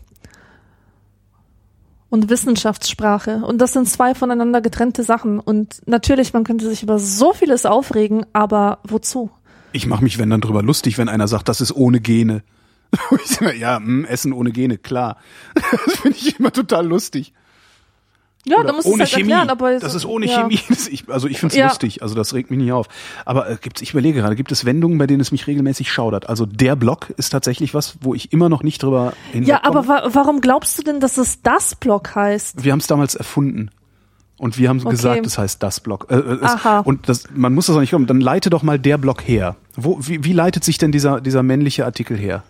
Und Wissenschaftssprache. Und das sind zwei voneinander getrennte Sachen. Und natürlich, man könnte sich über so vieles aufregen, aber wozu? Ich mache mich, wenn dann drüber lustig, wenn einer sagt, das ist ohne Gene. Ich sag mal, ja, Essen ohne Gene, klar. Das finde ich immer total lustig. Ja, da musst du es halt Chemie. Erklären. Aber das ist ohne Chemie. Ich finde es lustig, also das regt mich nicht auf. Aber ich überlege gerade, gibt es Wendungen, bei denen es mich regelmäßig schaudert? Also der Block ist tatsächlich was, wo ich immer noch nicht drüber hinwegkomme. Ja, aber warum glaubst du denn, dass es das Block heißt? Wir haben es damals erfunden. Und wir haben gesagt, es heißt das Block. Aha. Und man muss das auch nicht kommen. Dann leite doch mal der Block her. Wie leitet sich denn dieser männliche Artikel her?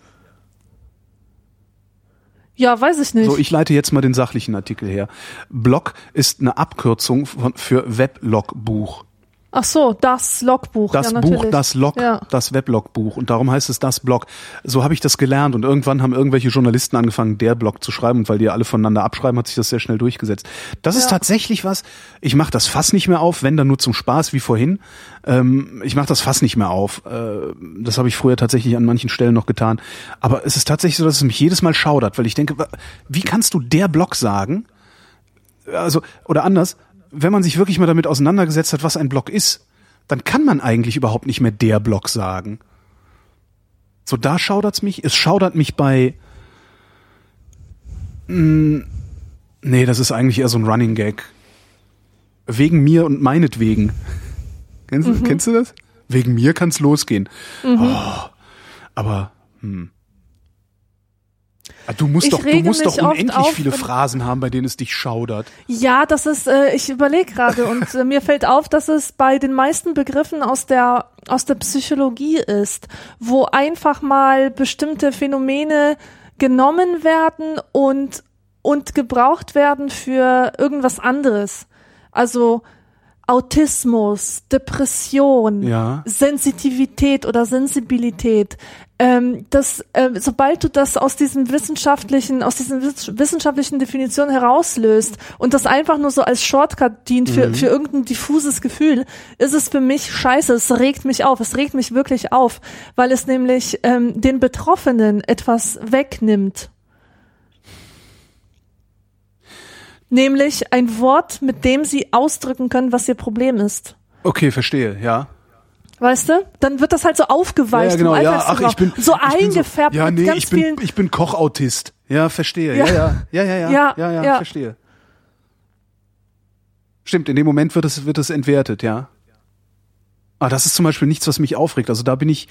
Ja, weiß ich nicht. So, ich leite jetzt mal den sachlichen Artikel her. Blog ist eine Abkürzung für Weblogbuch. Ach so, das Logbuch. Das ja, Buch, das Log, ja. Das Weblogbuch. Und darum heißt es das Blog. So habe ich das gelernt. Und irgendwann haben irgendwelche Journalisten angefangen, der Blog zu schreiben. Und weil die alle voneinander abschreiben, hat sich das sehr schnell durchgesetzt. Das ist tatsächlich was. Ich mache das Fass nicht mehr auf, wenn dann nur zum Spaß, wie vorhin. Ich mache das Fass nicht mehr auf. Das habe ich früher tatsächlich an manchen Stellen noch getan. Aber es ist tatsächlich so, dass es mich jedes Mal schaudert. Weil ich denke, wie kannst du der Blog sagen? Also, oder anders, wenn man sich wirklich mal damit auseinandergesetzt hat, was ein Block ist, dann kann man eigentlich überhaupt nicht mehr der Block sagen. So, da schaudert's mich. Es schaudert mich bei... Nee, das ist eigentlich eher so ein Running Gag. Wegen mir und meinetwegen. Kennst du das? Wegen mir kann's losgehen. Oh, aber... Du musst doch unendlich viele Phrasen haben, bei denen es dich schaudert. Ja, das ist, ich überlege gerade und mir fällt auf, dass es bei den meisten Begriffen aus der Psychologie ist, wo einfach mal bestimmte Phänomene genommen werden und gebraucht werden für irgendwas anderes. Also Autismus, Depression, Sensitivität oder Sensibilität. Sobald du das aus diesen wissenschaftlichen Definitionen herauslöst und das einfach nur so als Shortcut dient für irgendein diffuses Gefühl, ist es für mich scheiße. Es regt mich wirklich auf, weil es nämlich den Betroffenen etwas wegnimmt. Nämlich ein Wort, mit dem sie ausdrücken können, was ihr Problem ist. Okay, verstehe, ja. Weißt du? Dann wird das halt so aufgeweicht. Ja, genau, ich bin so eingefärbt mit ganz vielen... Ich bin Kochautist. Ja, verstehe. Ja, verstehe. Stimmt, in dem Moment wird es entwertet, ja. Ah, das ist zum Beispiel nichts, was mich aufregt. Also da bin ich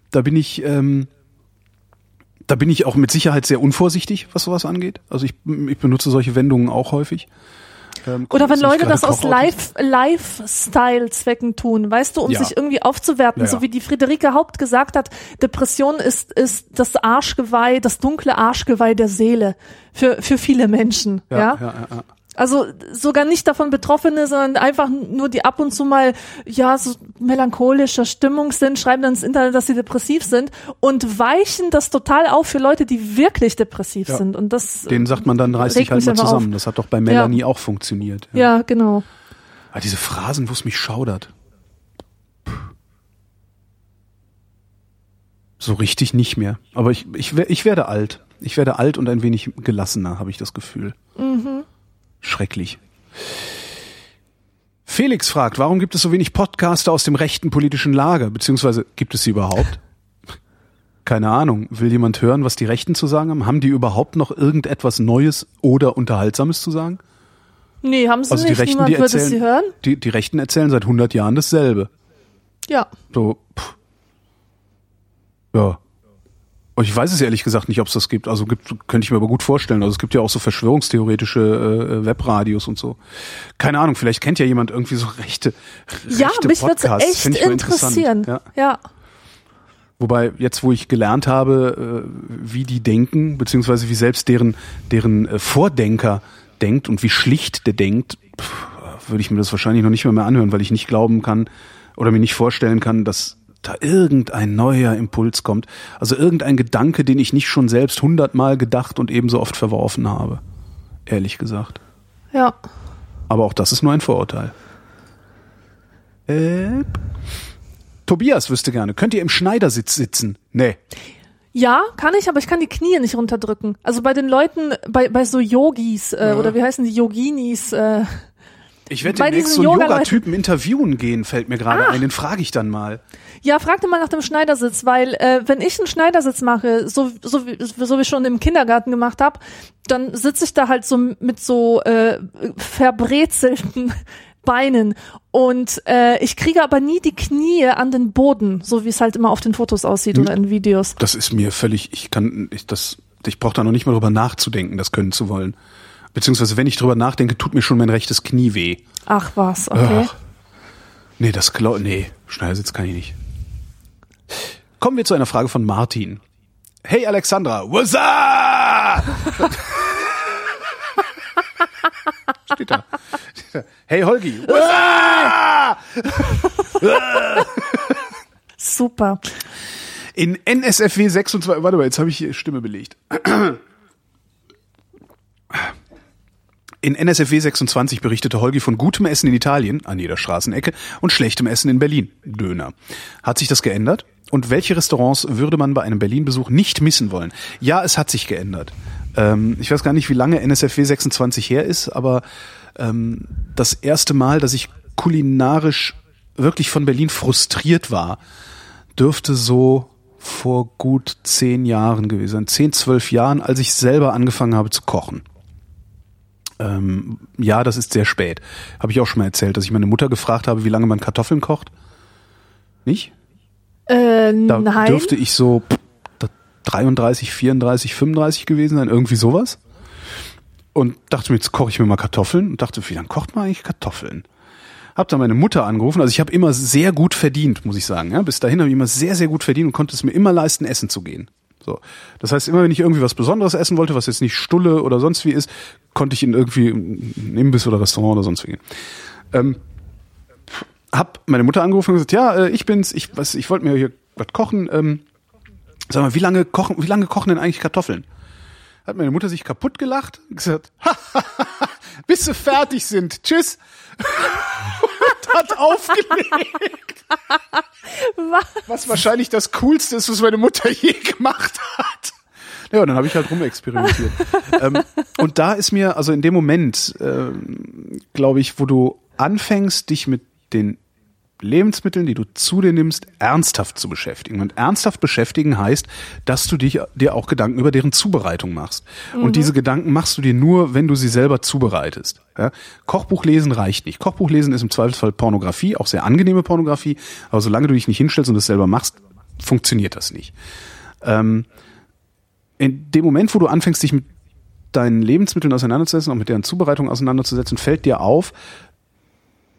auch mit Sicherheit sehr unvorsichtig, was sowas angeht. Also ich benutze solche Wendungen auch häufig. Oder wenn Leute das aus Lifestyle-Zwecken tun, weißt du, um sich irgendwie aufzuwerten, so wie die Friederike Haupt gesagt hat, Depression ist das Arschgeweih, das dunkle Arschgeweih der Seele für viele Menschen, ja. Also sogar nicht davon Betroffene, sondern einfach nur die ab und zu mal so melancholischer Stimmung sind, schreiben dann ins Internet, dass sie depressiv sind und weichen das total auf für Leute, die wirklich depressiv sind. Und das denen sagt man dann, reiß dich halt mal zusammen. Auf. Das hat doch bei Melanie auch funktioniert. Ja, genau. Aber diese Phrasen, wo es mich schaudert. So richtig nicht mehr. Aber ich werde alt. Ich werde alt und ein wenig gelassener, habe ich das Gefühl. Mhm. Schrecklich. Felix fragt, warum gibt es so wenig Podcaster aus dem rechten politischen Lager? Beziehungsweise, gibt es sie überhaupt? Keine Ahnung. Will jemand hören, was die Rechten zu sagen haben? Haben die überhaupt noch irgendetwas Neues oder Unterhaltsames zu sagen? Nee, haben sie also nicht. Niemand würde sie hören. Die Rechten erzählen seit 100 Jahren dasselbe. Ja. So, ja. Ich weiß es ehrlich gesagt nicht, ob es das gibt. Also könnte ich mir aber gut vorstellen. Also es gibt ja auch so verschwörungstheoretische Webradios und so. Keine Ahnung, vielleicht kennt ja jemand irgendwie so rechte mich würde es echt interessieren. Ja. Wobei, jetzt wo ich gelernt habe, wie die denken, beziehungsweise wie selbst deren Vordenker denkt und wie schlicht der denkt, würde ich mir das wahrscheinlich noch nicht mehr anhören, weil ich nicht glauben kann oder mir nicht vorstellen kann, dass da irgendein neuer Impuls kommt. Also irgendein Gedanke, den ich nicht schon selbst 100-mal gedacht und ebenso oft verworfen habe. Ehrlich gesagt. Ja. Aber auch das ist nur ein Vorurteil. Tobias wüsste gerne, könnt ihr im Schneidersitz sitzen? Nee. Ja, kann ich, aber ich kann die Knie nicht runterdrücken. Also bei den Leuten, bei so Yogis oder wie heißen die, Yoginis, ich werde demnächst so einen Yoga-Typen interviewen gehen, fällt mir gerade ein. Den frage ich dann mal. Ja, frag dir mal nach dem Schneidersitz, weil wenn ich einen Schneidersitz mache, so wie ich schon im Kindergarten gemacht habe, dann sitze ich da halt so mit so verbrezelten Beinen und ich kriege aber nie die Knie an den Boden, so wie es halt immer auf den Fotos aussieht oder in Videos. Das ist mir völlig, ich brauche da noch nicht mal drüber nachzudenken, das können zu wollen. Beziehungsweise, wenn ich drüber nachdenke, tut mir schon mein rechtes Knie weh. Ach was, okay. Nee, Schneidersitz kann ich nicht. Kommen wir zu einer Frage von Martin. Hey Alexandra, what's up? Steht da. Hey Holgi, what's up? Super. In NSFW 26, warte mal, jetzt habe ich hier Stimme belegt. In NSFW 26 berichtete Holgi von gutem Essen in Italien, an jeder Straßenecke, und schlechtem Essen in Berlin, Döner. Hat sich das geändert? Und welche Restaurants würde man bei einem Berlin-Besuch nicht missen wollen? Ja, es hat sich geändert. Ich weiß gar nicht, wie lange NSFW 26 her ist, aber das erste Mal, dass ich kulinarisch wirklich von Berlin frustriert war, dürfte so vor gut 10 Jahren gewesen sein. 10, 12 Jahren, als ich selber angefangen habe zu kochen. Ja, das ist sehr spät. Habe ich auch schon mal erzählt, dass ich meine Mutter gefragt habe, wie lange man Kartoffeln kocht. Nicht? Nein. Da dürfte ich so 33, 34, 35 gewesen sein, irgendwie sowas. Und dachte mir, jetzt koche ich mir mal Kartoffeln. Und dachte, wie lange kocht man eigentlich Kartoffeln? Hab dann meine Mutter angerufen. Also ich habe immer sehr gut verdient, muss ich sagen. Ja, bis dahin habe ich immer sehr, sehr gut verdient und konnte es mir immer leisten, essen zu gehen. So. Das heißt, immer wenn ich irgendwie was Besonderes essen wollte, was jetzt nicht Stulle oder sonst wie ist, konnte ich in irgendwie ein Imbiss oder Restaurant oder sonst wie gehen. Hab meine Mutter angerufen und gesagt, ja, ich bin's, ich wollte mir hier was kochen. Sag mal, wie lange kochen denn eigentlich Kartoffeln? Hat meine Mutter sich kaputt gelacht und gesagt, bis sie fertig sind. Tschüss. Und hat aufgelegt. Was wahrscheinlich das Coolste ist, was meine Mutter je gemacht hat. Ja, und dann habe ich halt rumexperimentiert. Und da ist mir, also in dem Moment, glaube ich, wo du anfängst, dich mit den Lebensmitteln, die du zu dir nimmst, ernsthaft zu beschäftigen. Und ernsthaft beschäftigen heißt, dass du dir auch Gedanken über deren Zubereitung machst. Mhm. Und diese Gedanken machst du dir nur, wenn du sie selber zubereitest. Ja? Kochbuch lesen reicht nicht. Kochbuch lesen ist im Zweifelsfall Pornografie, auch sehr angenehme Pornografie. Aber solange du dich nicht hinstellst und es selber machst, funktioniert das nicht. In dem Moment, wo du anfängst, dich mit deinen Lebensmitteln auseinanderzusetzen, auch mit deren Zubereitung auseinanderzusetzen, fällt dir auf,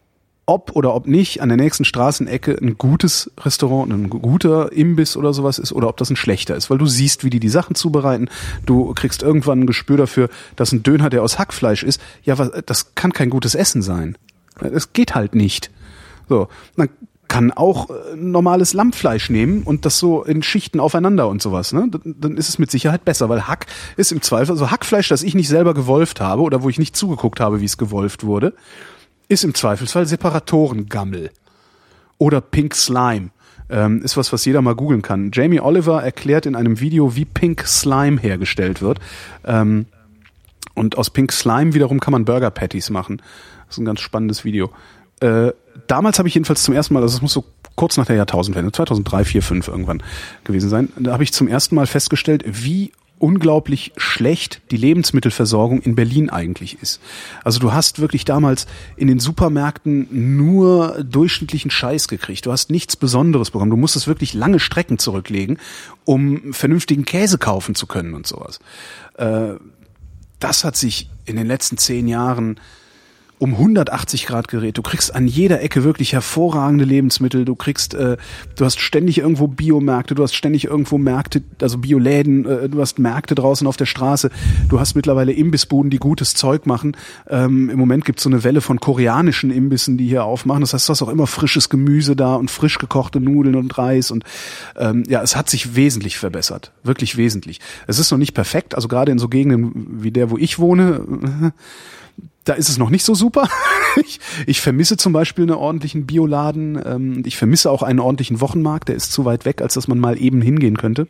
ob oder ob nicht an der nächsten Straßenecke ein gutes Restaurant, ein guter Imbiss oder sowas ist oder ob das ein schlechter ist, weil du siehst, wie die Sachen zubereiten. Du kriegst irgendwann ein Gespür dafür, dass ein Döner, der aus Hackfleisch ist, ja, das kann kein gutes Essen sein. Das geht halt nicht. So, dann kann auch normales Lammfleisch nehmen und das so in Schichten aufeinander und sowas, ne? Dann ist es mit Sicherheit besser, weil Hack ist im Zweifel, also Hackfleisch, das ich nicht selber gewolft habe oder wo ich nicht zugeguckt habe, wie es gewolft wurde, ist im Zweifelsfall Separatorengammel oder Pink Slime. Ist was jeder mal googeln kann. Jamie Oliver erklärt in einem Video, wie Pink Slime hergestellt wird. Und aus Pink Slime wiederum kann man Burger Patties machen. Das ist ein ganz spannendes Video. Damals habe ich jedenfalls zum ersten Mal, also es muss so kurz nach der Jahrtausendwende, 2003, 4, 5 irgendwann gewesen sein, da habe ich zum ersten Mal festgestellt, wie unglaublich schlecht die Lebensmittelversorgung in Berlin eigentlich ist. Also du hast wirklich damals in den Supermärkten nur durchschnittlichen Scheiß gekriegt. Du hast nichts Besonderes bekommen. Du musstest wirklich lange Strecken zurücklegen, um vernünftigen Käse kaufen zu können und sowas. Das hat sich in den letzten 10 Jahren um 180 Grad gedreht. Du kriegst an jeder Ecke wirklich hervorragende Lebensmittel. Du hast ständig irgendwo Biomärkte, du hast ständig irgendwo Märkte, also Bioläden, du hast Märkte draußen auf der Straße. Du hast mittlerweile Imbissbuden, die gutes Zeug machen. Im Moment gibt's so eine Welle von koreanischen Imbissen, die hier aufmachen. Das heißt, du hast auch immer frisches Gemüse da und frisch gekochte Nudeln und Reis und es hat sich wesentlich verbessert. Wirklich wesentlich. Es ist noch nicht perfekt, also gerade in so Gegenden wie der, wo ich wohne, da ist es noch nicht so super. Ich vermisse zum Beispiel einen ordentlichen Bioladen. Ich vermisse auch einen ordentlichen Wochenmarkt. Der ist zu weit weg, als dass man mal eben hingehen könnte.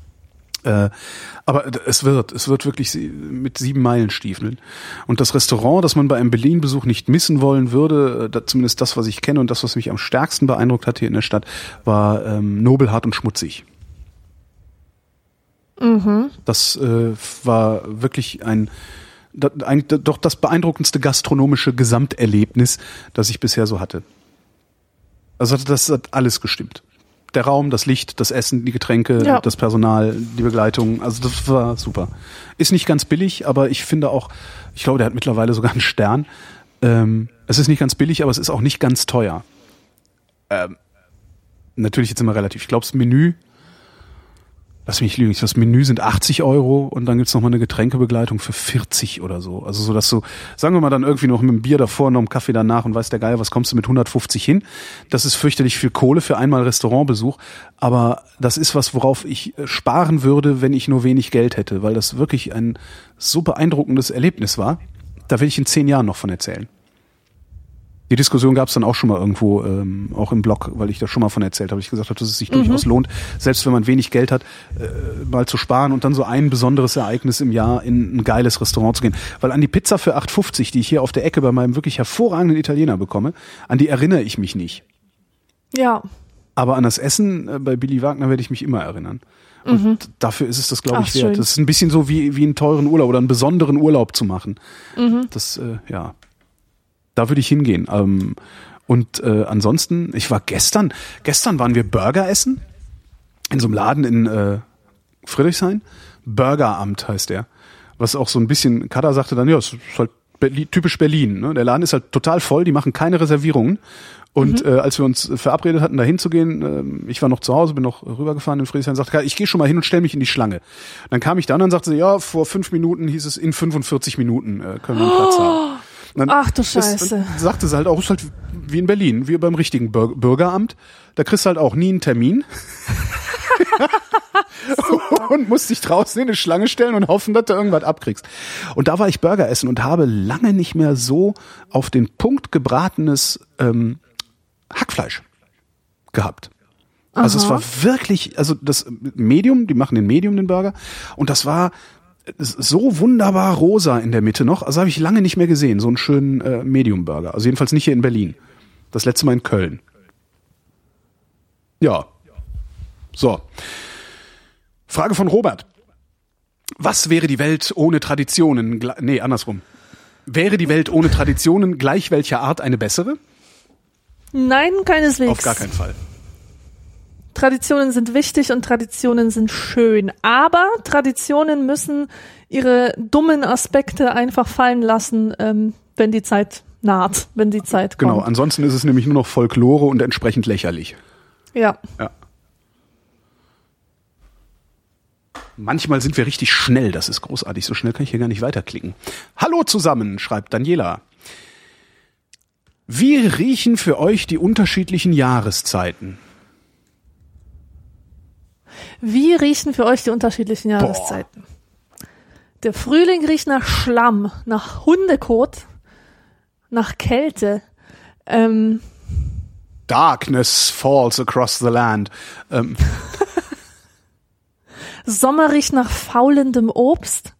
Aber es wird wirklich mit 7 Meilenstiefeln. Und das Restaurant, das man bei einem Berlin-Besuch nicht missen wollen würde, zumindest das, was ich kenne und das, was mich am stärksten beeindruckt hat hier in der Stadt, war Nobel, hart und schmutzig. Mhm. Das war wirklich doch das beeindruckendste gastronomische Gesamterlebnis, das ich bisher so hatte. Also das hat alles gestimmt. Der Raum, das Licht, das Essen, die Getränke, das Personal, die Begleitung, also das war super. Ist nicht ganz billig, aber ich finde auch, ich glaube, der hat mittlerweile sogar einen Stern. Es ist nicht ganz billig, aber es ist auch nicht ganz teuer. Natürlich jetzt immer relativ. Ich glaube, das Menü, lass mich nicht lügen, das Menü sind 80 € und dann gibt's noch mal eine Getränkebegleitung für 40 oder so. Also so, dass du, sagen wir mal, dann irgendwie noch mit dem Bier davor, noch einem Kaffee danach und weiß der Geier, was kommst du mit 150 hin? Das ist fürchterlich viel Kohle für einmal Restaurantbesuch, aber das ist was, worauf ich sparen würde, wenn ich nur wenig Geld hätte, weil das wirklich ein so beeindruckendes Erlebnis war. Da will ich in 10 Jahren noch von erzählen. Die Diskussion gab es dann auch schon mal irgendwo, auch im Blog, weil ich da schon mal von erzählt habe. Ich gesagt habe, dass es sich durchaus lohnt, selbst wenn man wenig Geld hat, mal zu sparen und dann so ein besonderes Ereignis im Jahr in ein geiles Restaurant zu gehen. Weil an die Pizza für 8,50, die ich hier auf der Ecke bei meinem wirklich hervorragenden Italiener bekomme, an die erinnere ich mich nicht. Ja. Aber an das Essen bei Billy Wagner werde ich mich immer erinnern. Und dafür ist es das, glaube ich, wert. Schön. Das ist ein bisschen so wie einen teuren Urlaub oder einen besonderen Urlaub zu machen. Das, da würde ich hingehen. Und ansonsten, ich war gestern waren wir Burger essen in so einem Laden in Friedrichshain. Burgeramt heißt der. Was auch so ein bisschen, Kada sagte dann, ja, es ist halt typisch Berlin. Ne? Der Laden ist halt total voll, die machen keine Reservierungen. Und als wir uns verabredet hatten, da hinzugehen, ich war noch zu Hause, bin noch rübergefahren in Friedrichshain, sagte, ich gehe schon mal hin und stelle mich in die Schlange. Dann kam ich da und dann sagte sie, ja, vor 5 Minuten hieß es, in 45 Minuten können wir einen Platz haben. Dann, ach du Scheiße. Sagte sie halt auch, ist halt wie in Berlin, wie beim richtigen Bürgeramt. Da kriegst du halt auch nie einen Termin. Und musst dich draußen in eine Schlange stellen und hoffen, dass du irgendwas abkriegst. Und da war ich Burger essen und habe lange nicht mehr so auf den Punkt gebratenes Hackfleisch gehabt. Also es war wirklich, also das Medium, die machen den Medium, den Burger. Und das war so wunderbar rosa in der Mitte noch. Also habe ich lange nicht mehr gesehen, so einen schönen Medium-Burger. Also jedenfalls nicht hier in Berlin. Das letzte Mal in Köln. Ja. So. Frage von Robert. Was wäre die Welt ohne Traditionen? Andersrum. Wäre die Welt ohne Traditionen gleich welcher Art eine bessere? Nein, keineswegs. Auf gar keinen Fall. Traditionen sind wichtig und Traditionen sind schön, aber Traditionen müssen ihre dummen Aspekte einfach fallen lassen, wenn die Zeit naht, wenn die Zeit kommt. Genau, ansonsten ist es nämlich nur noch Folklore und entsprechend lächerlich. Ja. Manchmal sind wir richtig schnell, das ist großartig. So schnell kann ich hier gar nicht weiterklicken. Hallo zusammen, schreibt Daniela. Wie riechen für euch die unterschiedlichen Jahreszeiten? Wie riechen für euch die unterschiedlichen Jahreszeiten? Der Frühling riecht nach Schlamm, nach Hundekot, nach Kälte. Darkness falls across the land. Sommer riecht nach faulendem Obst.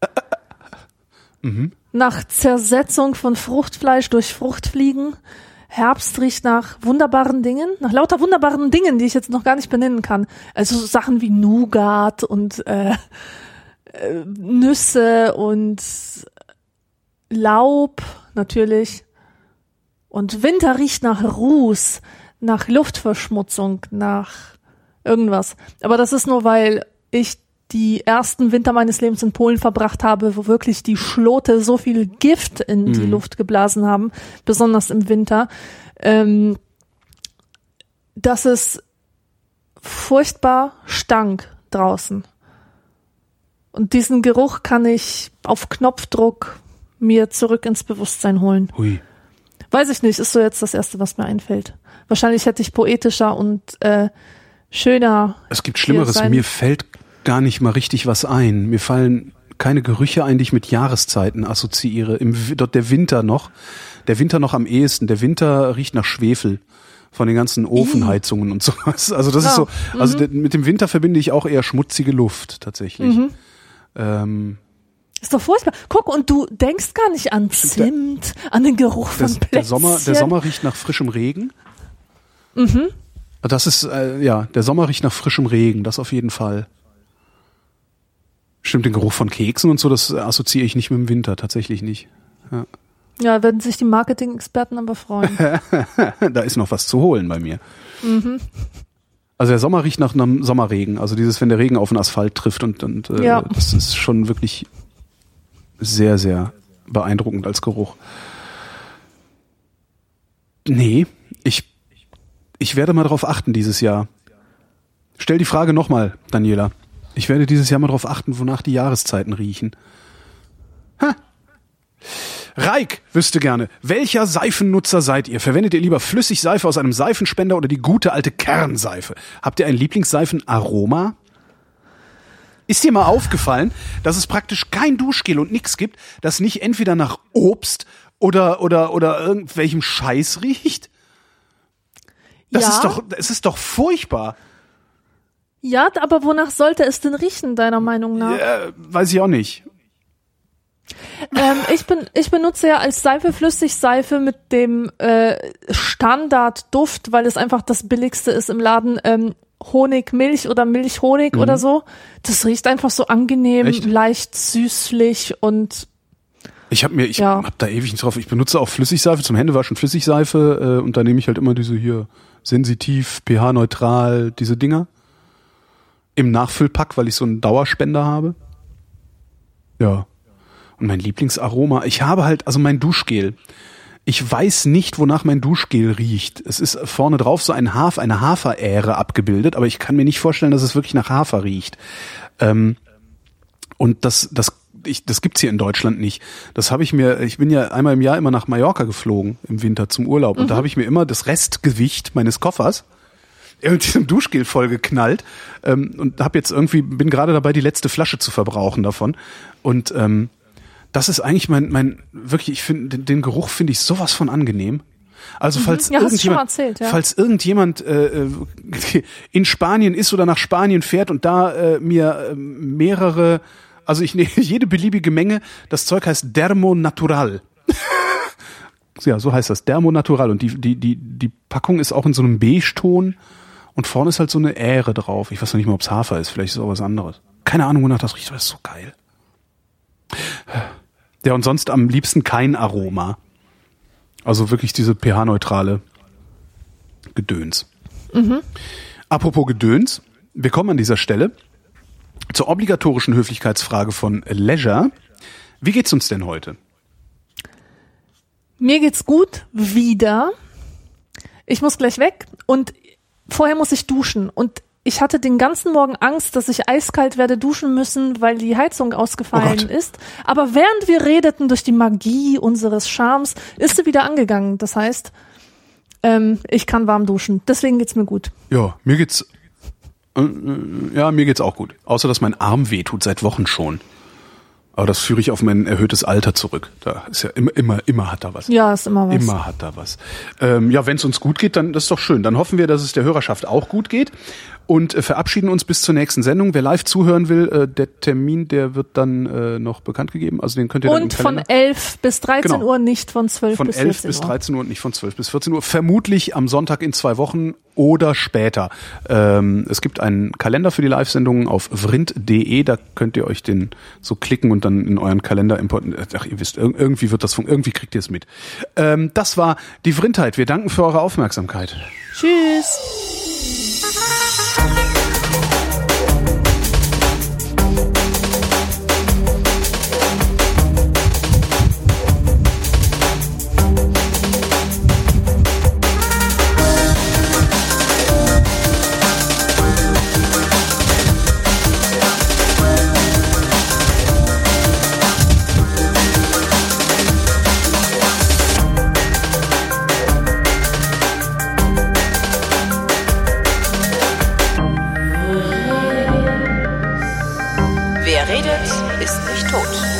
Nach Zersetzung von Fruchtfleisch durch Fruchtfliegen. Herbst riecht nach wunderbaren Dingen, nach lauter wunderbaren Dingen, die ich jetzt noch gar nicht benennen kann. Also Sachen wie Nougat und Nüsse und Laub natürlich. Und Winter riecht nach Ruß, nach Luftverschmutzung, nach irgendwas. Aber das ist nur, weil ich die ersten Winter meines Lebens in Polen verbracht habe, wo wirklich die Schlote so viel Gift in die Luft geblasen haben, besonders im Winter, dass es furchtbar stank draußen. Und diesen Geruch kann ich auf Knopfdruck mir zurück ins Bewusstsein holen. Hui. Weiß ich nicht, ist so jetzt das Erste, was mir einfällt. Wahrscheinlich hätte ich poetischer und schöner. Es gibt Schlimmeres, mir fällt gar nicht mal richtig was ein. Mir fallen keine Gerüche ein, die ich mit Jahreszeiten assoziiere. Dort der Winter noch am ehesten. Der Winter riecht nach Schwefel von den ganzen Ofenheizungen und sowas. Also das ist so, also mit dem Winter verbinde ich auch eher schmutzige Luft tatsächlich. Ist doch furchtbar. Guck, und du denkst gar nicht an Zimt, an den Geruch von Plätzchen. Der Sommer riecht nach frischem Regen. Das ist, der Sommer riecht nach frischem Regen, das auf jeden Fall. Stimmt, den Geruch von Keksen und so, das assoziiere ich nicht mit dem Winter, tatsächlich nicht. Ja, werden sich die Marketing-Experten aber freuen. Da ist noch was zu holen bei mir. Also der Sommer riecht nach einem Sommerregen, also dieses, wenn der Regen auf den Asphalt trifft und das ist schon wirklich sehr, sehr beeindruckend als Geruch. Nee, ich werde mal drauf achten dieses Jahr. Stell die Frage nochmal, Daniela. Ich werde dieses Jahr mal drauf achten, wonach die Jahreszeiten riechen. Reik wüsste gerne, welcher Seifennutzer seid ihr? Verwendet ihr lieber Flüssigseife aus einem Seifenspender oder die gute alte Kernseife? Habt ihr ein Lieblingsseifenaroma? Ist dir mal aufgefallen, dass es praktisch kein Duschgel und nix gibt, das nicht entweder nach Obst oder irgendwelchem Scheiß riecht? Es ist doch furchtbar. Ja, aber wonach sollte es denn riechen, deiner Meinung nach? Weiß ich auch nicht. Ich benutze ja als Seife Flüssigseife mit dem Standardduft, weil es einfach das billigste ist im Laden, Honigmilch oder Milchhonig oder so. Das riecht einfach so angenehm, leicht süßlich und ich hab da ewig nicht drauf. Ich benutze auch Flüssigseife zum Händewaschen, Flüssigseife und da nehme ich halt immer diese hier sensitiv, pH-neutral, diese Dinger im Nachfüllpack, weil ich so einen Dauerspender habe. Ja. Und mein Lieblingsaroma, ich habe halt, also mein Duschgel. Ich weiß nicht, wonach mein Duschgel riecht. Es ist vorne drauf so eine Haferähre abgebildet, aber ich kann mir nicht vorstellen, dass es wirklich nach Hafer riecht. Und das gibt's hier in Deutschland nicht. Ich bin ja einmal im Jahr immer nach Mallorca geflogen im Winter zum Urlaub und da habe ich mir immer das Restgewicht meines Koffers mit diesem Duschgel vollgeknallt und bin gerade dabei, die letzte Flasche zu verbrauchen davon. Und das ist eigentlich mein wirklich, ich finde, den Geruch finde ich sowas von angenehm. Also falls irgendjemand in Spanien ist oder nach Spanien fährt und da mir mehrere, also ich nehme jede beliebige Menge, das Zeug heißt Dermo Natural. Ja, so heißt das, Dermo Natural. Und die Packung ist auch in so einem Beige-Ton und vorne ist halt so eine Ähre drauf. Ich weiß noch nicht mal, ob es Hafer ist, vielleicht ist es auch was anderes. Keine Ahnung, wonach das riecht, aber das ist so geil. Ja, und sonst am liebsten kein Aroma. Also wirklich diese pH-neutrale Gedöns. Apropos Gedöns, wir kommen an dieser Stelle zur obligatorischen Höflichkeitsfrage von Leisure. Wie geht's uns denn heute? Mir geht's gut, wieder. Ich muss gleich weg und vorher muss ich duschen. Und ich hatte den ganzen Morgen Angst, dass ich eiskalt werde duschen müssen, weil die Heizung ausgefallen ist. Aber während wir redeten, durch die Magie unseres Charmes, ist sie wieder angegangen. Das heißt, ich kann warm duschen. Deswegen geht's mir gut. Ja, mir geht's auch gut. Außer, dass mein Arm wehtut seit Wochen schon. Aber das führe ich auf mein erhöhtes Alter zurück. Da ist ja immer hat da was. Ja, ist immer was. Immer hat da was. Ja, wenn es uns gut geht, dann das ist doch schön. Dann hoffen wir, dass es der Hörerschaft auch gut geht und verabschieden uns bis zur nächsten Sendung. Wer live zuhören will, der Termin, der wird dann noch bekannt gegeben. Also den könnt ihr dann im Kalender. Und von 11 bis 13 Uhr, nicht von 12 bis 14 Uhr. Von 11 bis 13 Uhr und nicht von 12 bis 14 Uhr. Vermutlich am Sonntag in 2 Wochen oder später. Es gibt einen Kalender für die Live-Sendungen auf vrind.de. Da könnt ihr euch den so klicken und dann in euren Kalender importieren. Ach, ihr wisst, irgendwie kriegt ihr es mit. Das war die Vrindheit. Wir danken für eure Aufmerksamkeit. Tschüss. Wer redet, ist nicht tot.